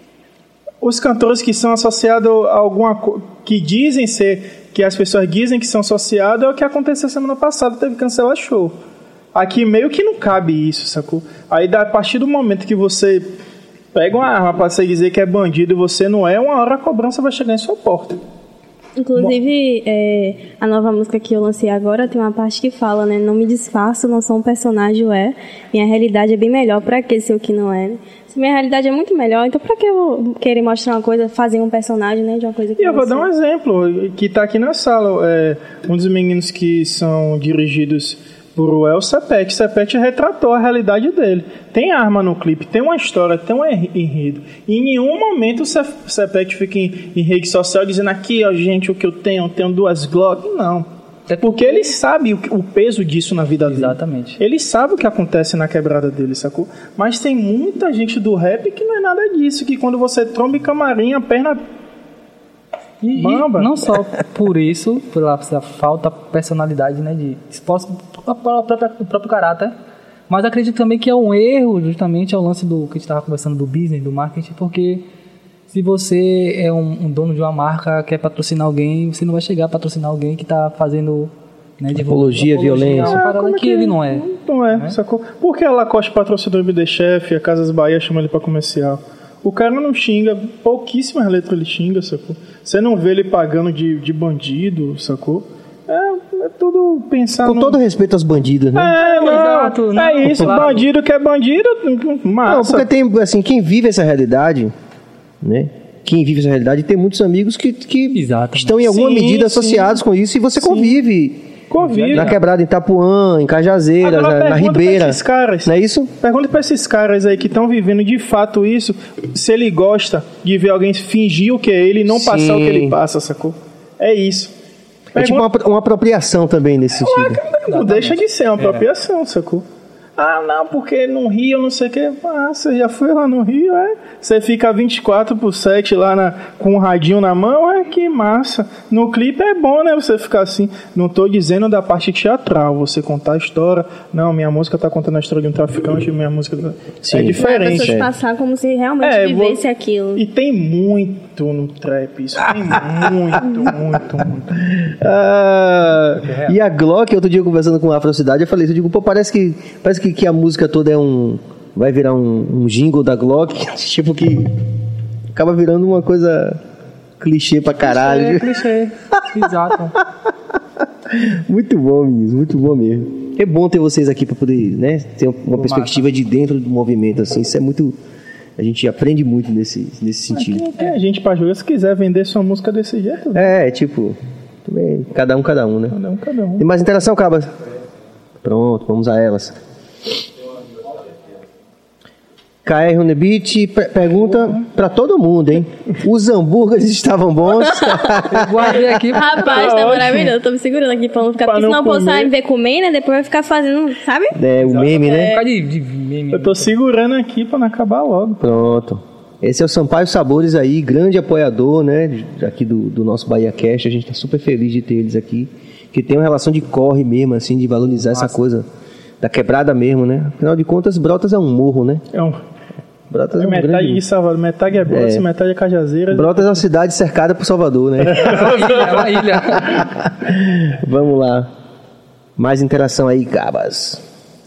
os cantores que são associados a alguma coisa, que dizem ser... que as pessoas dizem que são associados, é o que aconteceu semana passada, teve Cancela Show. Aqui meio que não cabe isso, sacou? Aí a partir do momento que você pega uma arma pra você dizer que é bandido e você não é, uma hora a cobrança vai chegar em sua porta. Inclusive, a nova música que eu lancei agora tem uma parte que fala, né? Não me disfarço, não sou um personagem, minha realidade é bem melhor, pra que ser o que não é, né? Se minha realidade é muito melhor, então pra que eu vou querer mostrar uma coisa, fazer um personagem, né? De uma coisa que E eu vou dar um exemplo, que tá aqui na sala. Um dos meninos que são dirigidos por El Sepete. Sepete retratou a realidade dele. Tem arma no clipe, tem uma história, tem um enredo. E em nenhum momento o Sepete fica em rede social dizendo aqui, ó, gente, o que eu tenho 2 Glock. Não. Porque ele sabe o peso disso na vida dele. Exatamente. Ele sabe o que acontece na quebrada dele, sacou? Mas tem muita gente do rap que não é nada disso. Que quando você tromba em camarim, a perna... E não só por isso, pela falta de personalidade, né, de exposto o próprio caráter, mas acredito também que é um erro, justamente, ao lance do que a gente estava conversando do business, do marketing, porque se você é um dono de uma marca, quer patrocinar alguém, você não vai chegar a patrocinar alguém que está fazendo, né, apologia, violência. Uma parada que ele não é. Não é, né? Sacou? Por que a Lacoste patrocinou o MD Chef e a Casas Bahia chama ele para comercial? O cara não xinga, pouquíssimas letras ele xinga, sacou? Você não vê ele pagando de bandido, sacou? É tudo pensado. Com todo respeito aos bandidos, né? Exato, não, é isso, claro. bandido que é bandido, massa. Não, porque tem, assim, quem vive essa realidade, né? Quem vive essa realidade tem muitos amigos que estão em alguma medida associados com isso e você convive. Na quebrada, em Itapuã, em Cajazeiras, na Ribeira. Esses caras, não é isso? Pergunta pra esses caras aí que estão vivendo de fato isso, se ele gosta de ver alguém fingir o que é ele e não passar o que ele passa, sacou? É isso. É tipo uma apropriação também nesse sentido. Não deixa de ser uma apropriação, sacou? Ah, não, porque no Rio, não sei o que. Ah, você já foi lá no Rio, Você fica 24/7 lá com um radinho na mão, que massa. No clipe é bom, né, você ficar assim. Não tô dizendo da parte teatral, você contar a história. Não, minha música tá contando a história de um traficante, minha música... Sim. É diferente. As pessoas passar como se realmente vivesse aquilo. E tem muito no trap, isso tem muito. E a Glock, outro dia conversando com a Afrocidade, eu falei isso, eu digo, pô, parece que a música toda vai virar um jingle da Glock, tipo que acaba virando uma coisa clichê pra caralho. Clichê. Exato. Muito bom, meninos, muito bom mesmo. É bom ter vocês aqui pra poder, né, ter uma perspectiva de dentro do movimento, assim, isso é muito... A gente aprende muito nesse sentido. Tem a gente pra jogar, se quiser vender sua música desse jeito. Tipo, também, cada um, né? Cada um. Tem mais interação, Cabas? Pronto, vamos a elas. KR Runebit pergunta pra todo mundo, hein? Os hambúrgueres estavam bons? Eu guardei aqui. Rapaz, tá maravilhoso. Tô me segurando aqui pra não ficar... Porque senão o povo sai me ver comer, né? Depois vai ficar fazendo, sabe? O meme, né? De meme. Eu tô segurando aqui pra não acabar logo. Pronto. Esse é o Sampaio Sabores aí, grande apoiador, né? Aqui do nosso Bahia Cast. A gente tá super feliz de ter eles aqui. Que tem uma relação de corre mesmo, assim, de valorizar essa coisa da quebrada mesmo, né? Afinal de contas, Brotas é um morro, né? Brotas é um metade grande... de Salvador, metade é Brotas, metade é Cajazeiras. Brotas é uma cidade cercada por Salvador, né? É uma ilha. Vamos lá. Mais interação aí, Cabas.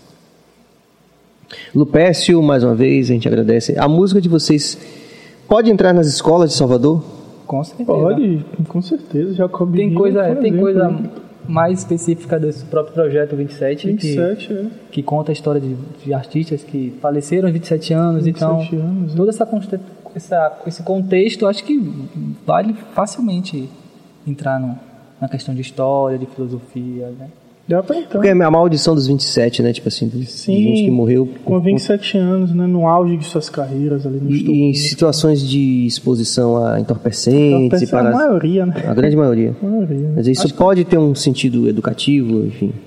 Lupécio, mais uma vez, a gente agradece. A música de vocês pode entrar nas escolas de Salvador? Com certeza. Pode, com certeza. Jacob tem coisa mais específica desse próprio projeto 27 que conta a história de artistas que faleceram aos 27 anos. Então, todo esse contexto, acho que vale facilmente entrar na questão de história, de filosofia, né? Dá pra entrar. Porque é a maldição dos 27, né? Tipo assim, de gente que morreu com 27 anos, né? No auge de suas carreiras ali no estúdio. E em situações de exposição a entorpecentes. A maioria, né? A grande maioria. Mas isso pode ter um sentido educativo, enfim.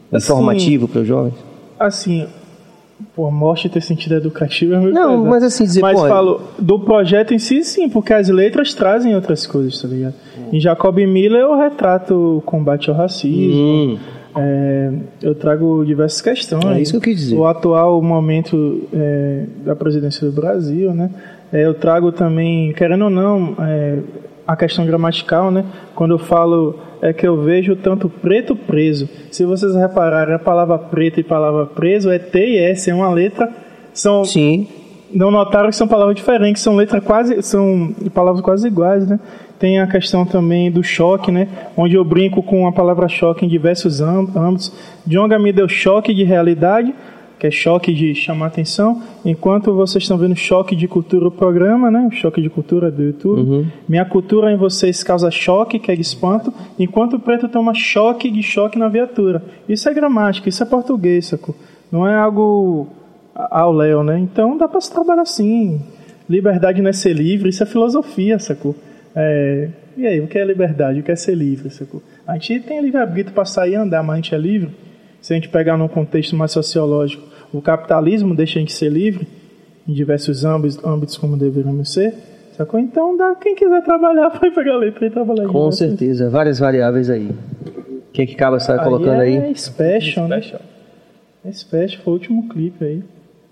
informativo para os jovens? Assim, pô, morte ter sentido educativo é muito Não, pesado. mas assim, dizer, Mas pô, falo, do projeto em si, sim, porque as letras trazem outras coisas, tá ligado? Em Jacob Miller eu retrato o combate ao racismo, eu trago diversas questões. É isso que eu quis dizer. O atual momento da presidência do Brasil, né? Eu trago também, querendo ou não, a questão gramatical, né? Quando eu falo que eu vejo tanto preto preso. Se vocês repararem, a palavra preto e palavra preso é T e S, é uma letra. Sim. Não notaram que são palavras diferentes, são palavras quase iguais, né? Tem a questão também do choque, né? Onde eu brinco com a palavra choque em diversos âmbitos. Djonga me deu choque de realidade, que é choque de chamar atenção, enquanto vocês estão vendo choque de cultura o programa, né? O choque de cultura do YouTube. Minha cultura em vocês causa choque, que é de espanto, enquanto o preto toma choque na viatura. Isso é gramática, isso é português, sacou? Não é algo ao léu, né? Então dá para se trabalhar assim. Liberdade não é ser livre, isso é filosofia, sacou? E aí, o que é liberdade? O que é ser livre, sacou? A gente tem livre-arbítrio para sair e andar, mas a gente é livre? Se a gente pegar num contexto mais sociológico, o capitalismo deixa a gente ser livre em diversos âmbitos como deveríamos ser, sacou? Então, quem quiser trabalhar, vai pegar a letra e trabalhar. Com certeza, várias variáveis aí. O que Caba está colocando aí? É Special, né? Special foi o último clipe aí.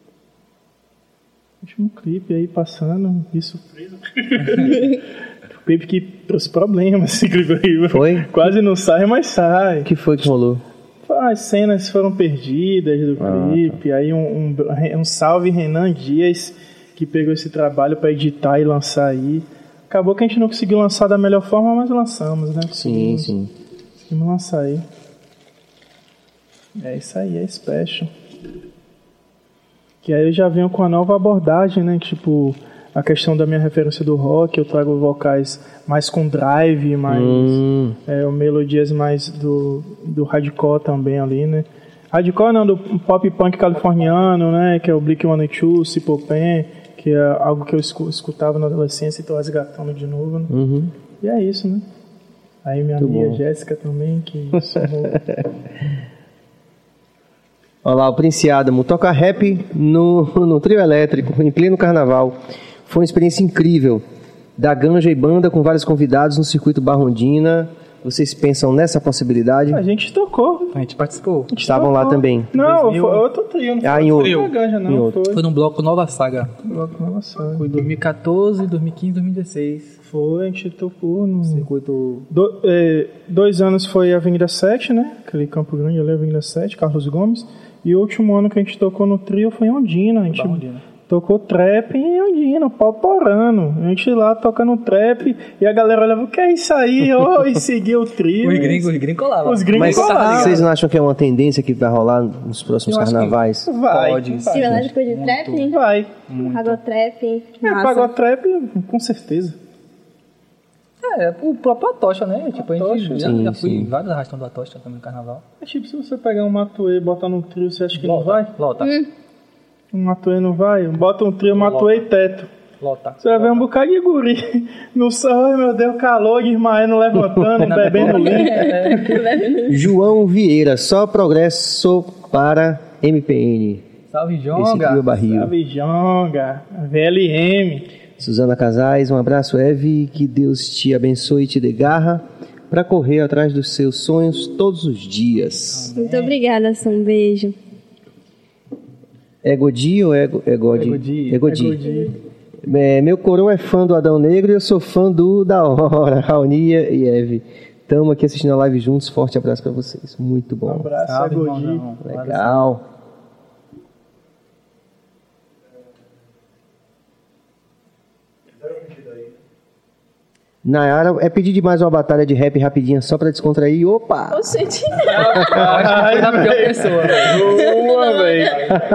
Passando, de surpresa. Clipe que trouxe problemas, esse clipe aí. Foi? Quase não sai, mas sai. O que foi que rolou? As cenas foram perdidas do clipe. Tá. Aí um salve Renan Dias, que pegou esse trabalho para editar e lançar aí. Acabou que a gente não conseguiu lançar da melhor forma, mas lançamos, né? Sim. Conseguimos lançar aí. É isso aí, é Special. Que aí eu já venho com a nova abordagem, né? Tipo, a questão da minha referência do rock, eu trago vocais mais com drive, mais melodias mais do hardcore também ali, né? Hardcore não, do pop punk californiano, né? Que é o Blink-182, Simple Plan, que é algo que eu escutava na adolescência e tô resgatando de novo, né? E é isso, né? Aí minha amiga Jéssica também, que somou... Olha lá, o Prince Adamo toca rap no trio elétrico, em pleno carnaval. Foi uma experiência incrível. Da ganja e banda com vários convidados no circuito Barrondina. Vocês pensam nessa possibilidade? A gente tocou. A gente participou. Estavam lá também. Não, foi outro trio. Não foi em outro. Ganja, não. Outro. Foi num bloco Nova Saga. Nova Saga. Foi 2014, 2015, 2016. Foi, a gente tocou no circuito... 2 anos foi a Avenida 7, né? Aquele Campo Grande ali, Avenida 7, Carlos Gomes. E o último ano que a gente tocou no trio foi em Ondina. A gente tocou trap em Ondina, pau torando. A gente lá tocando trap e a galera olhava, o que é isso aí? E seguia o trio. Os gringos colavam. Mas vocês não acham que é uma tendência que vai rolar nos próximos carnavais? Vai. Pode. Se elétrico de trap? Vai. Pagotrap. Pagotrap, com certeza. O próprio Atocha, né? Tipo, a gente já fui sim. em vários arrastões do Atocha também no carnaval. É tipo, se você pegar um Matuê e botar no trio, você acha que não vai? Lota. Um Matuê não vai? Bota um trio, Matuê e teto. Lota. Você vai ver um bocado de guri no sol, meu Deus, calor, Ismael levantando, bebendo leite. João Vieira, só progresso para MPN. Salve, Jonga. Esse trio barril. Salve, Jonga. VLM. Suzana Casais, um abraço, Eve, que Deus te abençoe e te dê garra para correr atrás dos seus sonhos todos os dias. Muito obrigada, Sam, um beijo. É Godi ou é Godi? É Godi. Meu coroa é fã do Adão Negro e eu sou fã do Da Hora, Raunia e Eve. Estamos aqui assistindo a live juntos, forte abraço para vocês, muito bom. Um abraço, Godi. Legal. Nayara, é pedir demais uma batalha de rap rapidinha só pra descontrair. Opa! Oxe, gente. Foi da pior pessoa. Boa, velho.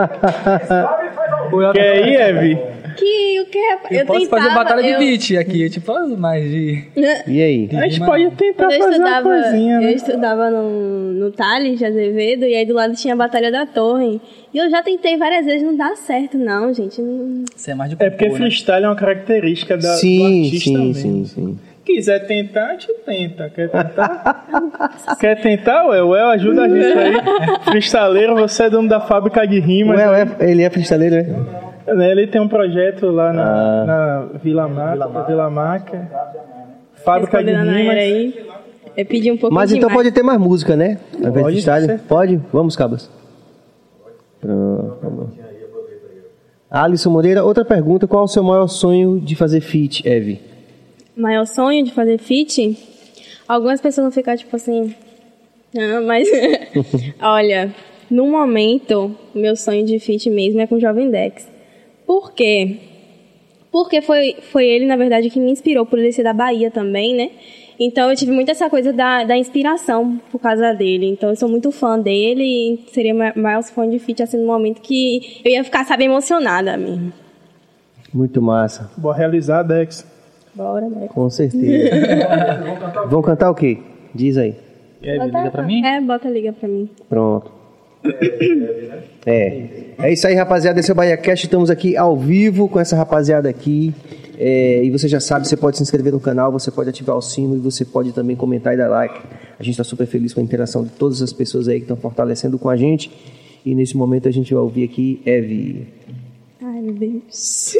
Quer aí, Eve? O que é? Eu posso fazer batalha de beat aqui, eu te faço mais de... E aí? A gente pode tentar fazer uma coisinha, né? Eu estudava no Thales de Azevedo e aí do lado tinha a Batalha da Torre. E eu já tentei várias vezes, não dá certo não, gente. Isso é mais de porque freestyle é uma característica do artista mesmo. Sim. Quiser tentar, a gente tenta. Quer tentar? Quer tentar, ué? O El ajuda a gente aí. Freestaleiro, você é dono da fábrica de rimas. O El, ele é freestaleiro, né? Ele tem um projeto lá na Vila Marca. Fábrica de rimas. Aí, eu pedi um pouco Mas demais. então pode ter mais música, né? Ao invés de freestyle. ser. Pode? Vamos, Cabas. Pronto. Alisson Moreira, outra pergunta. Qual o seu maior sonho de fazer feat, Eve? Maior sonho de fazer feat? Algumas pessoas vão ficar tipo assim... Não, mas... Olha, no momento, o meu sonho de feat mesmo é com o Jovem Dex. Por quê? Porque foi ele, na verdade, que me inspirou por ele ser da Bahia também, né? Então eu tive muito essa coisa da inspiração por causa dele. Então eu sou muito fã dele e seria maior fã de feat assim no momento que eu ia ficar, sabe, emocionada mesmo. Muito massa. Bora realizar, Dex. Bora, né? Com certeza. Vão cantar o quê? Diz aí. Liga pra mim? Bota liga pra mim. Pronto. É isso aí, rapaziada. Esse é o BahiaCast. Estamos aqui ao vivo com essa rapaziada aqui. E você já sabe, você pode se inscrever no canal, você pode ativar o sino e você pode também comentar e dar like. A gente está super feliz com a interação de todas as pessoas aí que estão fortalecendo com a gente. E nesse momento a gente vai ouvir aqui Eve. Ai, meu Deus.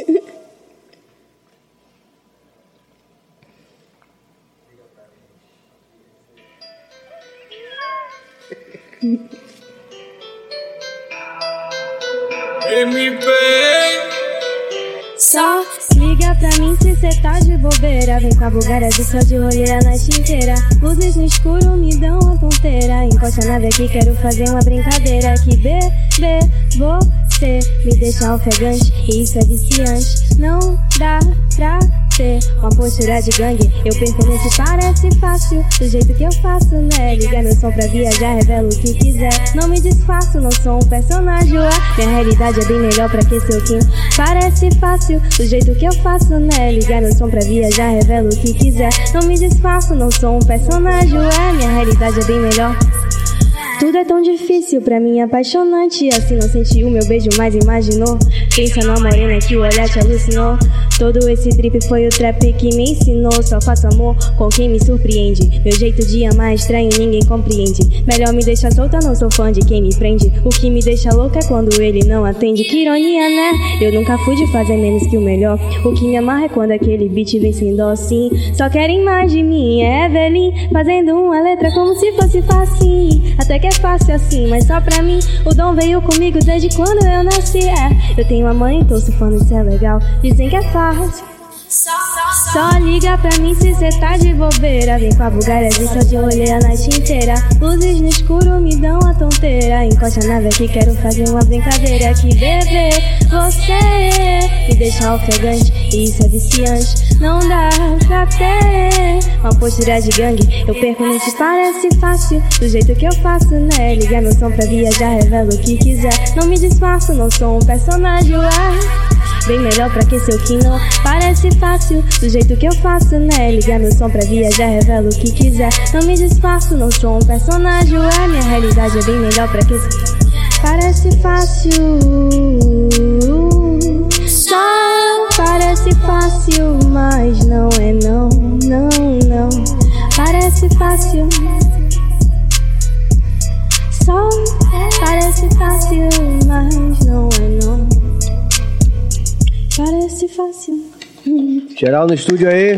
Só liga pra mim se cê tá de bobeira. Vem com a Bulgária de só de rolê a noite inteira. Luzes no escuro me dão uma tonteira. Encosta a nave aqui, quero fazer uma brincadeira. Que bebê, você me deixa ofegante e isso é viciante. Não dá pra ter uma postura de gangue. Eu perco nesse parece fácil, do jeito que eu faço, né? Liga meu som pra viajar, revelo o que quiser. Não me disfarço, não sou um personagem, ué. Minha realidade é bem melhor pra que seu Kim. Parece fácil, do jeito que eu faço, né? Ligar meu som pra viajar, revelo o que quiser. Não me disfarço, não sou um personagem, ué. Minha realidade é bem melhor. Tudo é tão difícil, pra mim apaixonante. Assim não sentiu meu beijo, mas imaginou. Pensa numa morena que o olhar te alucinou. Todo esse trip foi o trap que me ensinou. Só faço amor com quem me surpreende. Meu jeito de amar é estranho, ninguém compreende. Melhor me deixar solta, não sou fã de quem me prende. O que me deixa louca é quando ele não atende. Que ironia, né? Eu nunca fui de fazer menos que o melhor. O que me amarra é quando aquele beat vem sem dó, sim. Só querem mais de mim, é Evelyn, fazendo uma letra como se fosse fácil. Até que é fácil assim, mas só pra mim. O dom veio comigo desde quando eu nasci, Eu tenho uma mãe, tô surfando, isso é legal. Dizem que é fácil. Só liga pra mim se cê tá de bobeira. Vem com a Bulgária de só de rolê a noite inteira. Luzes no escuro me dão uma tonteira. Encosta a nave aqui, quero fazer uma brincadeira. Que bebê, você me deixa ofegante e isso é viciante. Não dá pra ter uma postura de gangue. Eu perco nesse parece fácil, do jeito que eu faço, né? Liga meu som pra viajar, revelo o que quiser. Não me disfarço, não sou um personagem, bem melhor pra que seu que não parece fácil, do jeito que eu faço, né? Ligar meu som pra viajar, revelo o que quiser. Não me disfarço, não sou um personagem, minha realidade é bem melhor pra que parece fácil. Só parece fácil, mas não é não, não, não. Parece fácil. Só parece fácil, mas não é não. Parece fácil. Geral no estúdio aí.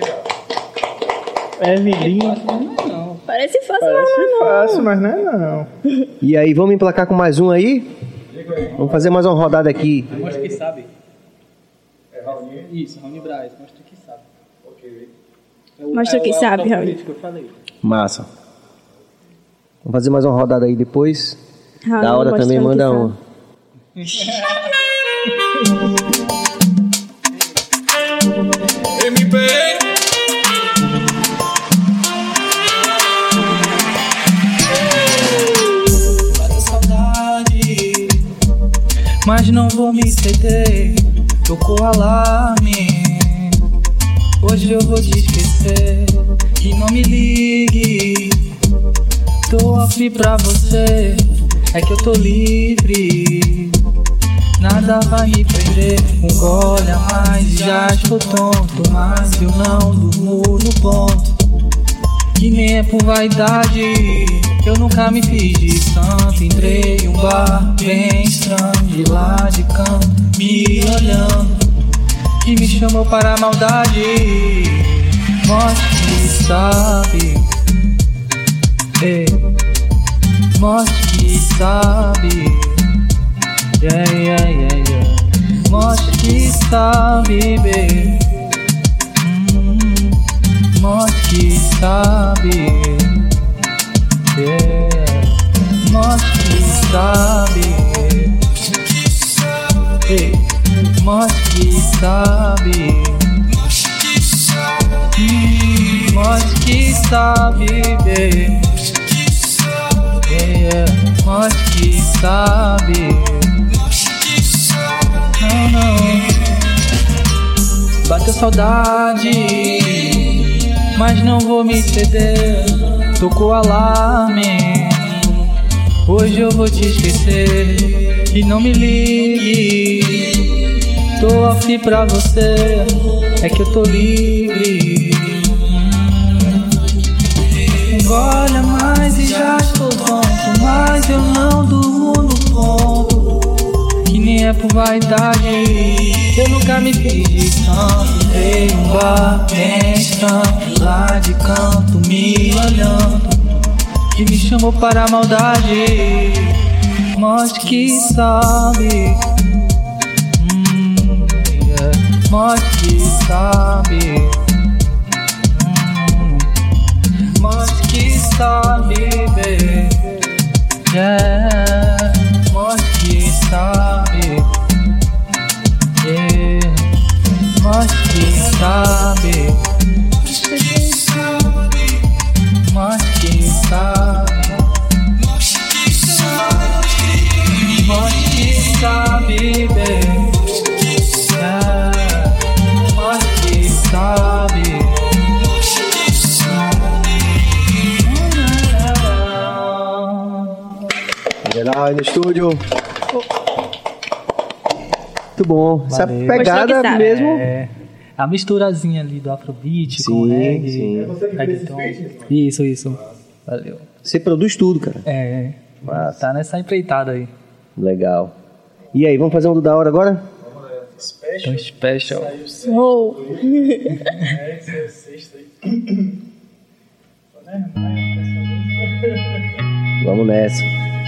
Evelyn. Parece fácil, Parece fácil, mas não é não. E aí, vamos emplacar com mais um aí? Vamos fazer mais uma rodada aqui. Mostra que sabe. É Raoni? Isso, Raoni Braz. Mostra que sabe. Ok. Mostra que sabe, Raoni. Eu falei. Massa. Vamos fazer mais uma rodada aí depois. Raoni, Da hora também, manda que um. Mas não vou me ceder, tocou alarme. Hoje eu vou te esquecer, e não me ligue. Tô off pra você, é que eu tô livre. nada vai me prender. Um gole a mais e já estou tonto, mas eu não durmo no ponto. Que nem é por vaidade, eu nunca me fiz de santo. Entrei em um bar bem estranho, de lá de canto, me olhando, que me chamou para a maldade. Mostre que sabe, mostre que sabe, yeah, yeah, yeah, yeah. Mostre que sabe, baby. Mostre que sabe, yeah. Mostre que sabe, hey. Mostre que sabe, mostre que sabe, baby. Yeah. Mostre que sabe, não. Bateu saudade, mas não vou me ceder. Tocou alarme, hoje eu vou te esquecer. E não me ligue, tô off pra você, é que eu tô livre. Olha mais e já estou tonto, mas eu não durmo no ponto. Que nem é por vaidade, eu nunca me fiz de santo. Entrei um bar bem estranho, lá de canto, me olhando, que me chamou para a maldade. Mostre que sabe, yeah. Mostre que sabe, mostre que sabe, baby. Yeah. Mostre que sabe, yeah. Mostre que sabe, mostre que sabe, mostre que sabe, baby. Yeah. Mostre que sabe. Geral aí no estúdio. Muito bom. Valeu. Essa pegada mesmo. É, a misturazinha ali do Afrobeat com o reggae. Sim. É você que fez esse feat? Isso. Valeu. Você produz tudo, cara. É. Tá nessa empreitada aí. Legal. E aí, vamos fazer um do da hora agora? Então, special. Oh. Vamos nessa.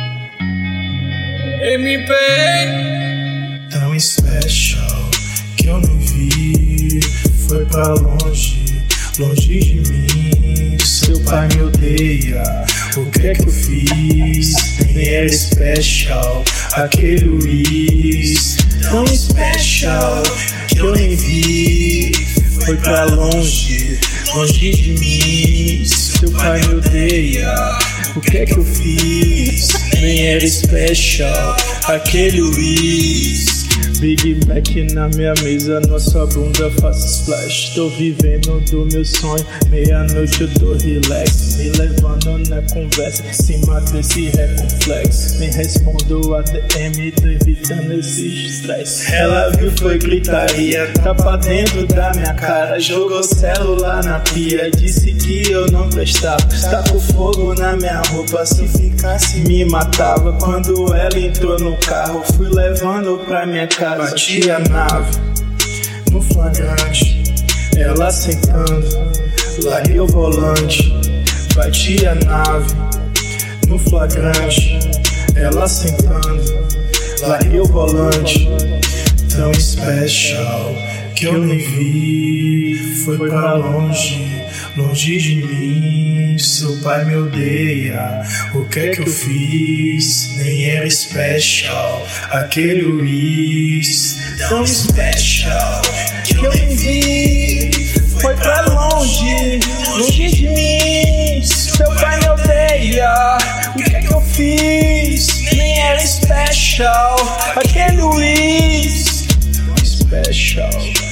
MP tão special que eu nem vi, foi pra longe, longe de mim. Seu pai me odeia, o que é que eu fiz? Nem era special, aquele Luiz. Tão special que eu nem vi, foi pra longe, longe de mim. Seu pai me odeia, o que é que eu fiz? Nem era special, aquele Luiz. Big Mac na minha mesa, nossa bunda faz splash. Tô vivendo do meu sonho, meia-noite eu tô relax. Me levando na conversa, em cima desse reflexo. Nem respondo a DM, tô evitando esse estresse. Ela viu, foi gritaria, tá pra dentro da minha cara. Jogou celular na pia, disse que eu não prestava. Tacou fogo na minha roupa, se ficasse me matava. Quando ela entrou no carro, fui levando pra minha casa. Bati a nave no flagrante, ela sentando, larguei o volante. Bati a nave no flagrante, ela sentando, larguei o volante. Tão special que eu nem vi, foi pra longe, longe de mim. Seu pai me odeia, o que é que eu fiz? Nem era special, aquele Luiz. Tão special que eu nem vi, foi pra longe, longe de mim. Seu pai me odeia, o que é que eu fiz? Nem era special, aquele Luiz. Tão special.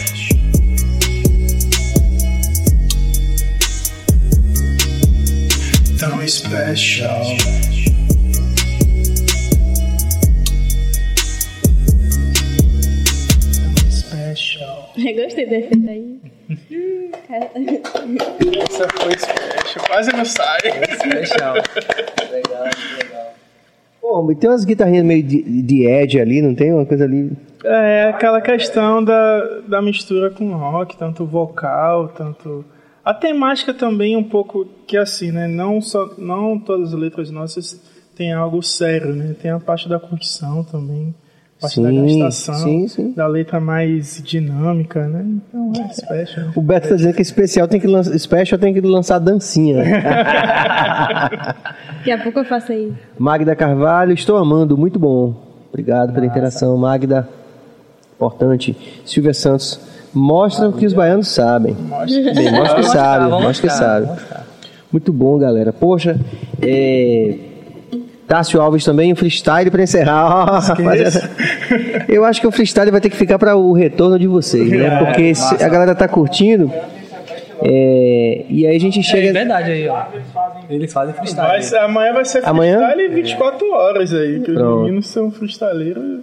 Tão special. Eu gostei desse efeito aí. Essa foi special, quase não sai. Special. Legal. Pô, tem umas guitarrinhas meio de edge ali, não tem? Uma coisa ali... É aquela questão da mistura com rock, tanto vocal, tanto... A temática também um pouco que assim, né? Não todas as letras nossas têm algo sério, né? Tem a parte da curtição também, a parte da gastação, da letra mais dinâmica, né? Então é special. O Beto tá dizendo que special tem que lançar dancinha. Daqui a pouco eu faço aí. Magda Carvalho, estou amando, muito bom. Obrigado pela interação, Magda. Importante. Silvia Santos, mostra o que os baianos sabem. Mostra que sabe. Muito bom, galera. Poxa, Tássio Alves também, o freestyle para encerrar. Eu acho que o freestyle vai ter que ficar para o retorno de vocês, né? Porque a galera tá curtindo. E aí a gente chega... É verdade aí, ó. Eles fazem freestyle. Amanhã vai ser freestyle 24 horas aí, que os meninos são freestyleiros.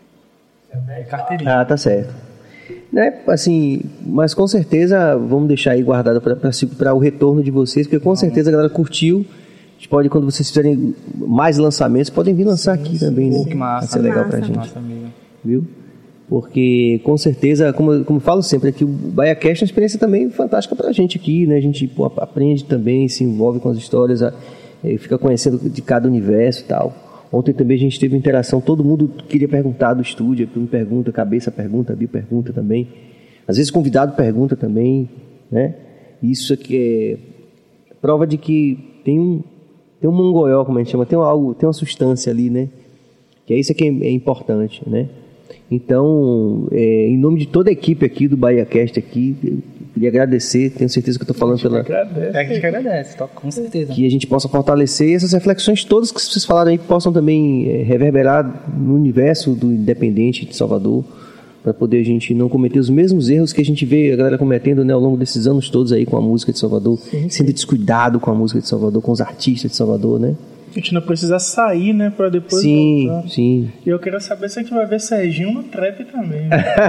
Tá certo. Né? Assim, mas com certeza vamos deixar aí guardado para o retorno de vocês, porque com certeza a galera curtiu. A gente pode, quando vocês fizerem mais lançamentos, podem vir lançar aqui também, né? Que massa. Vai ser legal pra gente. Viu? Porque com certeza, como eu falo sempre aqui, o BaiaCast é uma experiência também fantástica pra gente aqui, né? A gente aprende também, se envolve com as histórias, fica conhecendo de cada universo e tal. Ontem também a gente teve interação, todo mundo queria perguntar do estúdio, me pergunta, Cabeça pergunta, Bill pergunta também. Às vezes convidado pergunta também, né? Isso aqui é prova de que tem um mongoió, como a gente chama, tem uma substância ali, né? Que é isso que é importante, né? Então, em nome de toda a equipe aqui do BaiaCast aqui, eu queria agradecer, tenho certeza que eu estou falando a gente agradece, com certeza. Que a gente possa fortalecer e essas reflexões todas que vocês falaram aí possam também reverberar no universo do independente de Salvador, para poder a gente não cometer os mesmos erros que a gente vê a galera cometendo, né, ao longo desses anos todos aí com a música de Salvador, sendo descuidado com a música de Salvador, com os artistas de Salvador, né? A gente não precisa sair, né, para depois voltar. Sim. E eu queria saber se a gente vai ver Serginho no trap também.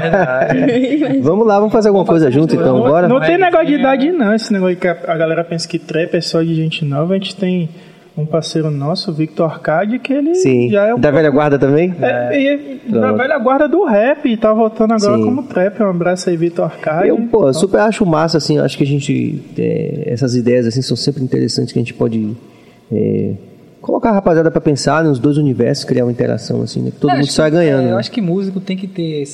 Vamos lá, vamos fazer alguma coisa junto então, bora? Não tem negócio de idade não, esse negócio que a galera pensa que trap é só de gente nova. A gente tem um parceiro nosso, o Victor Arcade, que ele já é da velha guarda também? Da velha guarda do rap, e tá voltando agora como trap. Um abraço aí, Victor Arcade. Eu super acho massa, assim, acho que a gente, essas ideias assim são sempre interessantes, que a gente pode colocar a rapaziada pra pensar nos dois universos, criar uma interação assim, né? Que todo mundo sai ganhando. Eu acho que músico tem que ter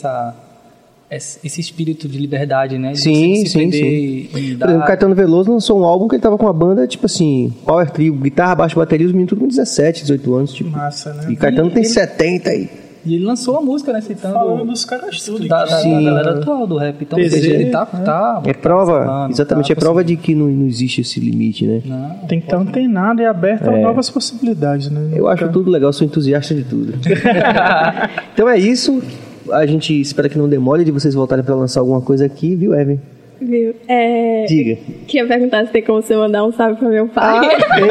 esse espírito de liberdade, né? De sim. Por exemplo, o Caetano Veloso lançou um álbum que ele tava com uma banda, tipo assim, power trio, guitarra, baixo, bateria, os meninos tudo com 17, 18 anos, tipo. Massa, né? E Caetano tem 70 aí. E ele lançou a música, né? Citando falando dos caras tudo. Da galera atual do rap. Então, ele tá é prova, exatamente, é prova de que não existe esse limite, né? Não, tem que estar antenado e aberto a novas possibilidades, né? Eu acho tudo legal, sou entusiasta de tudo. Então é isso. A gente espera que não demore de vocês voltarem para lançar alguma coisa aqui, viu, Evan? Viu? Diga. Queria perguntar se tem como você mandar um salve para meu pai.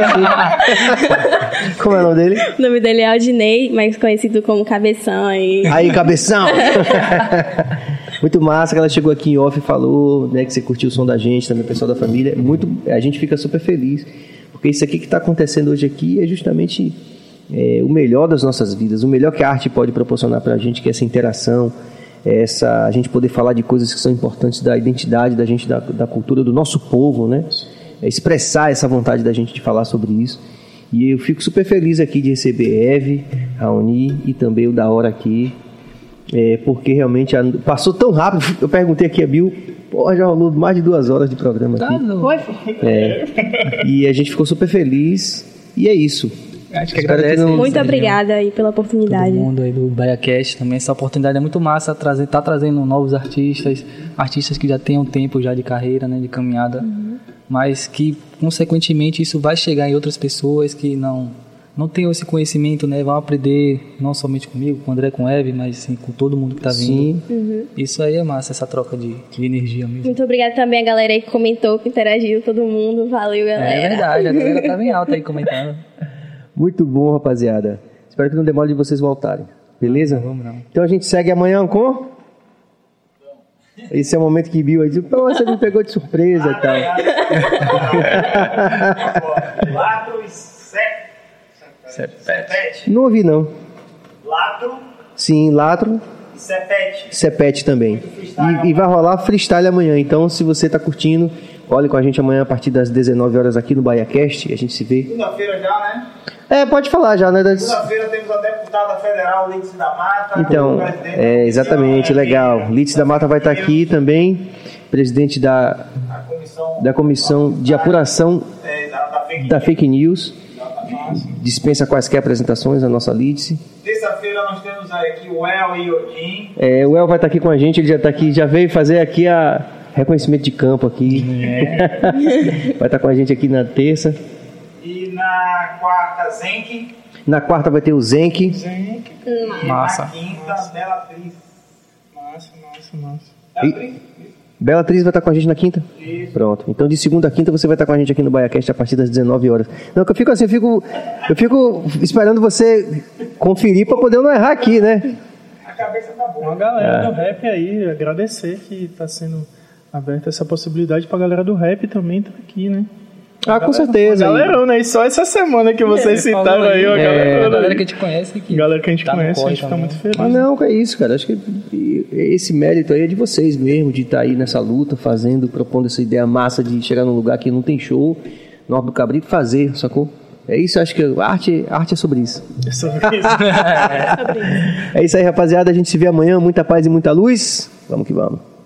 Como é o nome dele? O nome dele é Aldinei, mais conhecido como Cabeção. Aí, Cabeção! Muito massa que ela chegou aqui em off e falou, né, que você curtiu o som da gente, também o pessoal da família. A gente fica super feliz, porque isso aqui que está acontecendo hoje aqui é justamente o melhor das nossas vidas, o melhor que a arte pode proporcionar para a gente, que é essa interação, a gente poder falar de coisas que são importantes da identidade da gente, da cultura do nosso povo, né? Expressar essa vontade da gente de falar sobre isso. E eu fico super feliz aqui de receber Eve, Raoni e também o da hora aqui, porque realmente passou tão rápido. Eu perguntei aqui a Bill, já rolou mais de 2 horas de programa aqui. E a gente ficou super feliz, e é isso. Acho que agradece. Muito obrigada aí pela oportunidade. Todo mundo aí do BaiaCast também. Essa oportunidade é muito massa, tá trazendo novos artistas que já têm um tempo já de carreira, né, de caminhada, mas que consequentemente isso vai chegar em outras pessoas que não têm esse conhecimento, né, vão aprender não somente comigo, com o André, com o Eve, mas assim, com todo mundo que tá vindo. Isso aí é massa, essa troca de energia mesmo. Muito obrigada também a galera aí que comentou, que interagiu, todo mundo. Valeu, galera. É verdade, a galera tá bem alta aí comentando. Muito bom, rapaziada. Espero que não demore de vocês voltarem. Beleza? Vamos não. Então a gente segue amanhã com... Esse é o momento que Bill diz, pô, você me pegou de surpresa e tal. Latro e Sepete. Não ouvi, não. Latro. Sim, Latro. E Sepete. Sepete também. E vai rolar freestyle amanhã. Então, se você tá curtindo, olhe com a gente amanhã a partir das 19 horas aqui no BahiaCast. E a gente se vê. Segunda-feira já, né? Pode falar já, né? Segunda-feira temos a deputada federal Lídice da Mata. Então, exatamente, legal. Lídice da Mata vai estar aqui também. Presidente da Comissão de Apuração da Fake News. Dispensa quaisquer apresentações, a nossa Lídice. Terça-feira nós temos aqui o El e Odin. O El vai estar aqui com a gente, ele já está aqui, já veio fazer aqui a reconhecimento de campo aqui. Vai estar com a gente aqui na terça. E na quarta, Zenk. Na quarta vai ter o Zenk. E Massa. na quinta, Belatriz. Belatriz vai estar com a gente na quinta? Isso. Pronto. Então de segunda a quinta você vai estar com a gente aqui no BahiaCast a partir das 19 horas. Não, que eu fico assim, eu fico esperando você conferir para poder não errar aqui, né? A cabeça tá boa. Uma galera do rap aí, agradecer que está sendo aberta essa possibilidade para a galera do rap também estar aqui, né? Com certeza. Galerão, né? E só essa semana que vocês citaram aí, a galera que a gente conhece aqui. Galera que a gente conhece, a gente fica muito feliz. Não, é isso, cara. Acho que esse mérito aí é de vocês mesmo, de estar aí nessa luta, propondo essa ideia massa de chegar num lugar que não tem show, no Alto do Cabrito, fazer, sacou? É isso, acho que arte é sobre isso. É sobre isso. É isso aí, rapaziada. A gente se vê amanhã. Muita paz e muita luz. Vamos que vamos.